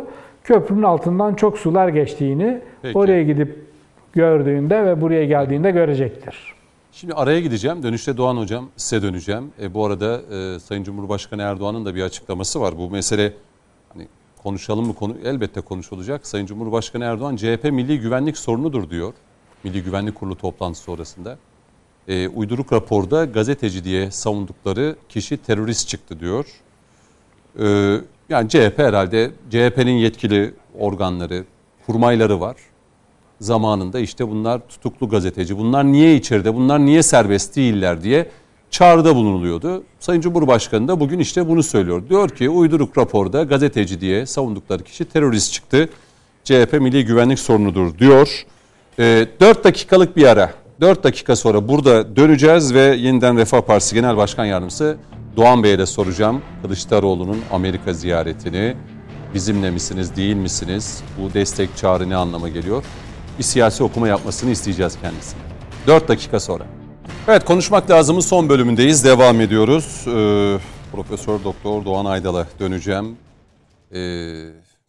köprünün altından çok sular geçtiğini Peki. oraya gidip gördüğünde ve buraya geldiğinde görecektir. Şimdi araya gideceğim. Dönüşte Doğan Hocam size döneceğim. E, bu arada e, Sayın Cumhurbaşkanı Erdoğan'ın da bir açıklaması var. Bu mesele hani konuşalım mı? Konu, elbette konuşulacak. Sayın Cumhurbaşkanı Erdoğan C H P milli güvenlik sorunudur diyor. Milli Güvenlik Kurulu toplantısı sonrasında. E, uyduruk raporda gazeteci diye savundukları kişi terörist çıktı diyor. E, yani C H P herhalde C H P'nin yetkili organları, kurmayları var. Zamanında işte bunlar tutuklu gazeteci, bunlar niye içeride, bunlar niye serbest değiller diye çağrıda bulunuluyordu. Sayın Cumhurbaşkanı da bugün işte bunu söylüyor. Diyor ki uyduruk raporda gazeteci diye savundukları kişi terörist çıktı. C H P milli güvenlik sorunudur diyor. E, dört dakikalık bir ara. dört dakika sonra burada döneceğiz ve yeniden Refah Partisi Genel Başkan Yardımcısı Doğan Bey'e de soracağım. Kılıçdaroğlu'nun Amerika ziyaretini, bizimle misiniz, değil misiniz? Bu destek çağrı ne anlama geliyor? Bir siyasi okuma yapmasını isteyeceğiz kendisine. dört dakika sonra. Evet, konuşmak lazımın son bölümündeyiz. Devam ediyoruz. Ee, Profesör Doktor Doğan Aydal'a döneceğim. Ee,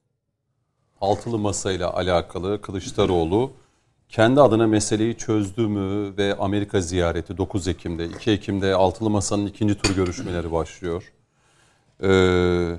altılı masayla alakalı Kılıçdaroğlu kendi adına meseleyi çözdü mü ve Amerika ziyareti dokuz Ekim'de, iki Ekim'de altılı masanın ikinci tur görüşmeleri başlıyor. Ee,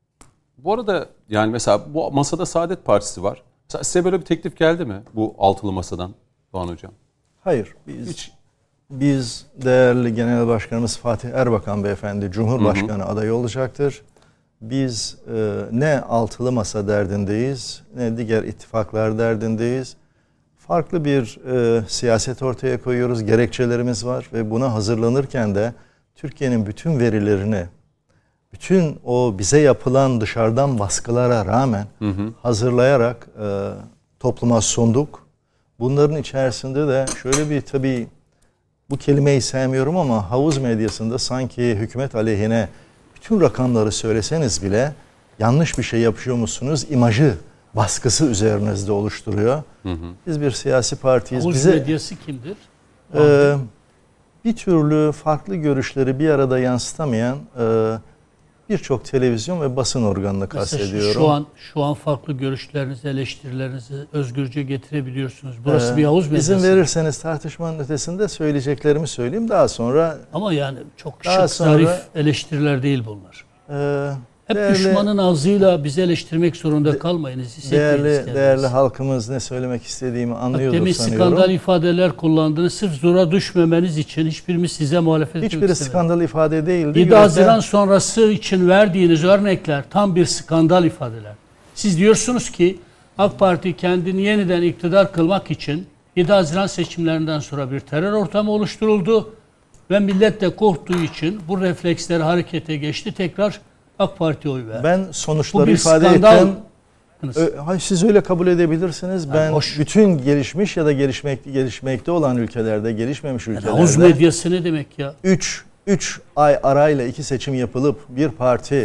bu arada yani mesela bu masada Saadet Partisi var. Size böyle bir teklif geldi mi bu altılı masadan Doğan Hocam? Hayır. Biz Hiç. biz değerli Genel Başkanımız Fatih Erbakan Beyefendi Cumhurbaşkanı hı hı. adayı olacaktır. Biz e, ne altılı masa derdindeyiz ne diğer ittifaklar derdindeyiz. Farklı bir e, siyaset ortaya koyuyoruz. Gerekçelerimiz var ve buna hazırlanırken de Türkiye'nin bütün verilerini, bütün o bize yapılan dışarıdan baskılara rağmen hı hı. hazırlayarak e, topluma sunduk. Bunların içerisinde de şöyle bir tabii bu kelimeyi sevmiyorum ama havuz medyasında sanki hükümet aleyhine bütün rakamları söyleseniz bile yanlış bir şey yapıyor musunuz imajı baskısı üzerinizde oluşturuyor. Hı hı. Biz bir siyasi partiyiz. Havuz Bize, medyası kimdir? E, bir türlü farklı görüşleri bir arada yansıtamayan e, birçok televizyon ve basın organını kastediyorum. Şu an şu an farklı görüşlerinizi, eleştirilerinizi özgürce getirebiliyorsunuz. Burası ee, bir havuz medyası. İzin verirseniz tartışmanın ötesinde söyleyeceklerimi söyleyeyim. Daha sonra... Ama yani çok şık, zarif eleştiriler değil bunlar. E, Hep değerli, düşmanın ağzıyla bizi eleştirmek zorunda kalmayınız. Değerli, değerli halkımız ne söylemek istediğimi anlıyordur Demin sanıyorum. skandal ifadeler kullandınız. Sırf zora düşmemeniz için hiçbirimiz size muhalefet etmek Hiçbiri skandal ifade değildi. yedi Haziran sonrası için verdiğiniz örnekler tam bir skandal ifadeler. Siz diyorsunuz ki AK Parti kendini yeniden iktidar kılmak için yedi Haziran seçimlerinden sonra bir terör ortamı oluşturuldu ve millet de korktuğu için bu refleksleri harekete geçti. Tekrar AK Parti'ye oy verdi. Ben sonuçları ifade ettim. Hayır, siz öyle kabul edebilirsiniz. Yani ben hoş. bütün gelişmiş ya da gelişmek, gelişmekte olan ülkelerde, gelişmemiş ülkelerde... Yani havuz medyası ne demek ya? üç ay arayla iki seçim yapılıp bir parti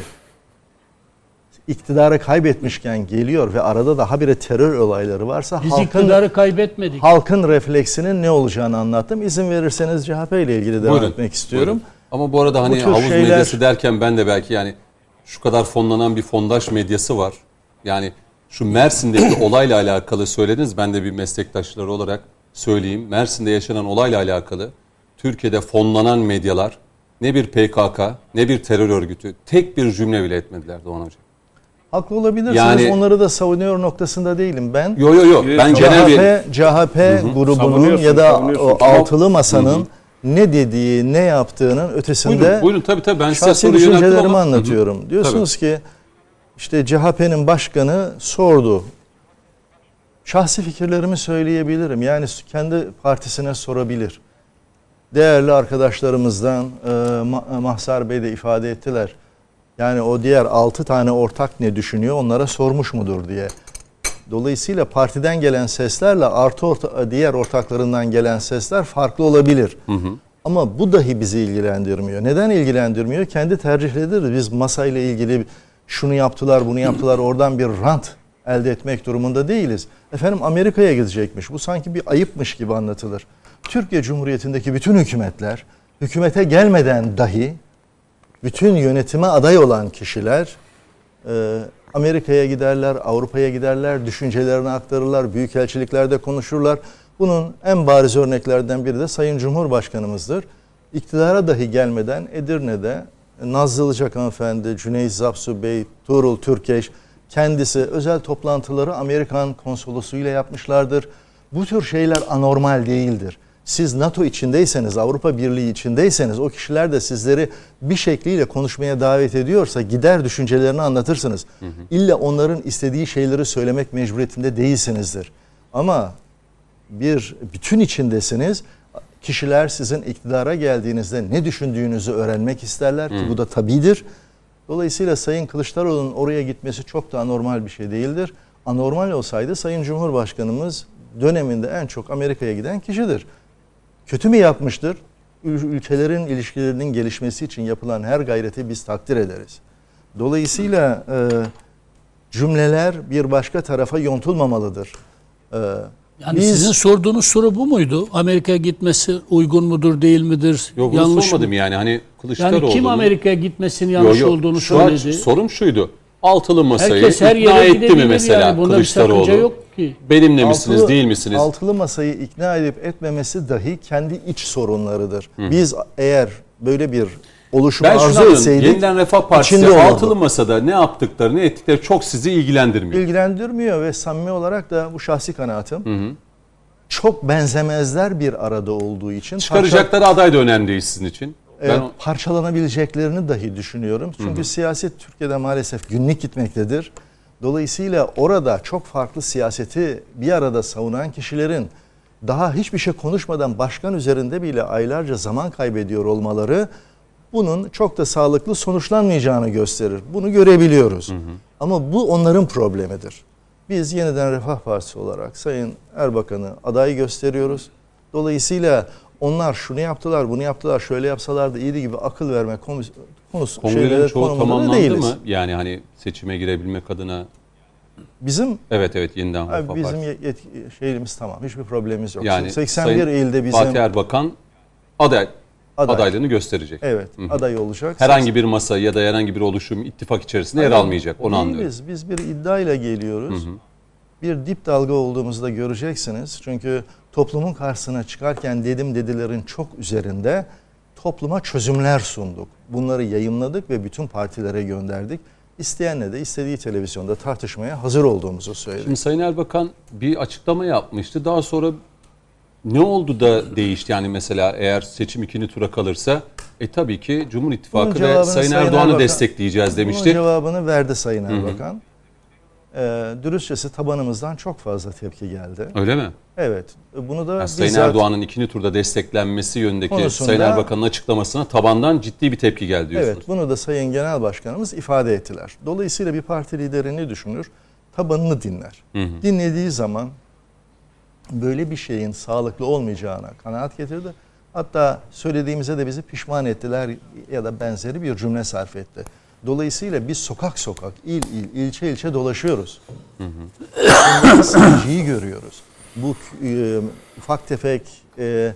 iktidarı kaybetmişken geliyor ve arada da habire terör olayları varsa... Biz halkın, iktidarı kaybetmedik. Halkın refleksinin ne olacağını anlattım. İzin verirseniz C H P ile ilgili devam buyurun, etmek istiyorum. Buyurun. Ama bu arada hani bu havuz şeyler... medyası derken ben de belki yani şu kadar fonlanan bir fondaş medyası var. Yani şu Mersin'deki olayla alakalı söylediniz. Ben de bir meslektaşları olarak söyleyeyim. Mersin'de yaşanan olayla alakalı Türkiye'de fonlanan medyalar ne bir P K K ne bir terör örgütü tek bir cümle bile etmediler Doğan Hocam. Haklı olabilirsiniz. Yani, onları da savunuyor noktasında değilim ben. Yo yo yo. Ben C H P, C H P grubunun ya da o altılı masanın hı hı. ne dediği, ne yaptığının ötesinde buyurun, buyurun tabii tabii ben size şahsi düşüncelerimi ama... anlatıyorum. Hı hı. Diyorsunuz tabii. ki işte C H P'nin başkanı sordu. Şahsi fikirlerimi söyleyebilirim. Yani kendi partisine sorabilir. Değerli arkadaşlarımızdan e, Mahsar Bey de ifade ettiler. Yani o diğer altı tane ortak ne düşünüyor onlara sormuş mudur diye. Dolayısıyla partiden gelen seslerle artı orta, diğer ortaklarından gelen sesler farklı olabilir. Hı hı. Ama bu dahi bizi ilgilendirmiyor. Neden ilgilendirmiyor? Kendi tercihleridir. Biz masayla ilgili şunu yaptılar, bunu yaptılar, oradan bir rant elde etmek durumunda değiliz. Efendim Amerika'ya gidecekmiş. Bu sanki bir ayıpmış gibi anlatılır. Türkiye Cumhuriyeti'ndeki bütün hükümetler, hükümete gelmeden dahi bütün yönetime aday olan kişiler e, Amerika'ya giderler, Avrupa'ya giderler, düşüncelerini aktarırlar, büyükelçiliklerde konuşurlar. Bunun en bariz örneklerden biri de Sayın Cumhurbaşkanımızdır. İktidara dahi gelmeden Edirne'de Nazlı Ilıcak hanımefendi, Cüneyt Zapsu Bey, Tuğrul Türkeş kendisi özel toplantıları Amerikan konsolosluğuyla yapmışlardır. Bu tür şeyler anormal değildir. Siz NATO içindeyseniz, Avrupa Birliği içindeyseniz o kişiler de sizleri bir şekliyle konuşmaya davet ediyorsa gider düşüncelerini anlatırsınız. Hı hı. İlla onların istediği şeyleri söylemek mecburiyetinde değilsinizdir. Ama bir bütün içindesiniz. Kişiler sizin iktidara geldiğinizde ne düşündüğünüzü öğrenmek isterler ki bu da tabidir. Dolayısıyla Sayın Kılıçdaroğlu'nun oraya gitmesi çok da anormal bir şey değildir. Anormal olsaydı Sayın Cumhurbaşkanımız döneminde en çok Amerika'ya giden kişidir. Kötü mü yapmıştır? Ülkelerin ilişkilerinin gelişmesi için yapılan her gayreti biz takdir ederiz. Dolayısıyla e, cümleler bir başka tarafa yontulmamalıdır. E, Yani biz, sizin sorduğunuz soru bu muydu? Amerika'ya gitmesi uygun mudur, değil midir? Yok, bunu yanlış sormadım mı? yani. Hani Kılıçdaroğlu'nun... Yani kim Amerika'ya gitmesinin yanlış yo, yo, olduğunu şu an söyledi? Sorum şuydu. Altılı masayı Herkes her ikna yere etti mi mesela yani. Bunda Kılıçdaroğlu? bir sakınca yok ki. Benimle misiniz, altılı, değil misiniz? Altılı masayı ikna edip etmemesi dahi kendi iç sorunlarıdır. Hı. Biz eğer böyle bir oluşumu ben arzu şunu etseydik... Yeniden Refah Partisi altılı masada ne yaptıkları, ne ettikleri çok sizi ilgilendirmiyor. İlgilendirmiyor ve samimi olarak da bu şahsi kanaatim. Hı hı. Çok benzemezler bir arada olduğu için. Çıkaracakları parça... aday da önemli değil sizin için. Ben evet, parçalanabileceklerini dahi düşünüyorum. Çünkü hı hı. siyaset Türkiye'de maalesef günlük gitmektedir. Dolayısıyla orada çok farklı siyaseti bir arada savunan kişilerin daha hiçbir şey konuşmadan başkan üzerinde bile aylarca zaman kaybediyor olmaları bunun çok da sağlıklı sonuçlanmayacağını gösterir. Bunu görebiliyoruz. Hı hı. Ama bu onların problemidir. Biz Yeniden Refah Partisi olarak Sayın Erbakan'ı aday gösteriyoruz. Dolayısıyla onlar şunu yaptılar, bunu yaptılar, şöyle yapsalardı iyiydi gibi akıl verme konusu Kongrenin çoğu tamamlandı mı? Yani hani seçime girebilmek adına. Bizim Evet evet Yeniden Refah Partisi. Bizim yetki, şeyimiz tamam. Hiçbir problemimiz yok. Yani seksen bir ilde bizim Fatih Erbakan aday, aday adaylığını gösterecek. Evet, hı hı. aday olacak. Herhangi bir masa ya da herhangi bir oluşum ittifak içerisinde Hayır, yer almayacak. Onu değiliz. Anlıyorum. Biz bir iddiayla geliyoruz. Hı hı. Bir dip dalga olduğumuzda göreceksiniz. Çünkü toplumun karşısına çıkarken dedim dedilerin çok üzerinde topluma çözümler sunduk. Bunları yayımladık ve bütün partilere gönderdik. İsteyenle de istediği televizyonda tartışmaya hazır olduğumuzu söyledik. Şimdi Sayın Erbakan bir açıklama yapmıştı. Daha sonra ne oldu da değişti? Yani mesela eğer seçim ikinci tura kalırsa e tabii ki Cumhur İttifakı ve Sayın Erdoğan'ı destekleyeceğiz demişti. Bunun cevabını verdi Sayın Erbakan. Hı hı. Ee, dürüstçesi tabanımızdan çok fazla tepki geldi. Öyle mi? Evet. Bunu da yani Sayın Erdoğan'ın ikinci turda desteklenmesi yönündeki konusunda, Sayın Erbakan'ın açıklamasına tabandan ciddi bir tepki geldi diyorsunuz. Evet. Bunu da Sayın Genel Başkanımız ifade ettiler. Dolayısıyla bir parti lideri ne düşünür? Tabanını dinler. Hı hı. Dinlediği zaman böyle bir şeyin sağlıklı olmayacağına kanaat getirdi. Hatta söylediğimize de bizi pişman ettiler ya da benzeri bir cümle sarf etti. Dolayısıyla biz sokak sokak, il il, ilçe ilçe dolaşıyoruz. Hı hı. Seyirciyi görüyoruz. Bu e, ufak tefek e,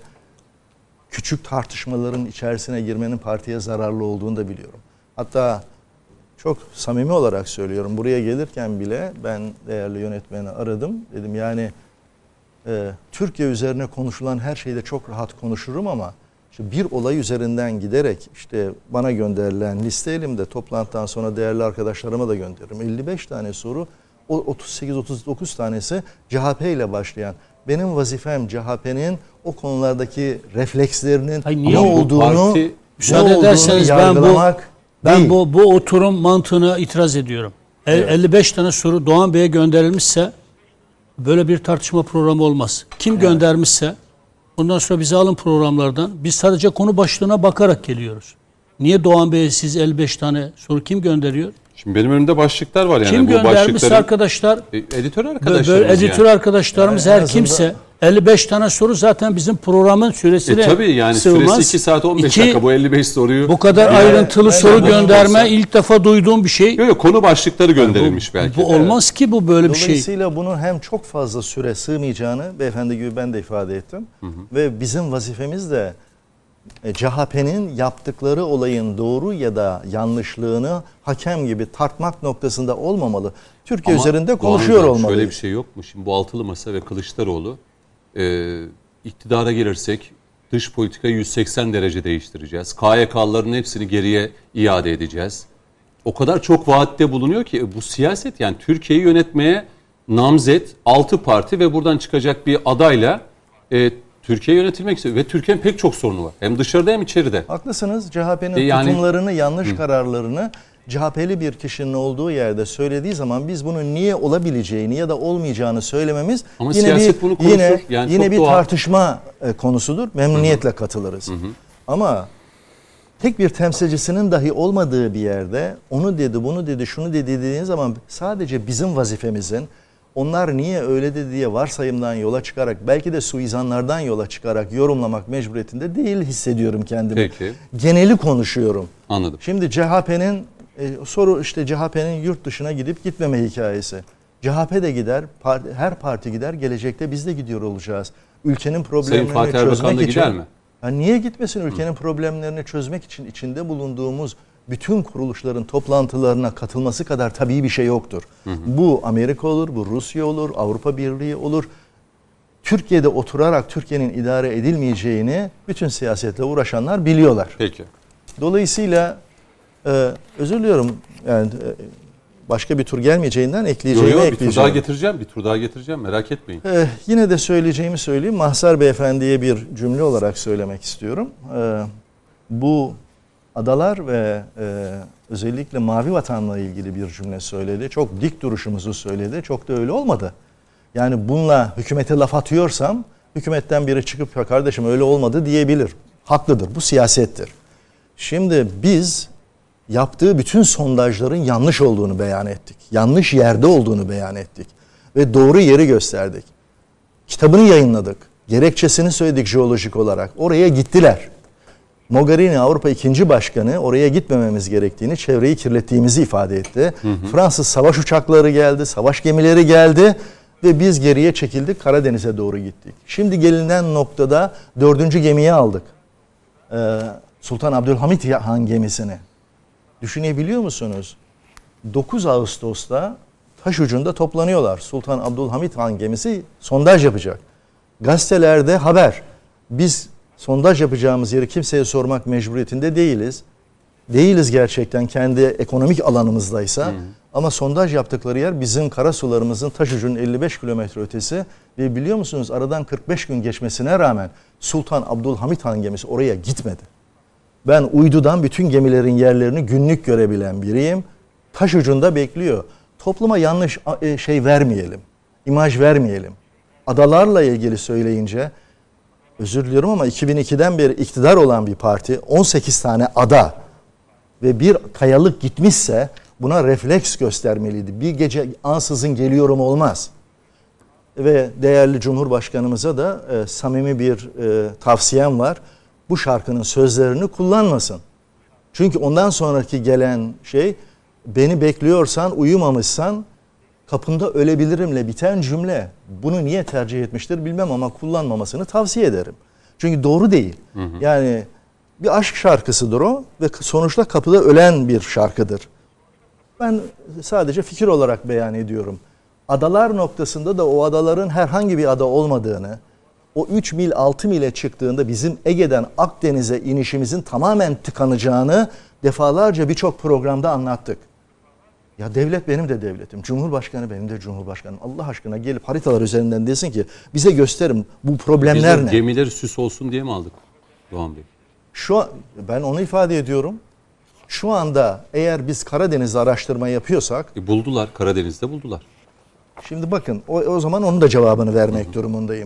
küçük tartışmaların içerisine girmenin partiye zararlı olduğunu da biliyorum. Hatta çok samimi olarak söylüyorum. Buraya gelirken bile ben değerli yönetmeni aradım. Dedim yani e, Türkiye üzerine konuşulan her şeyde çok rahat konuşurum ama işte bir olay üzerinden giderek işte bana gönderilen liste elimde, toplantıdan sonra değerli arkadaşlarıma da gönderirim. elli beş tane soru, o otuz sekiz otuz dokuz tanesi C H P ile başlayan. Benim vazifem C H P'nin o konulardaki reflekslerinin Hayır, ne olduğunu, parti, müsaade ederseniz ben bu ben bu bu oturum mantığına itiraz ediyorum. Evet. elli beş tane soru Doğan Bey'e gönderilmişse böyle bir tartışma programı olmaz. Kim evet. göndermişse ondan sonra bizi alın programlardan. Biz sadece konu başlığına bakarak geliyoruz. Niye Doğan Bey'e siz elli beş tane soru kim gönderiyor? Şimdi benim önümde başlıklar var yani. Kim bu göndermiş arkadaşlar? E, editör arkadaşlarımız böyle, editör yani. arkadaşlarımız yani her kimse. elli beş tane soru zaten bizim programın süresine e, tabii yani sığmaz. Süresi iki saat on beş iki, dakika bu elli beş soruyu. Bu kadar yani, ayrıntılı soru gönderme olsa, ilk defa duyduğum bir şey. Yok yok konu başlıkları gönderilmiş yani bu, belki. Bu olmaz evet. ki bu böyle bir şey. Dolayısıyla bunun hem çok fazla süre sığmayacağını beyefendi gibi ben de ifade ettim. Hı hı. Ve bizim vazifemiz de e, C H P'nin yaptıkları olayın doğru ya da yanlışlığını hakem gibi tartmak noktasında olmamalı. Türkiye Ama üzerinde konuşuyor olmalı. Şöyle bir şey yok mu? Şimdi bu altılı masa ve Kılıçdaroğlu e, iktidara gelirsek dış politikayı yüz seksen derece değiştireceğiz. K Y K'ların hepsini geriye iade edeceğiz. O kadar çok vaatte bulunuyor ki bu siyaset, yani Türkiye'yi yönetmeye namzet altı parti ve buradan çıkacak bir adayla e, Türkiye yönetilmek istiyor. Ve Türkiye'nin pek çok sorunu var. Hem dışarıda hem içeride. Haklısınız. C H P'nin E yani, tutumlarını, yanlış hı. kararlarını C H P'li bir kişinin olduğu yerde söylediği zaman biz bunun niye olabileceğini ya da olmayacağını söylememiz ama yine siyaset bir bunu konuşur. yine Yani yine bir doğal. tartışma konusudur. Memnuniyetle hı hı. katılırız. Hı hı. Ama tek bir temsilcisinin dahi olmadığı bir yerde onu dedi, bunu dedi, şunu dedi dediğiniz zaman sadece bizim vazifemizin onlar niye öyle dedi diye varsayımdan yola çıkarak, belki de suizanlardan yola çıkarak yorumlamak mecburiyetinde değil hissediyorum kendimi. Peki. Geneli konuşuyorum. Anladım. Şimdi C H P'nin e, soru işte C H P'nin yurt dışına gidip gitmeme hikayesi. C H P de gider, parti, her parti gider, gelecekte biz de gidiyor olacağız. Ülkenin problemlerini Sayın Fatih Erbakan çözmek da için. gider mi? Ya niye gitmesin? Ülkenin Hı. problemlerini çözmek için içinde bulunduğumuz bütün kuruluşların toplantılarına katılması kadar tabii bir şey yoktur. Hı hı. Bu Amerika olur, bu Rusya olur, Avrupa Birliği olur. Türkiye'de oturarak Türkiye'nin idare edilmeyeceğini bütün siyasetle uğraşanlar biliyorlar. Peki. Dolayısıyla e, özür diliyorum, yani e, başka bir tur gelmeyeceğinden ekleyeceğimi yo, yo, ekleyeceğim. Bir tur daha getireceğim, bir tur daha getireceğim, merak etmeyin. E, yine de söyleyeceğimi söyleyeyim. Mahsar Beyefendi'ye bir cümle olarak söylemek istiyorum. E, bu adalar ve e, özellikle Mavi Vatan'la ilgili bir cümle söyledi. Çok dik duruşumuzu söyledi. Çok da öyle olmadı. Yani bununla hükümete laf atıyorsam hükümetten biri çıkıp ya kardeşim öyle olmadı diyebilir. Haklıdır. Bu siyasettir. Şimdi biz yaptığı bütün sondajların yanlış olduğunu beyan ettik. Yanlış yerde olduğunu beyan ettik. Ve doğru yeri gösterdik. Kitabını yayınladık. Gerekçesini söyledik jeolojik olarak. Oraya gittiler. Mogherini Avrupa ikinci Başkanı oraya gitmememiz gerektiğini, çevreyi kirlettiğimizi ifade etti. Hı hı. Fransız savaş uçakları geldi, savaş gemileri geldi ve biz geriye çekildik, Karadeniz'e doğru gittik. Şimdi gelinen noktada dördüncü gemiyi aldık. Ee, Sultan Abdülhamit Han gemisini. Düşünebiliyor musunuz? dokuz Ağustos'ta Taşucu'nda toplanıyorlar. Sultan Abdülhamit Han gemisi sondaj yapacak. Gazetelerde haber. Biz sondaj yapacağımız yeri kimseye sormak mecburiyetinde değiliz. Değiliz gerçekten kendi ekonomik alanımızdaysa. Hmm. Ama sondaj yaptıkları yer bizim karasularımızın Taşucu'nun elli beş kilometre ötesi. Ve biliyor musunuz aradan kırk beş gün geçmesine rağmen Sultan Abdülhamit Han gemisi oraya gitmedi. Ben uydudan bütün gemilerin yerlerini günlük görebilen biriyim. Taşucu'nda bekliyor. Topluma yanlış şey vermeyelim. İmaj vermeyelim. Adalarla ilgili söyleyince özür diliyorum ama iki bin ikiden beri iktidar olan bir parti on sekiz tane ada ve bir kayalık gitmişse buna refleks göstermeliydi. Bir gece ansızın geliyorum olmaz. Ve değerli Cumhurbaşkanımıza da e, samimi bir e, tavsiyem var. Bu şarkının sözlerini kullanmasın. Çünkü ondan sonraki gelen şey beni bekliyorsan, uyumamışsan kapında ölebilirimle biten cümle. Bunu niye tercih etmiştir bilmem ama kullanmamasını tavsiye ederim. Çünkü doğru değil. Hı hı. Yani bir aşk şarkısıdır o ve sonuçta kapıda ölen bir şarkıdır. Ben sadece fikir olarak beyan ediyorum. Adalar noktasında da o adaların herhangi bir ada olmadığını, o üç mil altı mile çıktığında bizim Ege'den Akdeniz'e inişimizin tamamen tıkanacağını defalarca birçok programda anlattık. Ya devlet benim de devletim. Cumhurbaşkanı benim de cumhurbaşkanım. Allah aşkına gelip haritalar üzerinden desin ki bize gösterin bu problemler Biz ne? Gemileri süs olsun diye mi aldık Doğan Bey? Şu an, ben onu ifade ediyorum. Şu anda eğer biz Karadeniz'de araştırma yapıyorsak... E buldular, Karadeniz'de buldular. Şimdi bakın o, o zaman onun da cevabını vermek Hı-hı. durumundayım.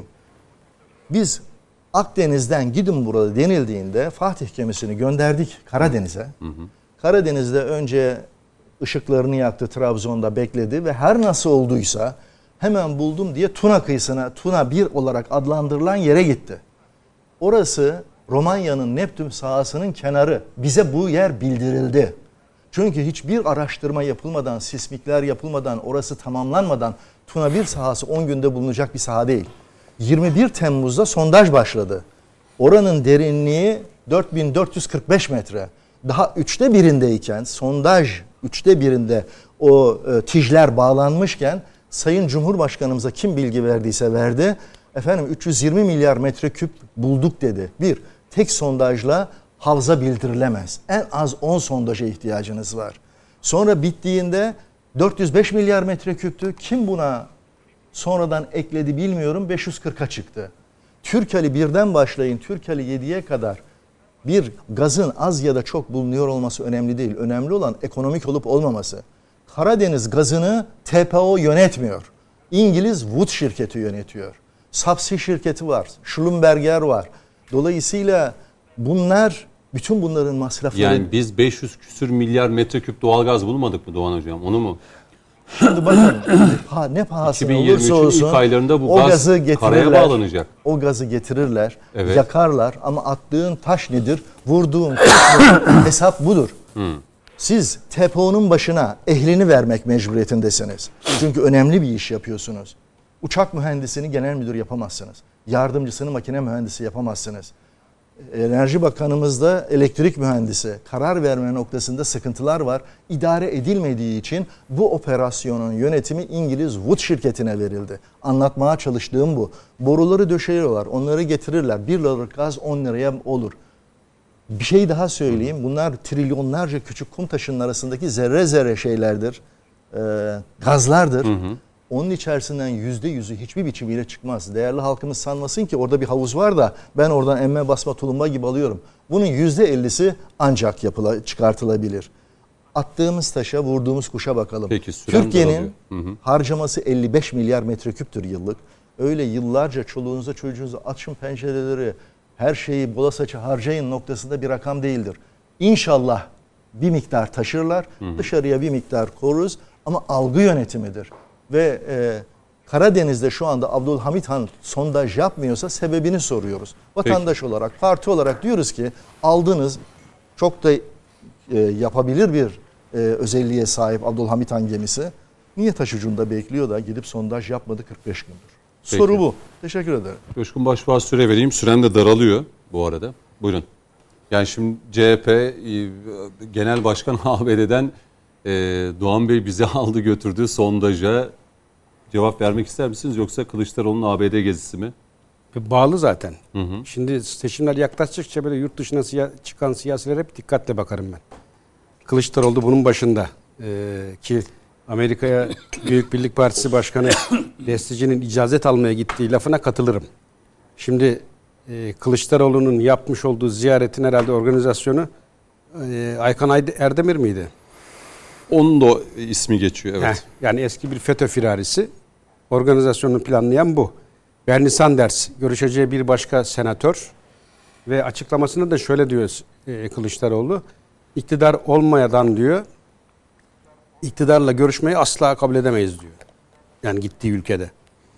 Biz Akdeniz'den gidin burada denildiğinde Fatih gemisini gönderdik Karadeniz'e. Hı-hı. Karadeniz'de önce ışıklarını yaktı, Trabzon'da bekledi ve her nasıl olduysa hemen buldum diye Tuna kıyısına, Tuna bir olarak adlandırılan yere gitti. Orası Romanya'nın Neptün sahasının kenarı. Bize bu yer bildirildi. Çünkü hiçbir araştırma yapılmadan, sismikler yapılmadan, orası tamamlanmadan Tuna bir sahası on günde bulunacak bir saha değil. yirmi bir Temmuz'da sondaj başladı. Oranın derinliği dört bin dört yüz kırk beş metre. Daha üçte birindeyken, sondaj üçte birinde o e, tijler bağlanmışken Sayın Cumhurbaşkanımıza kim bilgi verdiyse verdi. Efendim üç yüz yirmi milyar metreküp bulduk dedi. Bir, tek sondajla havza bildirilemez. En az on sondaja ihtiyacınız var. Sonra bittiğinde dört yüz beş milyar metreküptü. Kim buna sonradan ekledi bilmiyorum, beş yüz kırka çıktı. Türkali birden başlayın, Türkali yediye kadar bir gazın az ya da çok bulunuyor olması önemli değil. Önemli olan ekonomik olup olmaması. Karadeniz gazını T P O yönetmiyor. İngiliz Wood şirketi yönetiyor. Subsea şirketi var. Schlumberger var. Dolayısıyla bunlar, bütün bunların masrafları... Yani biz beş yüz küsür milyar metreküp doğalgaz bulmadık mı Doğan Hocam? Onu mu? Şimdi bakın ha, ne pahasına olursa olsun ilk aylarında bu o gaz gazı getirirler. karaya bağlanacak. O gazı getirirler, Evet. yakarlar ama attığın taş nedir, vurduğun taş nedir? Hesap budur. Hmm. Siz T P O'nun başına ehlini vermek mecburiyetindesiniz. Çünkü önemli bir iş yapıyorsunuz. Uçak mühendisini genel müdür yapamazsınız. Yardımcısını makine mühendisi yapamazsınız. Enerji Bakanımızda elektrik mühendisi, karar verme noktasında sıkıntılar var. İdare edilmediği için bu operasyonun yönetimi İngiliz Wood şirketine verildi. Anlatmaya çalıştığım bu. Boruları döşeyiyorlar, onları getirirler. bir liralık gaz on liraya olur. Bir şey daha söyleyeyim. Bunlar trilyonlarca küçük kum taşının arasındaki zerre zerre şeylerdir. Ee, gazlardır. Hı hı. Onun içerisinden yüzde yüzü hiçbir biçimiyle çıkmaz. Değerli halkımız sanmasın ki orada bir havuz var da ben oradan emme basma tulumba gibi alıyorum. Bunun yüzde ellisi ancak yapıla, çıkartılabilir. Attığımız taşa, vurduğumuz kuşa bakalım. Peki, Türkiye'nin harcaması elli beş milyar metreküptür yıllık. Öyle yıllarca çoluğunuza çocuğunuza açın pencereleri, her şeyi bola saça harcayın noktasında bir rakam değildir. İnşallah bir miktar taşırlar, hı hı. dışarıya bir miktar koruruz ama algı yönetimidir. Ve e, Karadeniz'de şu anda Abdülhamit Han sondaj yapmıyorsa sebebini soruyoruz. Vatandaş Peki. olarak, parti olarak diyoruz ki aldınız, çok da e, yapabilir bir e, özelliğe sahip Abdülhamit Han gemisi. Niye taş ucunda bekliyor da gidip sondaj yapmadı kırk beş gündür? Peki. Soru bu. Teşekkür ederim. Coşkun Başbuğ'a süre vereyim. Süren de daralıyor bu arada. Buyurun. Yani şimdi C H P Genel Başkan A B D'den e, Doğan Bey bizi aldı götürdü sondaja. Cevap vermek ister misiniz yoksa Kılıçdaroğlu'nun A B D gezisi mi? Bağlı zaten. Hı hı. Şimdi seçimler yaklaştıkça böyle yurt dışına siya- çıkan siyasilere hep dikkatle bakarım ben. Kılıçdaroğlu bunun başında ee, ki Amerika'ya Büyük Birlik Partisi Başkanı Destici'nin icazet almaya gittiği lafına katılırım. Şimdi e, Kılıçdaroğlu'nun yapmış olduğu ziyaretin herhalde organizasyonu e, Aykan Erdemir miydi? Onun da ismi geçiyor, evet. Heh, yani eski bir FETÖ firarisi. Organizasyonunu planlayan bu. Bernie Sanders görüşeceği bir başka senatör ve açıklamasında da şöyle diyor e, Kılıçdaroğlu. İktidar olmayadan diyor, iktidarla görüşmeyi asla kabul edemeyiz diyor. Yani gittiği ülkede.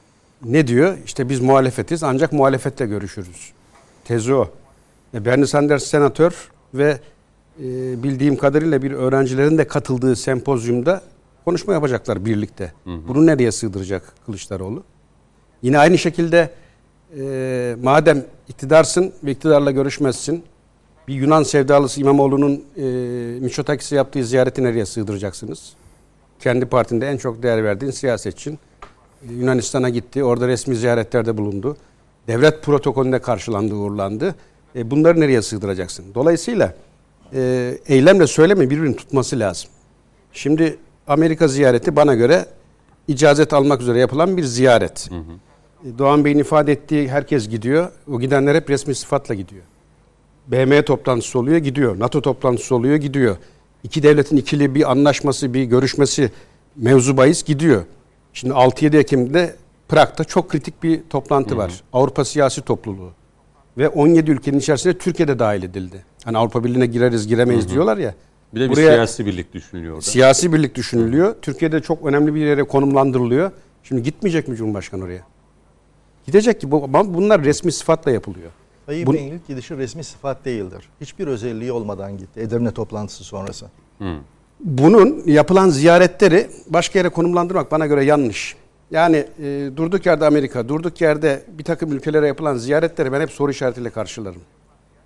Ne diyor? İşte biz muhalefetiz ancak muhalefetle görüşürüz. Tezi o. E, Bernie Sanders senatör ve e, bildiğim kadarıyla bir öğrencilerin de katıldığı sempozyumda konuşma yapacaklar birlikte. Hı hı. Bunu nereye sığdıracak Kılıçdaroğlu? Yine aynı şekilde e, madem iktidarsın ve iktidarla görüşmezsin, bir Yunan sevdalısı İmamoğlu'nun e, Mitsotakis'e yaptığı ziyareti nereye sığdıracaksınız? Kendi partinde en çok değer verdiğin siyasetçin e, Yunanistan'a gitti, orada resmi ziyaretlerde bulundu. Devlet protokolünde karşılandı, uğurlandı. E, bunları nereye sığdıracaksın? Dolayısıyla e, eylemle söyleme birbirini tutması lazım. Şimdi Amerika ziyareti bana göre icazet almak üzere yapılan bir ziyaret. Hı hı. Doğan Bey'in ifade ettiği herkes gidiyor. O gidenler hep resmi sıfatla gidiyor. B M toplantısı oluyor, gidiyor. NATO toplantısı oluyor, gidiyor. İki devletin ikili bir anlaşması, bir görüşmesi mevzu bahis gidiyor. Şimdi altı yedi Ekim'de Prag'da çok kritik bir toplantı hı hı. var. Avrupa Siyasi Topluluğu. Ve on yedi ülkenin içerisinde Türkiye'de dahil edildi. Hani Avrupa Birliği'ne gireriz, giremeyiz hı hı. diyorlar ya. Bir de bir siyasi birlik düşünülüyor orada. Siyasi birlik düşünülüyor. Türkiye'de çok önemli bir yere konumlandırılıyor. Şimdi gitmeyecek mi Cumhurbaşkanı oraya? Gidecek ki bunlar resmi sıfatla yapılıyor. Tayyip Bey'in ilk gidişi resmi sıfat değildir. Hiçbir özelliği olmadan gitti. Edirne toplantısı sonrası. Hmm. Bunun yapılan ziyaretleri başka yere konumlandırmak bana göre yanlış. Yani e, durduk yerde Amerika, durduk yerde bir takım ülkelere yapılan ziyaretleri ben hep soru işaretiyle karşılarım.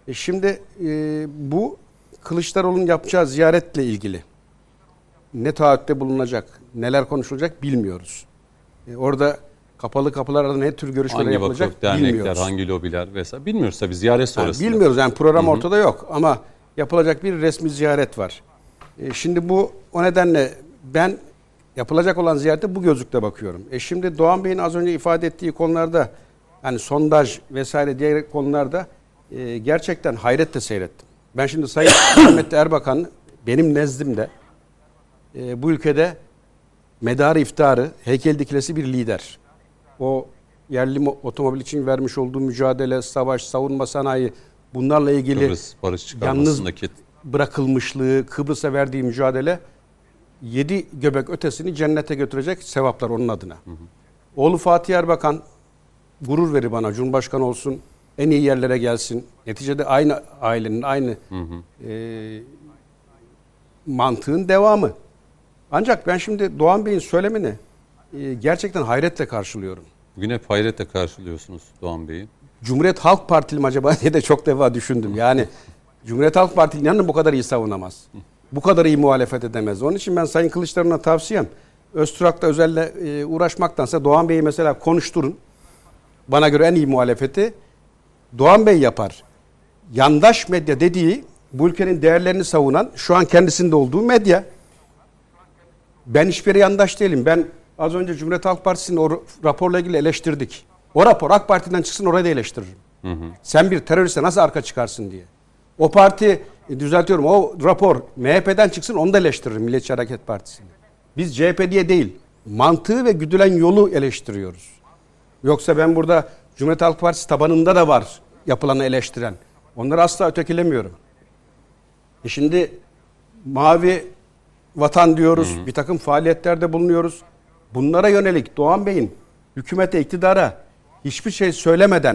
E şimdi e, bu Kılıçdaroğlu'nun yapacağı ziyaretle ilgili ne taahhütte bulunacak, neler konuşulacak bilmiyoruz. E, orada kapalı kapılar arasında ne tür görüşmeler hangi yapılacak vakıf, dernekler, bilmiyoruz. hangi lobiler vesaire bilmiyoruz tabii ziyaret sonrasında. Yani bilmiyoruz yani program Hı-hı. ortada yok ama yapılacak bir resmi ziyaret var. E, şimdi bu o nedenle ben yapılacak olan ziyarete bu gözlükle bakıyorum. E şimdi Doğan Bey'in az önce ifade ettiği konularda yani sondaj vesaire diğer konularda e, gerçekten hayretle seyrettim. Ben şimdi Sayın Ahmet Erbakan benim nezdimde e, bu ülkede medarı iftiharı heykel dikilesi bir lider. O yerli otomobil için vermiş olduğu mücadele, savaş, savunma sanayi bunlarla ilgili Kıbrıs barış yalnız bırakılmışlığı, Kıbrıs'a verdiği mücadele yedi göbek ötesini cennete götürecek sevaplar onun adına. Hı hı. Oğlu Fatih Erbakan gurur verir bana. Cumhurbaşkanı olsun, en iyi yerlere gelsin. Neticede aynı ailenin, aynı hı hı. E, mantığın devamı. Ancak ben şimdi Doğan Bey'in söylemini e, gerçekten hayretle karşılıyorum. Bugün hep hayretle karşılıyorsunuz Doğan Bey'i. Cumhuriyet Halk Partili mi acaba diye de çok defa düşündüm. Yani Cumhuriyet Halk Partili inanın bu kadar iyi savunamaz. Bu kadar iyi muhalefet edemez. Onun için ben Sayın Kılıçdaroğlu'na tavsiyem Öztürk'la özelle e, uğraşmaktansa Doğan Bey'i mesela konuşturun. Bana göre en iyi muhalefeti Doğan Bey yapar. Yandaş medya dediği bu ülkenin değerlerini savunan şu an kendisinde olduğu medya. Ben hiçbir yandaş değilim. Ben az önce Cumhuriyet Halk Partisi'nin o raporla ilgili eleştirdik. O rapor AK Parti'den çıksın orayı da eleştiririm. Hı hı. Sen bir teröriste nasıl arka çıkarsın diye. O parti düzeltiyorum o rapor M H P'den çıksın onu da eleştiririm Milliyetçi Hareket Partisi'ni. Biz C H P diye değil mantığı ve güdülen yolu eleştiriyoruz. Yoksa ben burada Cumhuriyet Halk Partisi tabanında da var yapılanı eleştiren. Onları asla ötekilemiyorum. E şimdi mavi vatan diyoruz. Hı hı. Bir takım faaliyetlerde bulunuyoruz. Bunlara yönelik Doğan Bey'in hükümete, iktidara hiçbir şey söylemeden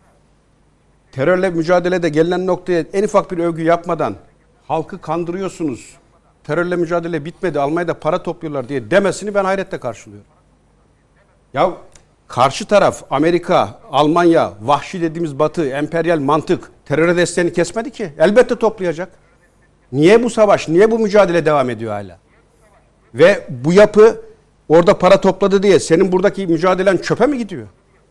terörle mücadelede gelinen noktaya en ufak bir övgü yapmadan halkı kandırıyorsunuz. Terörle mücadele bitmedi. Almanya'da para topluyorlar diye demesini ben hayretle karşılıyorum. Ya karşı taraf Amerika, Almanya, vahşi dediğimiz Batı, emperyal mantık teröre desteğini kesmedi ki. Elbette toplayacak. Niye bu savaş, niye bu mücadele devam ediyor hala? Ve bu yapı orada para topladı diye senin buradaki mücadelen çöpe mi gidiyor?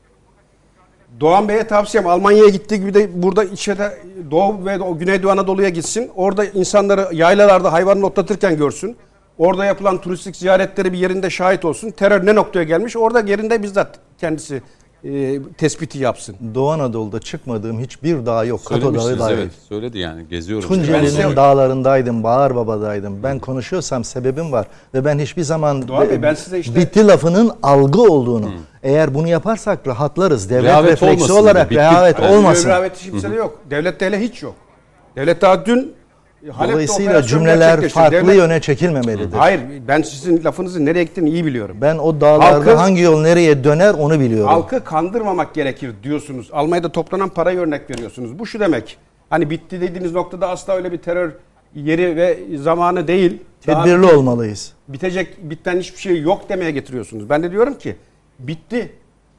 Doğan Bey'e tavsiyem Almanya'ya gittiği gibi de burada içeride Doğu ve Güneydoğu Anadolu'ya gitsin. Orada insanları yaylalarda hayvanını otlatırken görsün. Orada yapılan turistik ziyaretleri bir yerinde şahit olsun. Terör ne noktaya gelmiş orada yerinde bizzat kendisi e, tespiti yapsın. Doğu Anadolu'da çıkmadığım hiçbir dağ yok. Kato Dağı dahil. Evet, söyledi yani geziyoruz. Tunceli'nin işte dağlarındaydım, Bağırbaba'daydım. Ben konuşuyorsam sebebim var. Ve ben hiçbir zaman Doğan Bey, ben size işte... bitti lafının algı olduğunu. Hmm. Eğer bunu yaparsak rahatlarız. Devlet rehavet refleksi olarak bitti. Rehavet yani olmasın. Rehavet kimsede yok. Devlette hele hiç yok. Devlet daha dün dolayısıyla cümleler farklı devlet... yöne çekilmemelidir. Hayır, ben sizin lafınızın nereye gittiğini iyi biliyorum. Ben o dağlarda halkı, hangi yol nereye döner onu biliyorum. Halkı kandırmamak gerekir diyorsunuz. Almanya'da toplanan parayı örnek veriyorsunuz. Bu şu demek. Hani bitti dediğiniz noktada asla öyle bir terör yeri ve zamanı değil. Tedbirli daha olmalıyız. Bitecek, bitten hiçbir şey yok demeye getiriyorsunuz. Ben de diyorum ki bitti.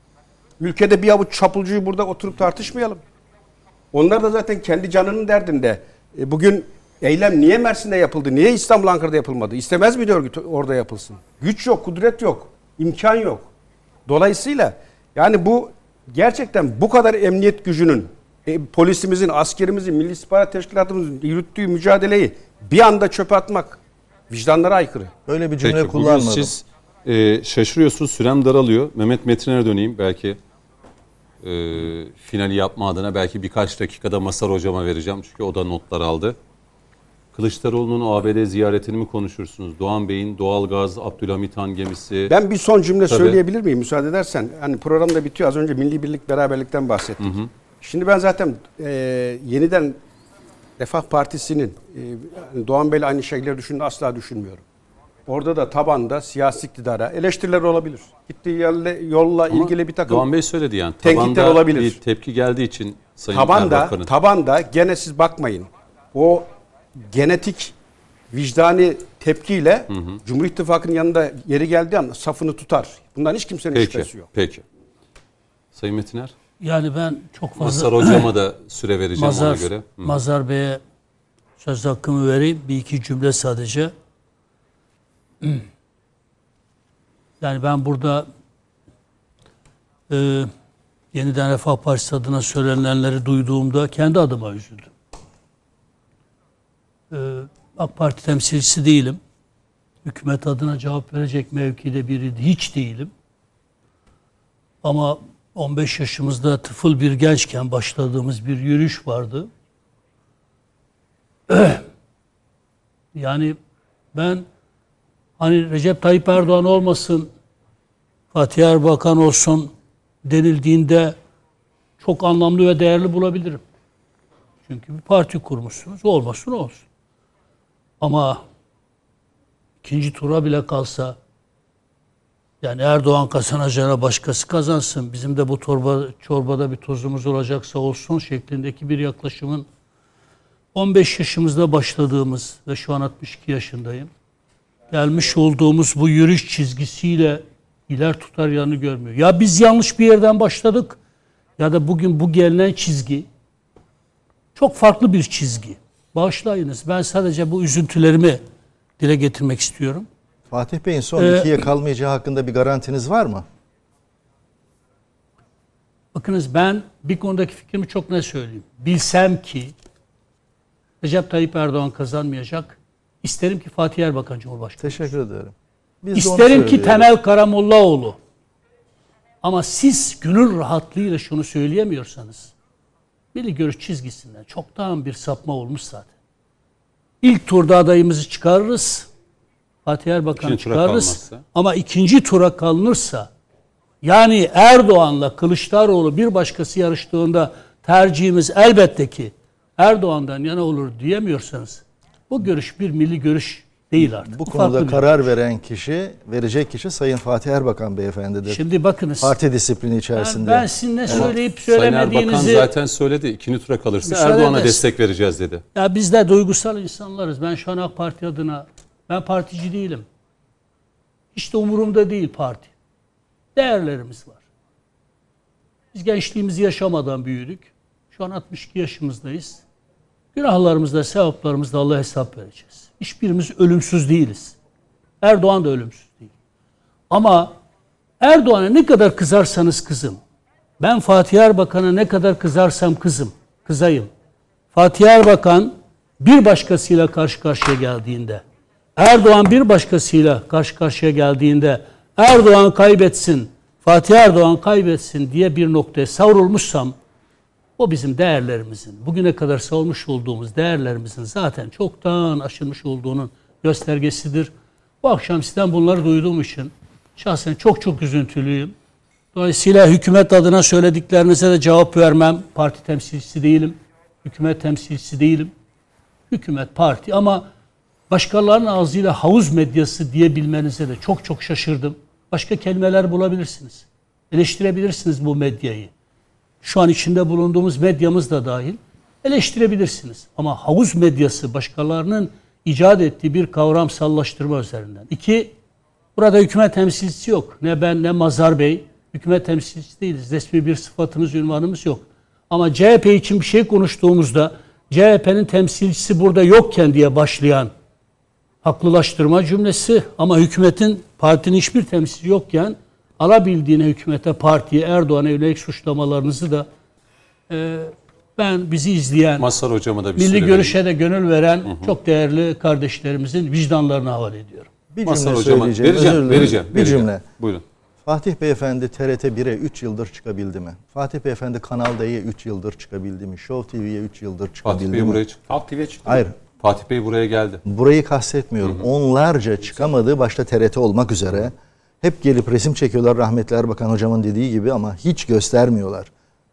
Ülkede bir avuç çapulcuyu burada oturup tartışmayalım. Onlar da zaten kendi canının derdinde. E, bugün eylem niye Mersin'de yapıldı? Niye İstanbul, Ankara'da yapılmadı? İstemez miydi örgüt orada yapılsın? Güç yok, kudret yok, imkan yok. Dolayısıyla yani bu gerçekten bu kadar emniyet gücünün, e, polisimizin, askerimizin, Milli İstihbarat Teşkilatımızın yürüttüğü mücadeleyi bir anda çöpe atmak vicdanlara aykırı. Öyle bir cümle Peki, kullanmadım. Bugün siz e, şaşırıyorsunuz, sürem daralıyor. Mehmet Metin'e döneyim belki. E, finali yapma adına belki birkaç dakikada Masar hocama vereceğim. Çünkü o da notlar aldı. Kılıçdaroğlu'nun A B D ziyaretini mi konuşursunuz? Doğan Bey'in doğalgaz, Abdülhamit Han gemisi. Ben bir son cümle Tabii. söyleyebilir miyim müsaade edersen? Hani program da bitiyor. Az önce milli birlik, beraberlikten bahsettik. Hı hı. Şimdi ben zaten e, yeniden Refah Partisi'nin e, Doğan Bey'le aynı şeyleri düşündüğünü asla düşünmüyorum. Orada da tabanda siyasi iktidara eleştiriler olabilir. Gittiği yerle, yolla Ama ilgili bir takım Doğan Bey söyledi yani. Tenkitler olabilir. Bir tepki geldiği için Sayın tabanda, Erbakan'ın. Tabanda gene siz bakmayın. O genetik vicdani tepkiyle hı hı. Cumhur İttifakı'nın yanında yeri geldiği an safını tutar. Bundan hiç kimsenin peki, şüphesi yok. Peki. Sayın Metiner? Yani ben çok fazla... Mazhar Hocam'a da süre vereceğim Mazhar, ona göre. Hı. Mazhar Bey'e söz hakkımı vereyim. Bir iki cümle sadece. Yani ben burada e, Yeniden Refah Partisi adına söylenenleri duyduğumda kendi adıma üzüldüm. E, AK Parti temsilcisi değilim. Hükümet adına cevap verecek mevkide biri hiç değilim. Ama on beş yaşımızda tıfıl bir gençken başladığımız bir yürüyüş vardı. Yani ben hani Recep Tayyip Erdoğan olmasın, Fatih Erbakan olsun denildiğinde çok anlamlı ve değerli bulabilirim. Çünkü bir parti kurmuşsunuz, olmasın olsun. Ama ikinci tura bile kalsa, yani Erdoğan kazanacağına başkası kazansın, bizim de bu torba, çorbada bir tozumuz olacaksa olsun şeklindeki bir yaklaşımın on beş yaşımızda başladığımız ve şu an altmış iki yaşındayım. Gelmiş olduğumuz bu yürüyüş çizgisiyle iler tutar yanı görmüyor. Ya biz yanlış bir yerden başladık ya da bugün bu gelinen çizgi çok farklı bir çizgi. Bağışlayınız. Ben sadece bu üzüntülerimi dile getirmek istiyorum. Fatih Bey'in son Ee, ikiye kalmayacağı hakkında bir garantiniz var mı? Bakınız ben bir konudaki fikrimi çok net söyleyeyim. Bilsem ki Recep Tayyip Erdoğan kazanmayacak, isterim ki Fatih Erbakan Cumhurbaşkanı. Teşekkür ederim. Biz İsterim ki Temel Karamollaoğlu. Ama siz gönül rahatlığıyla şunu söyleyemiyorsanız, milli görüş çizgisinden çoktan bir sapma olmuş zaten. İlk turda adayımızı çıkarırız, Fatih Erbakan'ı çıkarırız. Ama ikinci tura kalınırsa, yani Erdoğan'la Kılıçdaroğlu bir başkası yarıştığında tercihimiz elbette ki Erdoğan'dan yana olur diyemiyorsanız, bu görüş bir milli görüş değil artık. Bu konuda karar veren kişi, verecek kişi Sayın Fatih Erbakan beyefendidir. Şimdi bakınız. Parti disiplini içerisinde. Ben, ben sizin ne söyleyip söylemediğinizi... Sayın Erbakan zaten söyledi. İkinci tura kalırsa Erdoğan'a destek vereceğiz dedi. Ya biz de duygusal insanlarız. Ben şu an AK Parti adına, ben partici değilim. Hiç de umurumda değil parti. Değerlerimiz var. Biz gençliğimizi yaşamadan büyüdük. Şu an altmış iki yaşımızdayız. Günahlarımızda, sevaplarımızda Allah'a hesap vereceğiz. Hiçbirimiz ölümsüz değiliz. Erdoğan da ölümsüz değil. Ama Erdoğan'a ne kadar kızarsanız kızın, ben Fatih Erbakan'a ne kadar kızarsam kızım, kızayım. Fatih Erbakan bir başkasıyla karşı karşıya geldiğinde, Erdoğan bir başkasıyla karşı karşıya geldiğinde Erdoğan kaybetsin, Fatih Erdoğan kaybetsin diye bir noktaya savrulmuşsam, o bizim değerlerimizin, bugüne kadar savunmuş olduğumuz değerlerimizin zaten çoktan aşılmış olduğunun göstergesidir. Bu akşam sizden bunları duyduğum için şahsen çok çok üzüntülüyüm. Dolayısıyla hükümet adına söylediklerinize de cevap vermem. Parti temsilcisi değilim. Hükümet temsilcisi değilim. Hükümet, parti ama başkalarının ağzıyla havuz medyası diyebilmenize de çok çok şaşırdım. Başka kelimeler bulabilirsiniz. Eleştirebilirsiniz bu medyayı. Şu an içinde bulunduğumuz medyamız da dahil eleştirebilirsiniz. Ama havuz medyası başkalarının icat ettiği bir kavramsallaştırma üzerinden. İki, burada hükümet temsilcisi yok. Ne ben ne Mazhar Bey hükümet temsilcisi değiliz. Resmi bir sıfatımız, ünvanımız yok. Ama C H P için bir şey konuştuğumuzda C H P'nin temsilcisi burada yokken diye başlayan haklılaştırma cümlesi ama hükümetin, partinin hiçbir temsilcisi yokken alabildiğine hükümete, partiye, Erdoğan'a yönelik suçlamalarınızı da e, ben bizi izleyen, Mazhar Hocam'a da bir milli görüşe vereyim. de gönül veren hı hı. çok değerli kardeşlerimizin vicdanlarına havale ediyorum. Bir Mazhar cümle Hocam'a söyleyeceğim. vereceğim, Özür dilerim. vereceğim, Bir vereceğim. cümle. Buyurun. Fatih Beyefendi T R T bire üç yıldır çıkabildi mi? Fatih Beyefendi Kanal D'ye üç yıldır çıkabildi mi? Show T V'ye üç yıldır çıkabildi Fatih Bey mi? buraya çıktı. Halk T V'ye çıktı. Hayır. Fatih Bey buraya geldi. Burayı kastetmiyorum. Hı hı. Onlarca çıkamadı, başta T R T olmak üzere. Hep gelip resim çekiyorlar rahmetli Erbakan hocamın dediği gibi ama hiç göstermiyorlar.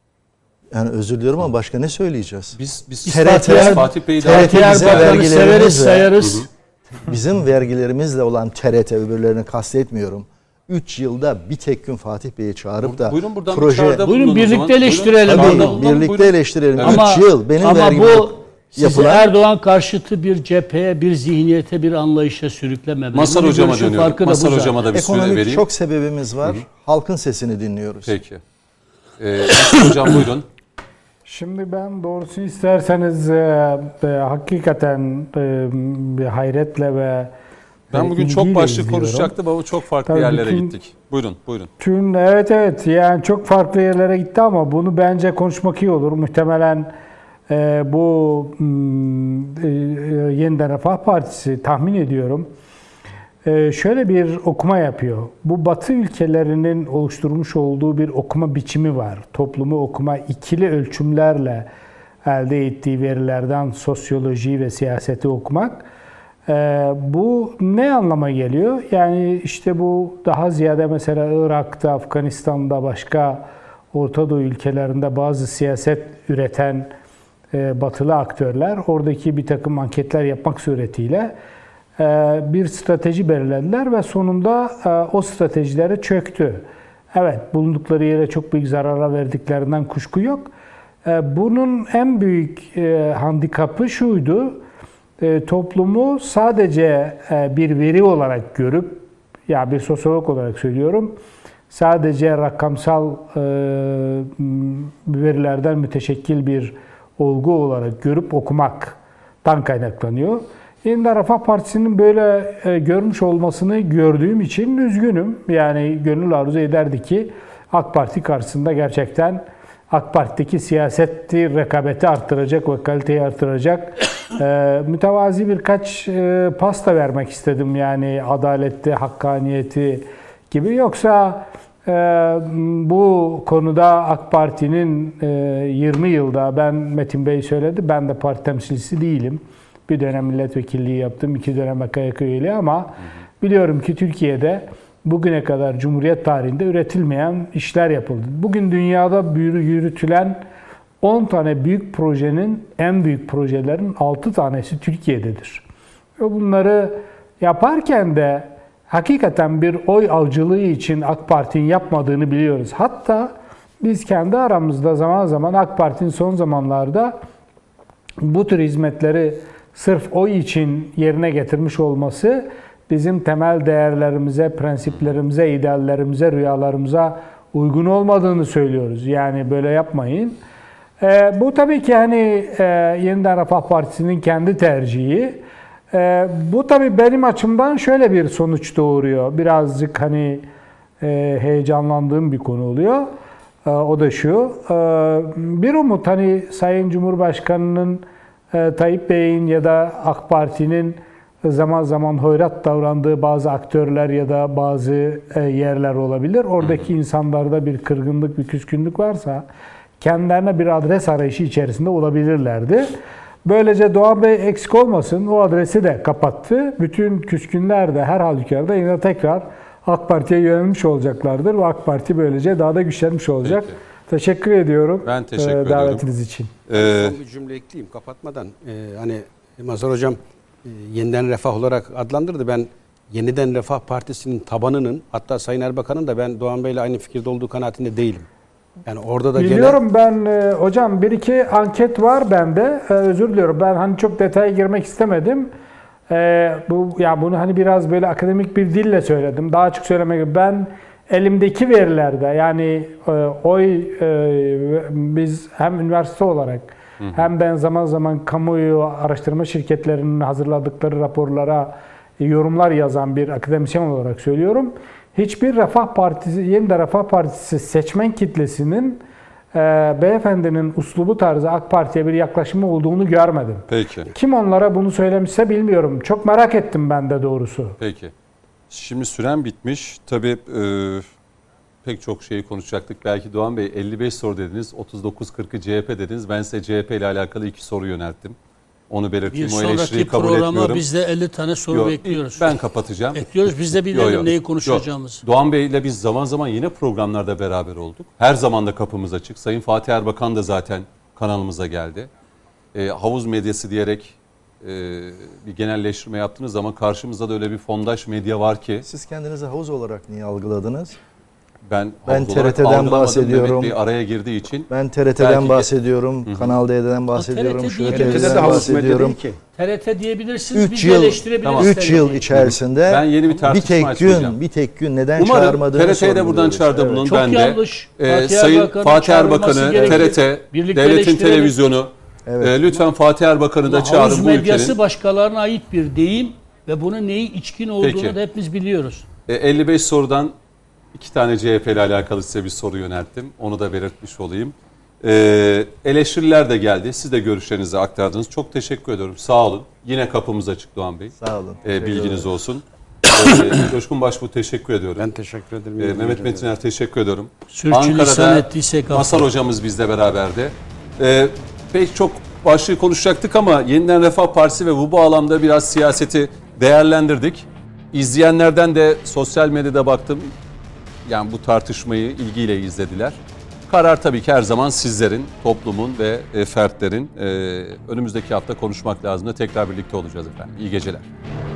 Yani özür diliyorum ama başka ne söyleyeceğiz? Biz biz T R T, Fatih Bey'i T R T Fatih bize Erbakan'ı severiz, vergilerimizle, sayarız. bizim vergilerimizle olan T R T, öbürlerini kastetmiyorum. üç yılda bir tek gün Fatih Bey'i çağırıp da buyurun buradan proje... Buyurun birlikte eleştirelim. Tabii, Buyurun. birlikte Buyurun. eleştirelim. Evet. üç yıl benim ama vergim bu sizi yapılan... Erdoğan karşıtı bir cepheye, bir zihniyete, bir anlayışa sürüklememeli. Mazhar Hocam'a dönüyorum. Mazhar Hocam'a da bir süre Ekonomik vereyim. çok sebebimiz var. Hı hı. Halkın sesini dinliyoruz. Peki. Ee, hocam buyurun. Şimdi ben doğrusunu isterseniz e, e, hakikaten e, hayretle ve Ben bugün çok başlık konuşacaktım ama çok farklı Tabii yerlere bütün, gittik. Buyurun, buyurun. Tüm, evet evet yani çok farklı yerlere gitti ama bunu bence konuşmak iyi olur. Muhtemelen e, bu e, Yeniden Refah Partisi tahmin ediyorum e, şöyle bir okuma yapıyor. Bu Batı ülkelerinin oluşturmuş olduğu bir okuma biçimi var. Toplumu okuma ikili ölçümlerle elde ettiği verilerden sosyolojiyi ve siyaseti okumak. Ee, bu ne anlama geliyor? Yani işte bu daha ziyade mesela Irak'ta, Afganistan'da, başka Orta Doğu ülkelerinde bazı siyaset üreten e, batılı aktörler oradaki bir takım anketler yapmak suretiyle e, bir strateji belirlediler ve sonunda e, o stratejilere çöktü. Evet, bulundukları yere çok büyük zarara verdiklerinden kuşku yok. E, bunun en büyük e, handikapı şuydu. E, toplumu sadece e, bir veri olarak görüp, ya bir sosyolog olarak söylüyorum, sadece rakamsal e, verilerden müteşekkil bir olgu olarak görüp okumaktan kaynaklanıyor. Yeniden Refah Partisi'nin böyle e, görmüş olmasını gördüğüm için üzgünüm. Yani gönül arzu ederdi ki AK Parti karşısında gerçekten AK Parti'deki siyaseti, rekabeti arttıracak ve kaliteyi arttıracak e, mütevazi birkaç e, pasta vermek istedim. Yani adaleti, hakkaniyeti gibi. Yoksa e, bu konuda AK Parti'nin e, yirmi yılda, ben Metin Bey söyledi, ben de parti temsilcisi değilim. Bir dönem milletvekilliği yaptım, iki dönem K Y K üyeliği ama biliyorum ki Türkiye'de bugüne kadar Cumhuriyet tarihinde üretilmeyen işler yapıldı. Bugün dünyada yürütülen on tane büyük projenin, en büyük projelerin altı tanesi Türkiye'dedir. Ve bunları yaparken de hakikaten bir oy avcılığı için AK Parti'nin yapmadığını biliyoruz. Hatta biz kendi aramızda zaman zaman AK Parti'nin son zamanlarda bu tür hizmetleri sırf oy için yerine getirmiş olması bizim temel değerlerimize, prensiplerimize, ideallerimize, rüyalarımıza uygun olmadığını söylüyoruz. Yani böyle yapmayın. E, bu tabii ki hani e, Yeniden Refah Partisi'nin kendi tercihi. E, bu tabii benim açımdan şöyle bir sonuç doğuruyor. Birazcık hani e, heyecanlandığım bir konu oluyor. E, o da şu. E, bir umut hani Sayın Cumhurbaşkanı'nın, e, Tayyip Bey'in ya da AK Parti'nin zaman zaman hoyrat davrandığı bazı aktörler ya da bazı yerler olabilir. Oradaki insanlarda bir kırgınlık, bir küskünlük varsa kendilerine bir adres arayışı içerisinde olabilirlerdi. Böylece Doğan Bey eksik olmasın, o adresi de kapattı. Bütün küskünler de her halükarda yine tekrar AK Parti'ye yönelmiş olacaklardır ve AK Parti böylece daha da güçlenmiş olacak. Peki. Teşekkür ediyorum. Ben teşekkür e, ediyorum. Davetiniz için. Ee, Son bir cümle ekleyeyim kapatmadan. Ee, hani Mazhar Hocam Yeniden Refah olarak adlandırdı. Ben Yeniden Refah Partisi'nin tabanının, hatta Sayın Erbakan'ın da ben Doğan Bey'le aynı fikirde olduğu kanaatinde değilim. Yani orada da biliyorum gene... ben e, hocam bir iki anket var bende. E, özür diliyorum. Ben hani çok detaya girmek istemedim. E, bu ya bunu hani biraz böyle akademik bir dille söyledim. Daha açık söylemek gibi. Ben elimdeki verilerde yani e, oy e, biz hem üniversite olarak Hı hı. hem ben zaman zaman kamuoyu araştırma şirketlerinin hazırladıkları raporlara yorumlar yazan bir akademisyen olarak söylüyorum. Hiçbir Refah Partisi, Yeniden Refah Partisi seçmen kitlesinin e, beyefendinin uslubu tarzı AK Parti'ye bir yaklaşımı olduğunu görmedim. Peki. Kim onlara bunu söylemişse bilmiyorum. Çok merak ettim ben de doğrusu. Peki. Şimdi süren bitmiş. Tabii e, pek çok şeyi konuşacaktık. Belki Doğan Bey elli beş soru dediniz, otuz dokuz kırkı C H P dediniz. Ben size C H P ile alakalı iki soru yönelttim. Onu belirteyim. Bir o eleştiriyi kabul etmiyorum. Bir sonraki programa biz de elli tane soru Yo, bekliyoruz. Ben kapatacağım. Bekliyoruz. Biz de bilelim yo, yo. neyi konuşacağımızı. Yo. Doğan Bey ile biz zaman zaman yine programlarda beraber olduk. Her zaman da kapımız açık. Sayın Fatih Erbakan da zaten kanalımıza geldi. E, havuz medyası diyerek e, bir genelleştirme yaptığınız zaman karşımızda da öyle bir fondaş medya var ki. Siz kendinizi havuz olarak niye algıladınız? Ben, Ben havuz olarak T R T'den algılamadım. bahsediyorum. Mehmet Bey araya girdiği için. Ben T R T'den Belki- bahsediyorum, Hı hı. Kanal D'den bahsediyorum, T R T şu değil. T R T'de de televizyondan havuz medya değil bahsediyorum. ki. T R T diyebilirsiniz, üç biz yıl, eleştirebiliriz. üç T R yıl T'yi. içerisinde Ben yeni bir bir tartışma tek açmayacağım. gün, bir tek gün neden Umarım çağırmadığını T R T'ye de buradan sorguluyoruz. çağrıda Evet. bulunun. Çok Ben de yanlış. e, Fatih Sayın Erbakan'ın Fatih Erbakan'ı, çağrılması T R gerekir. T, Birlikte Devletin eleştirelim. Televizyonu, Evet. e, lütfen Fatih Erbakan'ı da Havuz çağırın bu medyası ülkenin. başkalarına ait bir deyim ve bunun neyi içkin olduğunu Peki. da hepimiz biliyoruz. E, elli beş sorudan iki tane C H P ile alakalı size bir soru yönelttim. Onu da belirtmiş olayım. E, eleştiriler de geldi. Siz de görüşlerinizi aktardınız. Çok teşekkür ediyorum. Sağ olun. Yine kapımız açık Doğan Bey. Sağ olun. E, bilginiz ederim. olsun. E, Coşkun Başbuğ teşekkür ediyorum. Ben teşekkür ederim. E, Mehmet Metiner teşekkür ediyorum. Sürçülisan ettiysek affola. Masar hocamız bizle beraberdi. E, pek çok başlığı konuşacaktık ama Yeniden Refah Partisi ve bu bağlamda biraz siyaseti değerlendirdik. İzleyenlerden de sosyal medyada baktım. Yani bu tartışmayı ilgiyle izlediler. Karar tabii ki her zaman sizlerin, toplumun ve e, fertlerin. E, önümüzdeki hafta konuşmak lazım da tekrar birlikte olacağız efendim. İyi geceler.